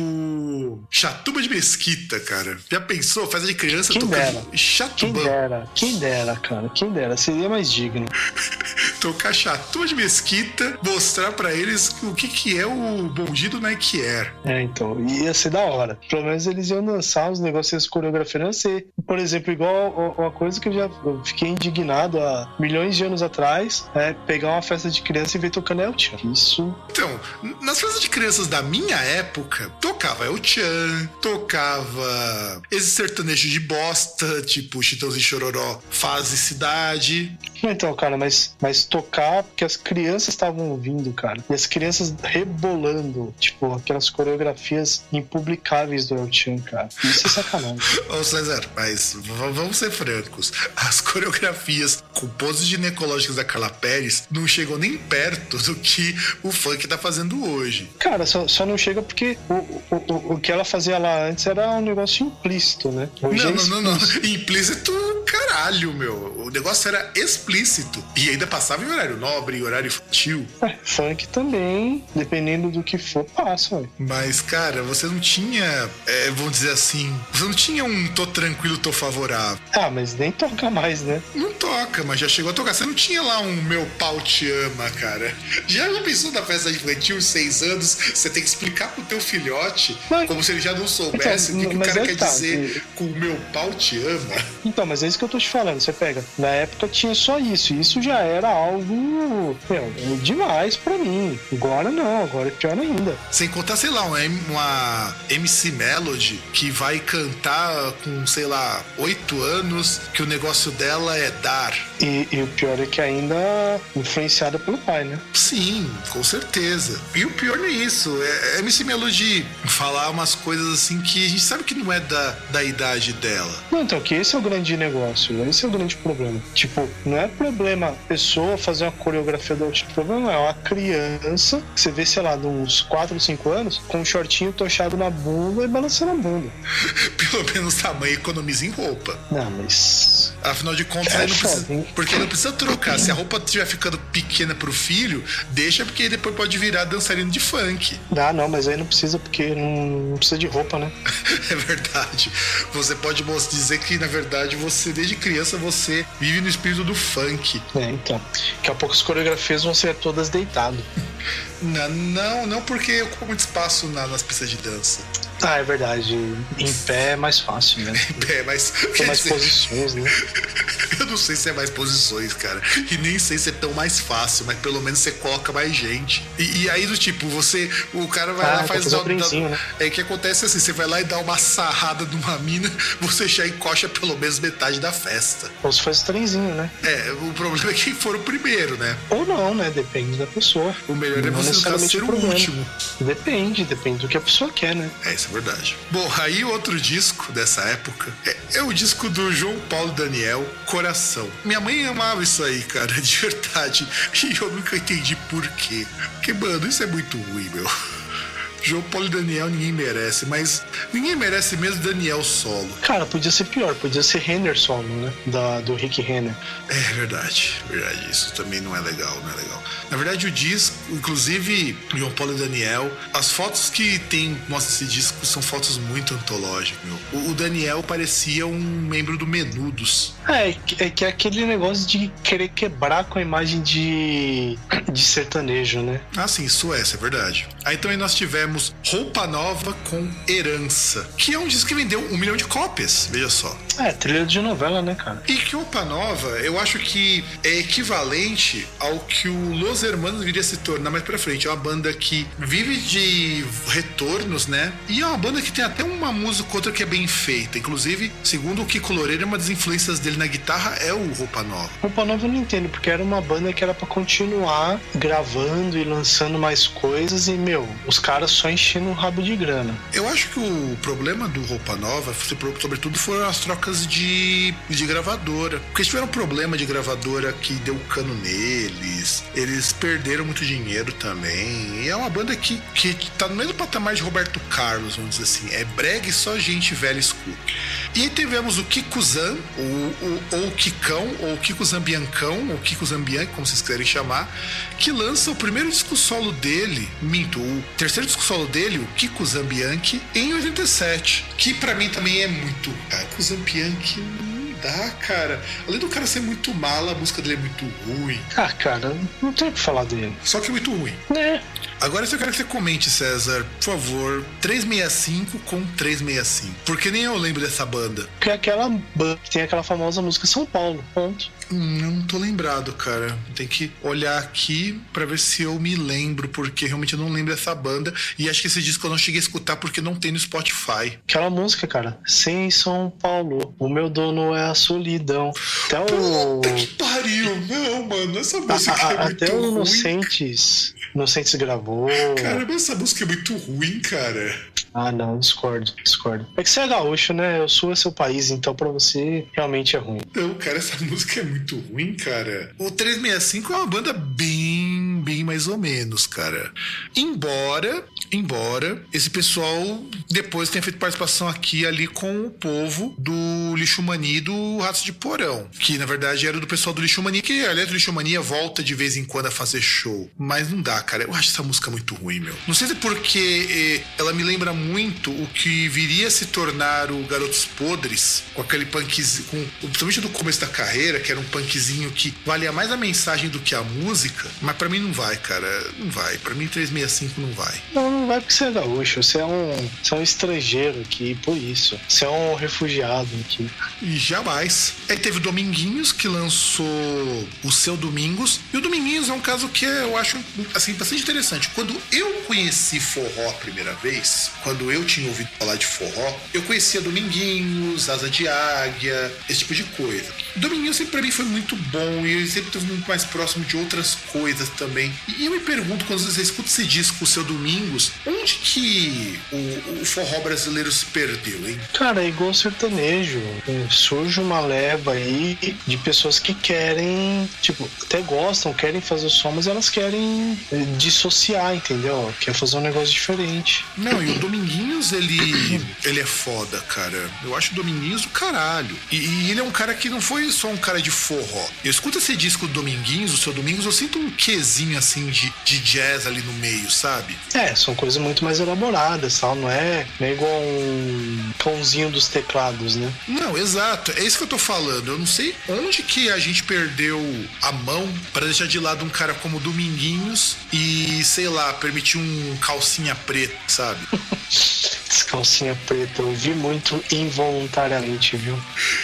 tipo Chatuba de Mesquita, cara. Já pensou? Festa de criança quem tocando dera. Chatuba. Quem dera, quem dera, cara, quem dera, seria mais digno. Tocar Chatuba de Mesquita, mostrar pra eles o que que é o bondido Nike Air. É, então, ia ser da hora. Pelo menos eles iam dançar os negócios, coreografia não ser, por exemplo, igual uma coisa que eu já eu fiquei indignado há milhões de anos atrás, é pegar uma festa de criança e ver tocando El Chan. Isso. Então, nas festas de crianças da minha época, tocava El Chan, tocava esse sertanejo de bosta, tipo Chitãozinho e Chororó, Fase Cidade. Então, cara, mas, mas tocar porque as crianças estavam ouvindo, cara. E as crianças rebolando, tipo, aquelas coreografias impublicáveis do El Chan, cara. Isso é sacanagem. Ô, César, mas v- vamos ser francos. As coreografias com poses ginecológicas da Carla Pérez não chegam nem perto do que o funk tá fazendo hoje. Cara, só, só não chega porque o, o, o, o que ela fazia lá antes era um negócio implícito, né? Hoje não, é não, não, não. Implícito, caralho, meu. O negócio era explícito. E ainda passava em horário nobre, em horário infantil. É, funk também, dependendo do que for, passa, ué. Mas, cara, você não tinha, é, vamos dizer assim, você não tinha um tô tranquilo, tô favorável. Ah, mas nem toca mais, né? Não toca, mas já chegou a tocar. Você não tinha lá um meu pau te ama, cara. Já já pensou na festa infantil, seis anos, você tem que explicar pro teu filhote, mas... como se ele já não soubesse então, o que, que o cara quer tá, dizer que... com o meu pau te ama. Então, mas é isso que eu tô te falando. Você pega, na época tinha só isso, e isso já era algo, meu, demais pra mim. Agora não, agora é pior ainda. Sem contar, sei lá, uma, uma M C Melody que vai cantar com, sei lá, oito anos, que o negócio dela é dar. E, e o pior é que ainda influenciada pelo pai, né? Sim, com certeza. E o pior não é isso, é, é M C Melody falar umas coisas assim que a gente sabe que não é da, da idade dela. Não, então, que esse é o grande negócio, esse é o grande problema. Tipo, não é problema a pessoa fazer uma coreografia do tipo, o problema é uma criança que você vê, sei lá, de uns quatro, cinco anos, com um shortinho tochado na bunda e balançando a bunda. Pelo menos tamanho economiza em roupa. Não, mas... Afinal de contas, é aí não precisa, porque não precisa trocar. Se a roupa estiver ficando pequena pro filho, deixa, porque depois pode virar dançarino de funk. Ah, não, mas aí não precisa, porque não, não precisa de roupa, né? É verdade. Você pode dizer que, na verdade, você, desde criança, você vive no espírito do funk. É, então. Daqui a pouco as coreografias vão ser todas deitado. Não, não, não porque ocupa muito espaço na, nas pistas de dança. Ah, é verdade. Em pé é mais fácil, né? Em pé é mais... Tem mais dizer... posições, né? Eu não sei se é mais posições, cara. E nem sei se é tão mais fácil, mas pelo menos você coloca mais gente. E, e aí, do tipo, você. O cara vai Ah, lá e faz. Da, da, né? É que acontece assim: você vai lá e dá uma sarrada numa mina, você já encoxa pelo menos metade da festa. Ou se faz o trenzinho, né? É, o problema é quem for o primeiro, né? Ou não, né? Depende da pessoa. O melhor não é você nunca ser o problema. último. Depende, depende do que a pessoa quer, né? É, isso é verdade. Bom, aí outro disco dessa época é, é o disco do João Paulo Daniel, Coração. Minha mãe amava isso aí, cara, de verdade. E eu nunca entendi por quê. Porque, mano, isso é muito ruim, meu. João Paulo e Daniel ninguém merece, mas ninguém merece mesmo Daniel solo. Cara, podia ser pior, podia ser Renner solo, né? Da, do Rick Renner. É verdade, verdade. Isso também não é legal, não é legal. Na verdade, o disco, inclusive, João Paulo e Daniel, as fotos que tem, mostra esse disco são fotos muito antológicas, meu. O, o Daniel parecia um membro do Menudos. É, é que é aquele negócio de querer quebrar com a imagem de, de sertanejo, né? Ah, sim, isso é, isso é verdade. Aí também nós tivemos Roupa Nova com Herança, que é um disco que vendeu um milhão de cópias, veja só. É, trilha de novela, né, cara? E que Roupa Nova, eu acho que é equivalente ao que o Los Hermanos viria a se tornar mais pra frente. É uma banda que vive de retornos, né? E é uma banda que tem até uma música ou outra que é bem feita. Inclusive, segundo o Kiko Loureiro, uma das influências dele na guitarra é o Roupa Nova. Roupa Nova eu não entendo, porque era uma banda que era pra continuar gravando e lançando mais coisas e, meu, os caras só enchendo um rabo de grana. Eu acho que o problema do Roupa Nova, sobretudo, foram as trocas de, de gravadora. Porque eles tiveram um problema de gravadora que deu cano neles. Eles perderam muito dinheiro também. E é uma banda que, que tá no mesmo patamar de Roberto Carlos, vamos dizer assim. É brega e só gente velha escuta. E aí tivemos o Kiko Zan, ou, ou o Kikão, ou o Kiko Zambiancão, ou Kiko Zambianchi, como vocês quiserem chamar, que lança o primeiro disco solo dele, minto, o terceiro disco solo dele, o Kiko Zambianchi, em oitenta e sete, que pra mim também é muito... Ah, Kiko Zambianchi não dá, cara. Além do cara ser muito mala, a música dele é muito ruim. Ah, cara, não tem o que falar dele. Só que é muito ruim. É. Agora eu quero que você comente, César, por favor, trezentos e sessenta e cinco com trezentos e sessenta e cinco. Porque nem eu lembro dessa banda. Que é aquela banda que tem aquela famosa música São Paulo, ponto. Hum, eu não tô lembrado, cara. Tem que olhar aqui pra ver se eu me lembro, porque realmente eu não lembro dessa banda. E acho que esse disco eu não cheguei a escutar porque não tem no Spotify. Aquela música, cara. Sem São Paulo, o meu dono é a solidão. Até o... Puta que pariu! Não, mano, essa música a, a, é muito até ruim. Até o Inocentes, Inocentes gravou. Caramba, essa música é muito ruim, cara. Ah, não, discordo, discordo. É que você é gaúcho, né? O Sul é seu país, então pra você realmente é ruim. Não, cara, essa música é muito ruim, cara. O trezentos e sessenta e cinco é uma banda bem, bem mais ou menos, cara. Embora, embora esse pessoal depois tenha feito participação aqui e ali com o povo do Lixo Mania e do Ratos de Porão, que na verdade era do pessoal do Lixo Mania, que aliás do Lixo Mania volta de vez em quando a fazer show. Mas não dá, cara. Eu acho essa música muito ruim, meu. Não sei se é porque eh, ela me lembra muito o que viria a se tornar o Garotos Podres, com aquele punkzinho, com, principalmente no começo da carreira, que era um punkzinho que valia mais a mensagem do que a música, mas pra mim não vai, cara, não vai. Pra mim trezentos e sessenta e cinco não vai. Não, não vai porque você é gaúcho, você é um, você é um estrangeiro aqui, por isso. Você é um refugiado aqui. E jamais. Aí teve o Dominguinhos, que lançou o Seu Domingos, e o Dominguinhos é um caso que eu acho, assim, bastante interessante. Quando eu conheci forró a primeira vez, quando eu tinha ouvido falar de forró, eu conhecia Dominguinhos, Asa de Águia, esse tipo de coisa. Dominguinhos sempre pra mim foi muito bom e ele sempre esteve muito mais próximo de outras coisas também. E eu me pergunto, quando você escuta esse disco, o Seu Domingos, onde que o, o forró brasileiro se perdeu, hein? Cara, é igual sertanejo. Surge uma leva aí de pessoas que querem, tipo, até gostam, querem fazer o som, mas elas querem dissociar, entendeu? Quer fazer um negócio diferente. Não, e o Dominguinhos, ele, ele é foda, cara. Eu acho o Dominguinhos do caralho. E, e ele é um cara que não foi só um cara de forró. Eu escuto esse disco do Dominguinhos, o Seu Domingos, eu sinto um quezinho assim de, de jazz ali no meio, sabe? É, são coisas muito mais elaboradas, tal. Não é, não é igual um cãozinho dos teclados, né? Não, exato. É isso que eu tô falando. Eu não sei onde que a gente perdeu a mão pra deixar de lado um cara como Dominguinhos e, sei lá, permitir um calcinha preta, sabe? Calcinha preta, eu vi muito involuntariamente, viu?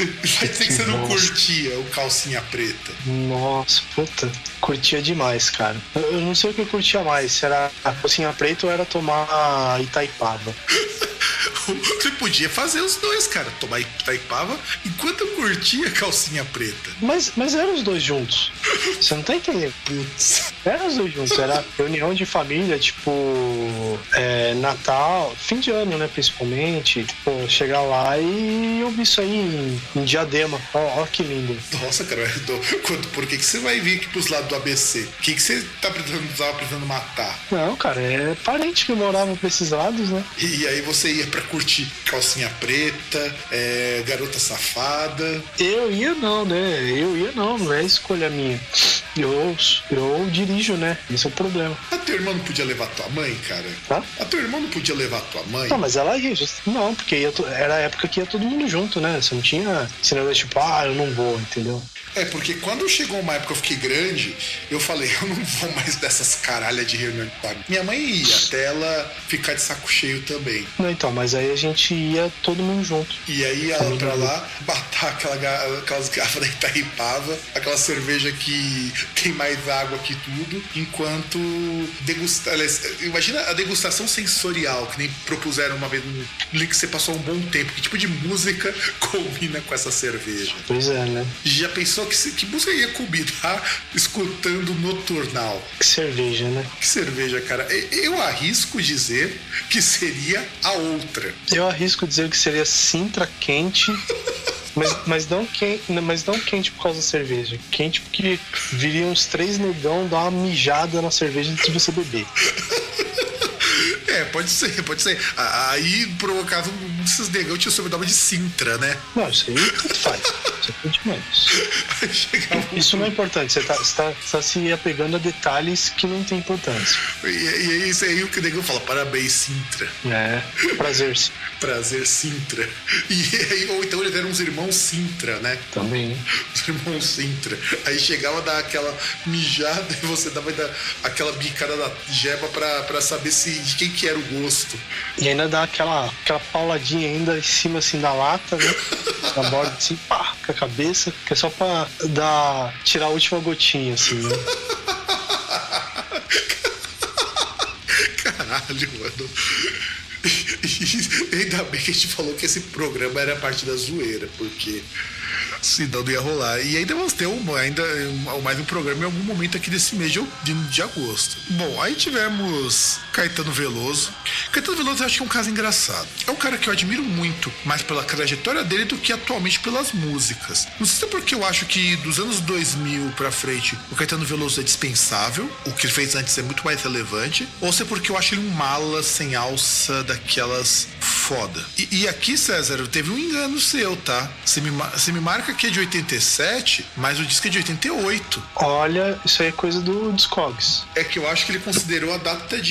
Vai dizer que você não curtia o calcinha preta. Nossa, puta. Curtia demais, cara. Eu, eu não sei o que eu curtia mais. Se era a calcinha preta ou era tomar Itaipava. Você podia fazer os dois, cara. Tomar Itaipava enquanto eu curtia calcinha preta. Mas, mas eram os dois juntos. Você não tá entendendo? Putz. Eram os dois juntos. Era reunião de família, tipo... É, Natal, fim de ano, né, principalmente. Tipo, chegar lá e ouvir isso aí em, em Diadema. Ó, ó que lindo. Nossa, cara. Quando, por que, que você vai vir aqui pros lados do A B C? O que, que você tá precisando, tava precisando matar? Não, cara, é parente que morava pra esses lados, né? E, e aí você ia pra curtir calcinha preta, é, garota safada. Eu ia não, né? Eu ia não, não é escolha minha. Eu, eu dirijo, né? Esse é o problema. A tua irmã não podia levar tua mãe, cara? Tá? A tua irmã não podia levar tua mãe? Não, mas ela ia. Não, porque ia, era a época que ia todo mundo junto, né? Você não tinha esse negócio tipo, ah, eu não vou, entendeu? É, porque quando chegou uma época que eu fiquei grande, eu falei, eu não vou mais dessas caralhas de reunião de família. Minha mãe ia, até ela ficar de saco cheio também. Não, então, mas aí a gente ia todo mundo junto. E aí ia ela pra lá, batar aquela, aquelas garrafas da Itaipava, aquela cerveja que tem mais água que tudo, enquanto degustar. Imagina a degustação sensorial, que nem propuseram uma vez no link que você passou um bom tempo. Que tipo de música combina com essa cerveja? Pois é, né? Já pensou que, que música ia combinar escutando Noturnal? Que cerveja, né? Que cerveja, cara. Eu arrisco dizer que seria a outra. Eu arrisco dizer que seria Sintra quente. Mas, mas, não quente, mas não quente por causa da cerveja. Quente porque viriam uns três negão dar uma mijada na cerveja antes de você beber. É, pode ser, pode ser. Aí, por um acaso, um desses negão tinha o sobrenome de Sintra, né? Não, isso aí tudo faz. Isso é demais. Um... Isso não é importante. Você tá, você, tá, você tá se apegando a detalhes que não tem importância. E, e é isso aí o que o negão fala. Parabéns, Sintra. É, prazer. Prazer, Sintra. E, ou então eles eram uns irmãos Sintra, né? Também. Os irmãos Sintra. Aí chegava a dar aquela mijada e você dava aquela bicada da jeba pra, pra saber se, de quem que era o gosto. E ainda dá aquela, aquela pauladinha ainda em cima assim da lata, né? Na borda assim, pá, com a cabeça, que é só pra dar, tirar a última gotinha, assim, né? Caralho, mano. E ainda bem que a gente falou que esse programa era parte da zoeira, porque senão não ia rolar. E ainda vamos ter um, ainda, mais um programa em algum momento aqui desse mês de, de, de agosto. Bom, aí tivemos Caetano Veloso. Caetano Veloso eu acho que é um caso engraçado. É um cara que eu admiro muito, mais pela trajetória dele do que atualmente pelas músicas. Não sei se é porque eu acho que dos anos dois mil pra frente o Caetano Veloso é dispensável, o que ele fez antes é muito mais relevante, ou se é porque eu acho ele um mala sem alça daquelas foda. E, e aqui, César, teve um engano seu, tá? Você me, você me marca que é de oitenta e sete, mas o disco é de oitenta e oito. Olha, isso aí é coisa do Discogs. É que eu acho que ele considerou a data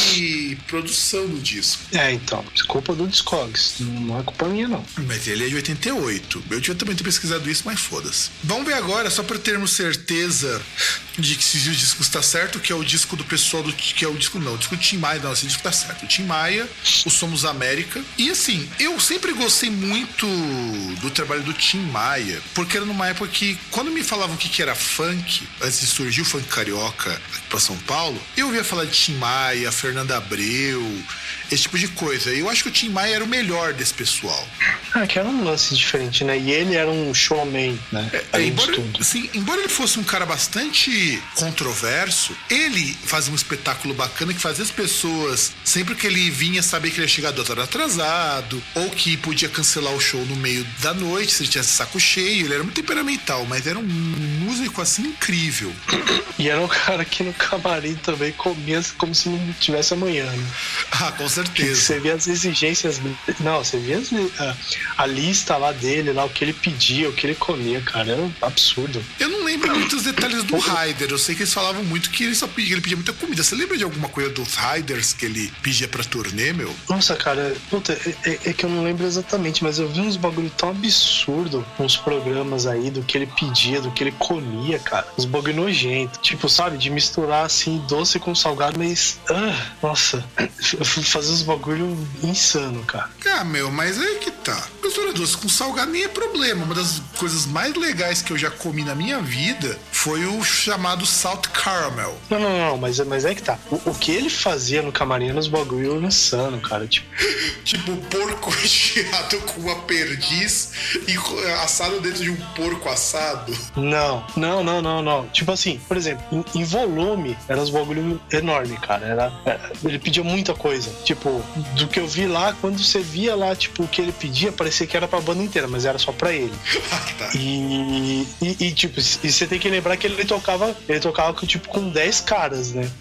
de produção do disco. É, então, é culpa do Discogs, não é culpa minha, não. Mas ele é de oitenta e oito. Eu tinha também ter pesquisado isso, mas foda-se. Vamos ver agora, só pra termos certeza de que se o disco está certo, que é o disco do pessoal do... que é o disco, não, o disco do Tim Maia, não, esse disco tá certo. O Tim Maia, o Somos América. E assim, eu sempre gostei muito do trabalho do Tim Maia, porque era numa época que, quando me falavam o que, que era funk, antes de surgir o funk carioca aqui pra São Paulo, eu ouvia falar de Tim Maia, Fernanda Abreu, esse tipo de coisa. E eu acho que o Tim Maia era o melhor desse pessoal. Ah, que era um lance diferente, né? E ele era um showman, né? É, embora, sim, embora ele fosse um cara bastante controverso, ele fazia um espetáculo bacana que fazia as pessoas, sempre que ele vinha, saber que ele ia chegar do outro atrasado, ou que podia cancelar o show no meio da noite, se ele tivesse saco cheio. Ele era muito temperamental, mas era um músico assim incrível. E era um cara que no camarim também comia como se não tivesse amanhã, né? Ah, com certeza. Você via as exigências. Não, você via as, a, a lista lá dele, lá, o que ele pedia, o que ele comia, cara. Era um absurdo. Eu não lembro muitos detalhes do Raider. Eu sei que eles falavam muito que ele só pedia, ele pedia muita comida. Você lembra de alguma coisa dos Raiders que ele pedia pra turnê, meu? Nossa, cara, puta, é, é que eu não lembro exatamente, mas eu vi uns bagulho tão absurdo nos programas aí do que ele pedia, do que ele comia, cara. Uns bagulho nojento. Tipo, sabe, de misturar assim doce com salgado, mas. Ah, nossa, fazer uns bagulho insano, cara. Ah, meu, mas aí que tá. mistura doce com salgado nem é problema. Uma das coisas mais legais que eu já comi na minha vida foi o chamado Salt Caramel. Não, não, não, mas, mas é que tá. O, o que ele fazia no camarim era uns bagulho insano, cara. Tipo, tipo porco recheado com uma perdiz e assado dentro de um porco assado. Não, não, não, não, não. Tipo assim, por exemplo, em, em volume, era uns bagulho enorme, cara. Era, era, ele pedia muita coisa. Tipo, do que eu vi lá, quando você via lá, tipo, o que ele pedia, parecia que era pra banda inteira, mas era só pra ele. Ah, tá. E, e, e, tipo, e você tem que lembrar que ele tocava, ele tocava tipo, com dez caras, né?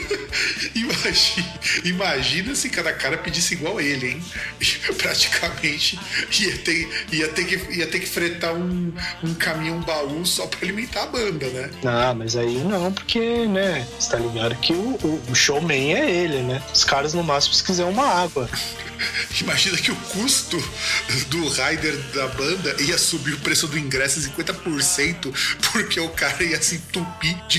Imagina, imagina se cada cara pedisse igual ele, hein? Praticamente ia ter, ia ter, que, ia ter que fretar um, um caminhão baú só pra alimentar a banda, né? Ah, mas aí não, porque, né? Você tá ligado que o, o, o showman é ele, né? Os caras, no máximo, se quiser uma água. Imagina que o custo do rider da banda ia subir o preço do ingresso cinquenta por cento porque o cara ia se entupir de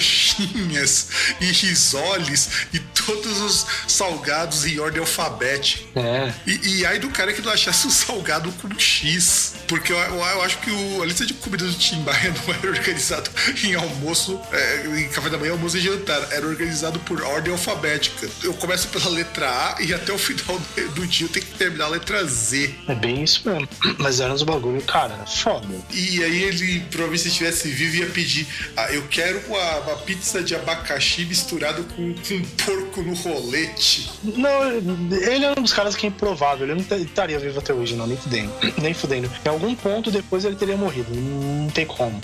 coxinhas e risoles e todos os salgados em ordem alfabética. É. E, e aí do cara que não achasse o salgado com X. Porque eu, eu, eu acho que o, a lista de comida do Timbaia não era organizado em almoço, é, em café da manhã, almoço e jantar. Era organizado por ordem alfabética. Eu começo pela letra A e até o final do dia eu tenho que terminar a letra Z. É bem isso mesmo. Mas era uns bagulho, cara, era foda. E aí ele, provavelmente se estivesse vivo, ia pedir: ah, eu quero uma, uma pizza de abacaxi misturado com, com um porco no rolete. Não, ele era um dos caras que é improvável. Ele não estaria vivo até hoje, não, nem fudendo. Nem fudendo. Em algum ponto depois ele teria morrido. Não tem como.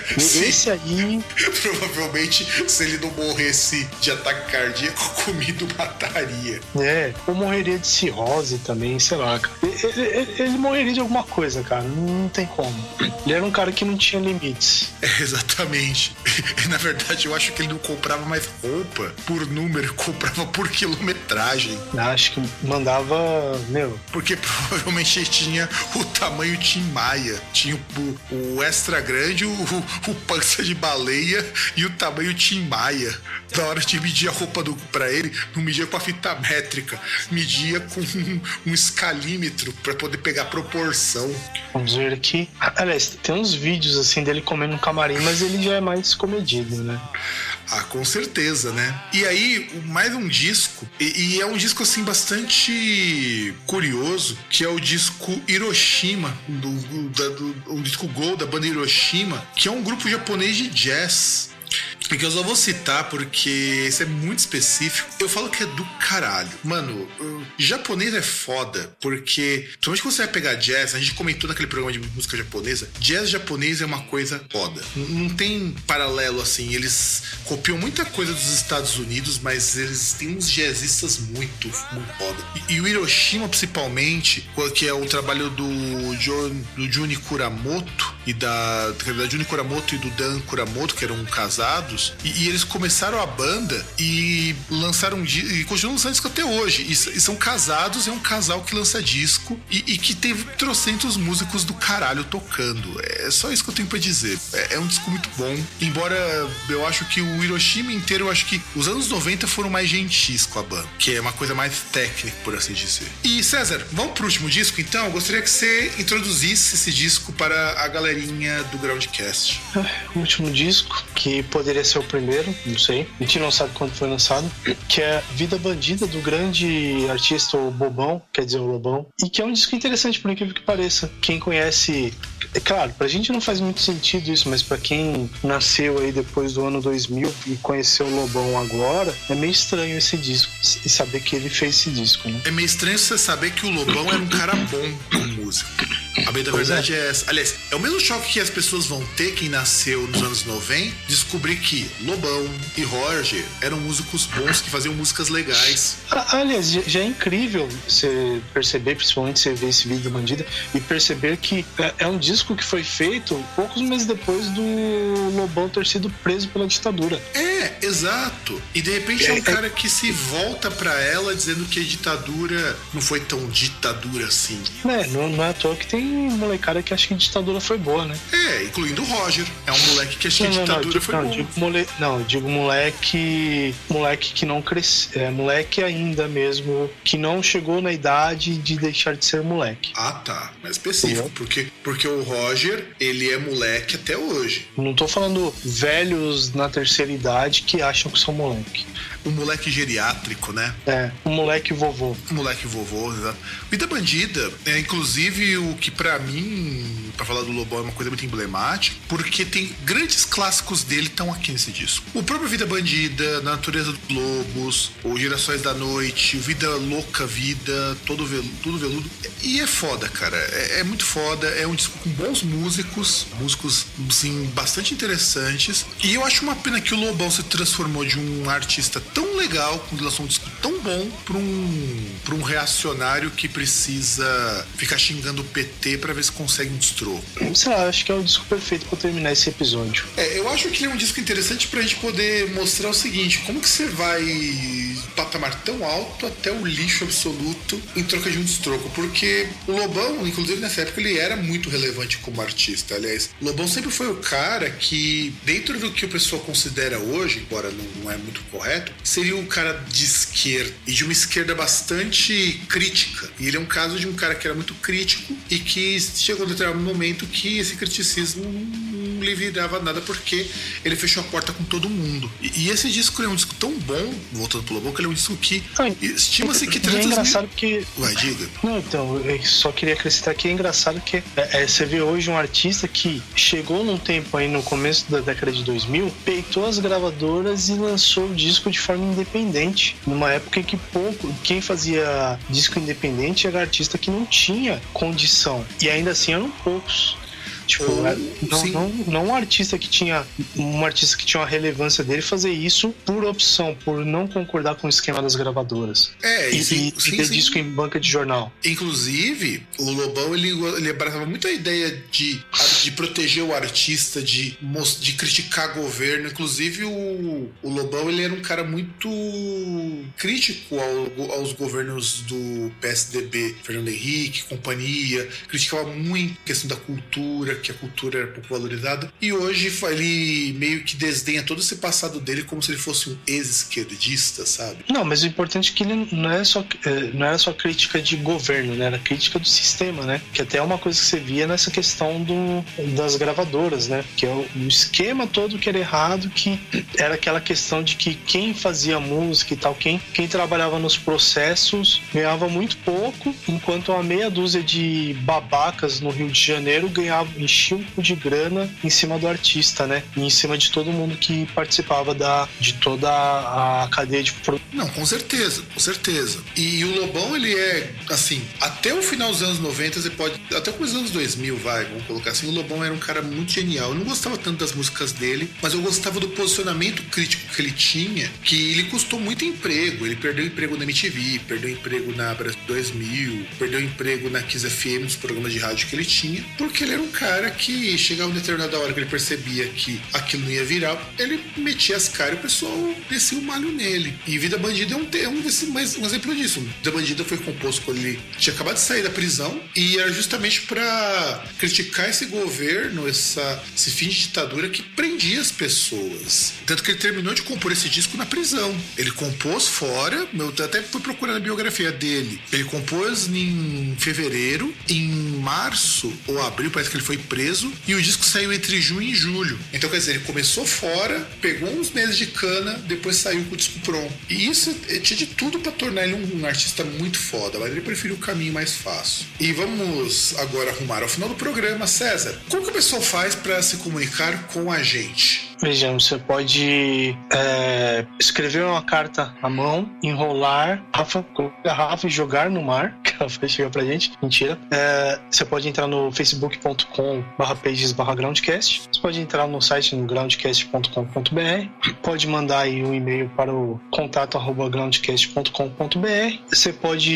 Esse aí... Provavelmente, se ele não morresse de ataque cardíaco, comido mataria. É, ou morreria de cirrose também, sei lá. Ele, ele, ele morreria de alguma coisa, cara. Não tem como. Ele era um cara que não tinha limites. É, exatamente. E, na verdade, eu acho que ele não comprava mais roupa por número, comprava por quilometragem. Acho que mandava, meu... Porque provavelmente ele tinha o tamanho Tim Maia. Tinha o, o extra grande, o, o pança de baleia e o tamanho Tim Maia. Na hora de medir a roupa do, pra ele, não media com a fita métrica, media com um, um escalímetro pra poder pegar proporção. Vamos ver aqui. Aliás, tem uns vídeos assim dele comendo no camarim, mas ele já é mais comedido, né? Ah, com certeza, né? E aí, mais um disco, e, e é um disco, assim, bastante curioso, que é o disco Hiroshima, do, do, do, o disco Gold da banda Hiroshima, que é um grupo japonês de jazz. Porque eu só vou citar porque isso é muito específico. Eu falo que é do caralho. Mano, japonês é foda, porque principalmente quando você vai pegar jazz, a gente comentou naquele programa de música japonesa, jazz japonês é uma coisa foda. Não tem paralelo assim, eles copiam muita coisa dos Estados Unidos, mas eles têm uns jazzistas muito, muito foda. E, e o Hiroshima, principalmente, que é o trabalho do, John, do Juni Kuramoto e da, da Juni Kuramoto e do Dan Kuramoto, que eram casados. E, e eles começaram a banda e lançaram um disco, e continuam lançando disco até hoje. E, e são casados, é um casal que lança disco e, e que teve trocentos músicos do caralho tocando. É só isso que eu tenho pra dizer. É, é um disco muito bom. Embora eu acho que o Hiroshima inteiro, eu acho que os anos noventa foram mais gentis com a banda, que é uma coisa mais técnica, por assim dizer. E César, vamos pro último disco então? Eu gostaria que você introduzisse esse disco para a galerinha do Groundcast. O último disco, que poderia ser o primeiro, não sei, a gente não sabe quando foi lançado, que é Vida Bandida, do grande artista o Bobão, quer dizer o Lobão, e que é um disco interessante, por incrível que pareça. Quem conhece, é claro, pra gente não faz muito sentido isso, mas pra quem nasceu aí depois do ano dois mil e conheceu o Lobão agora, é meio estranho esse disco, e saber que ele fez esse disco, né? É meio estranho você saber que o Lobão era um cara bom com música. A bem da verdade é. é essa. Aliás, é o mesmo choque que as pessoas vão ter, quem nasceu nos anos noventa, descobrir que Lobão e Roger eram músicos bons que faziam músicas legais. Aliás, já é incrível você perceber, principalmente você ver esse vídeo da Bandida, e perceber que é um disco que foi feito poucos meses depois do Lobão ter sido preso pela ditadura. É, É, exato. E de repente é um cara que se volta pra ela dizendo que a ditadura não foi tão ditadura assim. É, não, não é à toa que tem molecada que acha que a ditadura foi boa, né? É, incluindo o Roger. É um moleque que acha que a Não, não, não, ditadura digo, foi não, boa. digo mole... não, digo moleque. Moleque que não cresceu. É, moleque ainda mesmo, que não chegou na idade de deixar de ser moleque. Ah, tá. Mais específico. Porque, porque o Roger, ele é moleque até hoje. Não tô falando velhos na terceira idade que acham que são moleque. Um moleque geriátrico, né? É, um moleque vovô. Um moleque vovô, exato. Vida Bandida é inclusive o que pra mim, pra falar do Lobão, é uma coisa muito emblemática, porque tem grandes clássicos dele estão aqui nesse disco. O próprio Vida Bandida, Na Natureza dos Lobos, o Gerações da Noite, o Vida Louca Vida, todo velu, tudo veludo. E é foda, cara. É, é muito foda. É um disco com bons músicos, músicos, sim, bastante interessantes. E eu acho uma pena que o Lobão se transformou de um artista tão legal, quando lançou um disco tão bom, pra um, pra um reacionário que precisa ficar xingando o P T pra ver se consegue um destroço. Sei lá, acho que é o disco perfeito pra terminar esse episódio. É, eu acho que ele é um disco interessante pra gente poder mostrar o seguinte: como que você vai patamar tão alto até o lixo absoluto em troca de um destroco? Porque o Lobão, inclusive nessa época, ele era muito relevante como artista. Aliás, o Lobão sempre foi o cara que, dentro do que o pessoal considera hoje, embora não, não é muito correto, seria um cara de esquerda, e de uma esquerda bastante crítica. E ele é um caso de um cara que era muito crítico e que chegou a determinado momento que esse criticismo não lhe virava nada, porque ele fechou a porta com todo mundo. E, e esse disco é um disco tão bom, voltando pro Lobão, que ele é um disco que ah, estima-se que trezentos é engraçado mil... porque... Ué, diga. Não, então, eu só queria acrescentar que é engraçado que é, é, você vê hoje um artista que chegou num tempo aí no começo da década de dois mil, peitou as gravadoras e lançou o disco de forma independente, numa época em que pouco, quem fazia disco independente era artista que não tinha condição, e ainda assim eram poucos. Tipo, oh, não, não, não um artista que tinha um artista que tinha uma relevância dele fazer isso por opção, por não concordar com o esquema das gravadoras. É, e, sim, e, sim, e ter sim. disco em banca de jornal. Inclusive, o Lobão, ele, ele abraçava muito a ideia de, de proteger o artista, de, de criticar governo. Inclusive, o, o Lobão, ele era um cara muito crítico ao, aos governos do P S D B, Fernando Henrique, companhia, criticava muito a questão da cultura, que a cultura era pouco valorizada, e hoje ele meio que desdenha todo esse passado dele como se ele fosse um ex-esquerdista, sabe? Não, mas o importante é que ele não, é só, não era só crítica de governo, né? Era crítica do sistema, né? Que até é uma coisa que você via nessa questão do, das gravadoras, né? Que é o, o esquema todo que era errado, que era aquela questão de que quem fazia música e tal, quem, quem trabalhava nos processos ganhava muito pouco, enquanto uma meia dúzia de babacas no Rio de Janeiro ganhava enchia um cu de grana em cima do artista, né? E em cima de todo mundo que participava da, de toda a cadeia de produção. Não, com certeza, com certeza. E, e o Lobão, ele é, assim, até o final dos anos noventa, você pode, até os anos dois mil, vai, vamos colocar assim, o Lobão era um cara muito genial. Eu não gostava tanto das músicas dele, mas eu gostava do posicionamento crítico que ele tinha, que ele custou muito emprego. Ele perdeu emprego na M T V, perdeu emprego na Brasil dois mil, perdeu emprego na Kiss F M, nos programas de rádio que ele tinha, porque ele era um cara que chegava uma determinada hora que ele percebia que aquilo não ia virar, ele metia as caras e o pessoal descia o malho nele. E Vida Bandida é um, é um, desse, mais, um exemplo disso. Vida Bandida foi composto quando ele tinha acabado de sair da prisão, e era justamente para criticar esse governo, essa, esse fim de ditadura que prendia as pessoas. Tanto que ele terminou de compor esse disco na prisão. Ele compôs fora, eu até fui procurando a biografia dele. Ele compôs em fevereiro, em março ou abril, parece que ele foi preso, e o disco saiu entre junho e julho. Então, quer dizer, ele começou fora, pegou uns meses de cana, depois saiu com o disco pronto. E isso tinha de tudo pra tornar ele um, um artista muito foda, mas ele preferiu o caminho mais fácil. E vamos agora arrumar ao final do programa. César, como que o pessoal faz pra se comunicar com a gente? Vejamos, você pode é, escrever uma carta à mão, enrolar a garrafa e jogar no mar, que ela vai chegar pra gente. Mentira. É, você pode entrar no facebook ponto com barra pages barra groundcast. Você pode entrar no site no groundcast ponto com ponto b r. Pode mandar aí um e-mail para o contato arroba groundcast ponto com ponto b r. Você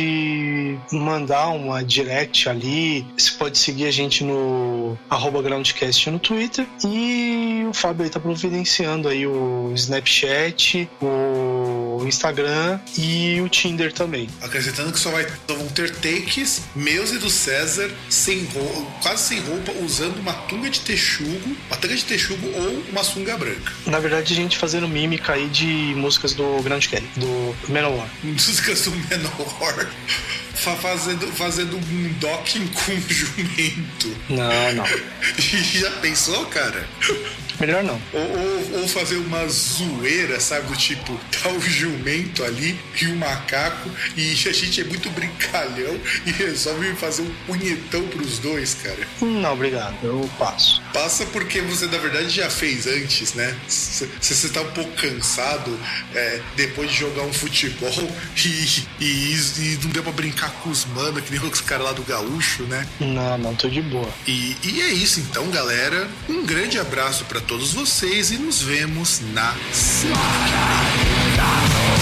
pode mandar uma direct ali. Você pode seguir a gente no arroba groundcast no Twitter. E o Fábio aí tá providenciando aí o Snapchat, o Instagram e o Tinder também. Acrescentando que só, vai, só vão ter takes meus e do César sem roupa, quase sem roupa, usando uma tunga de texugo, uma tanga de texugo ou uma sunga branca. Na verdade, a gente fazendo mímica aí de músicas do Grand Kelly, do Manowar. Músicas do Manowar. Fazendo, fazendo um docking com um jumento. Não, não. Já pensou, cara? Melhor não. Ou, ou, ou fazer uma zoeira, sabe? Do tipo, tá o jumento ali e o macaco, e a gente é muito brincalhão e resolve fazer um punhetão pros dois, cara. Não, obrigado. Eu passo. Passa porque você, na verdade, já fez antes, né? Se você tá um pouco cansado é, depois de jogar um futebol e, e, e não deu pra brincar com os manos, que nem os caras lá do Gaúcho, né? Não, não, tô de boa. E, e é isso então, galera. Um grande abraço pra todos vocês e nos vemos na semana.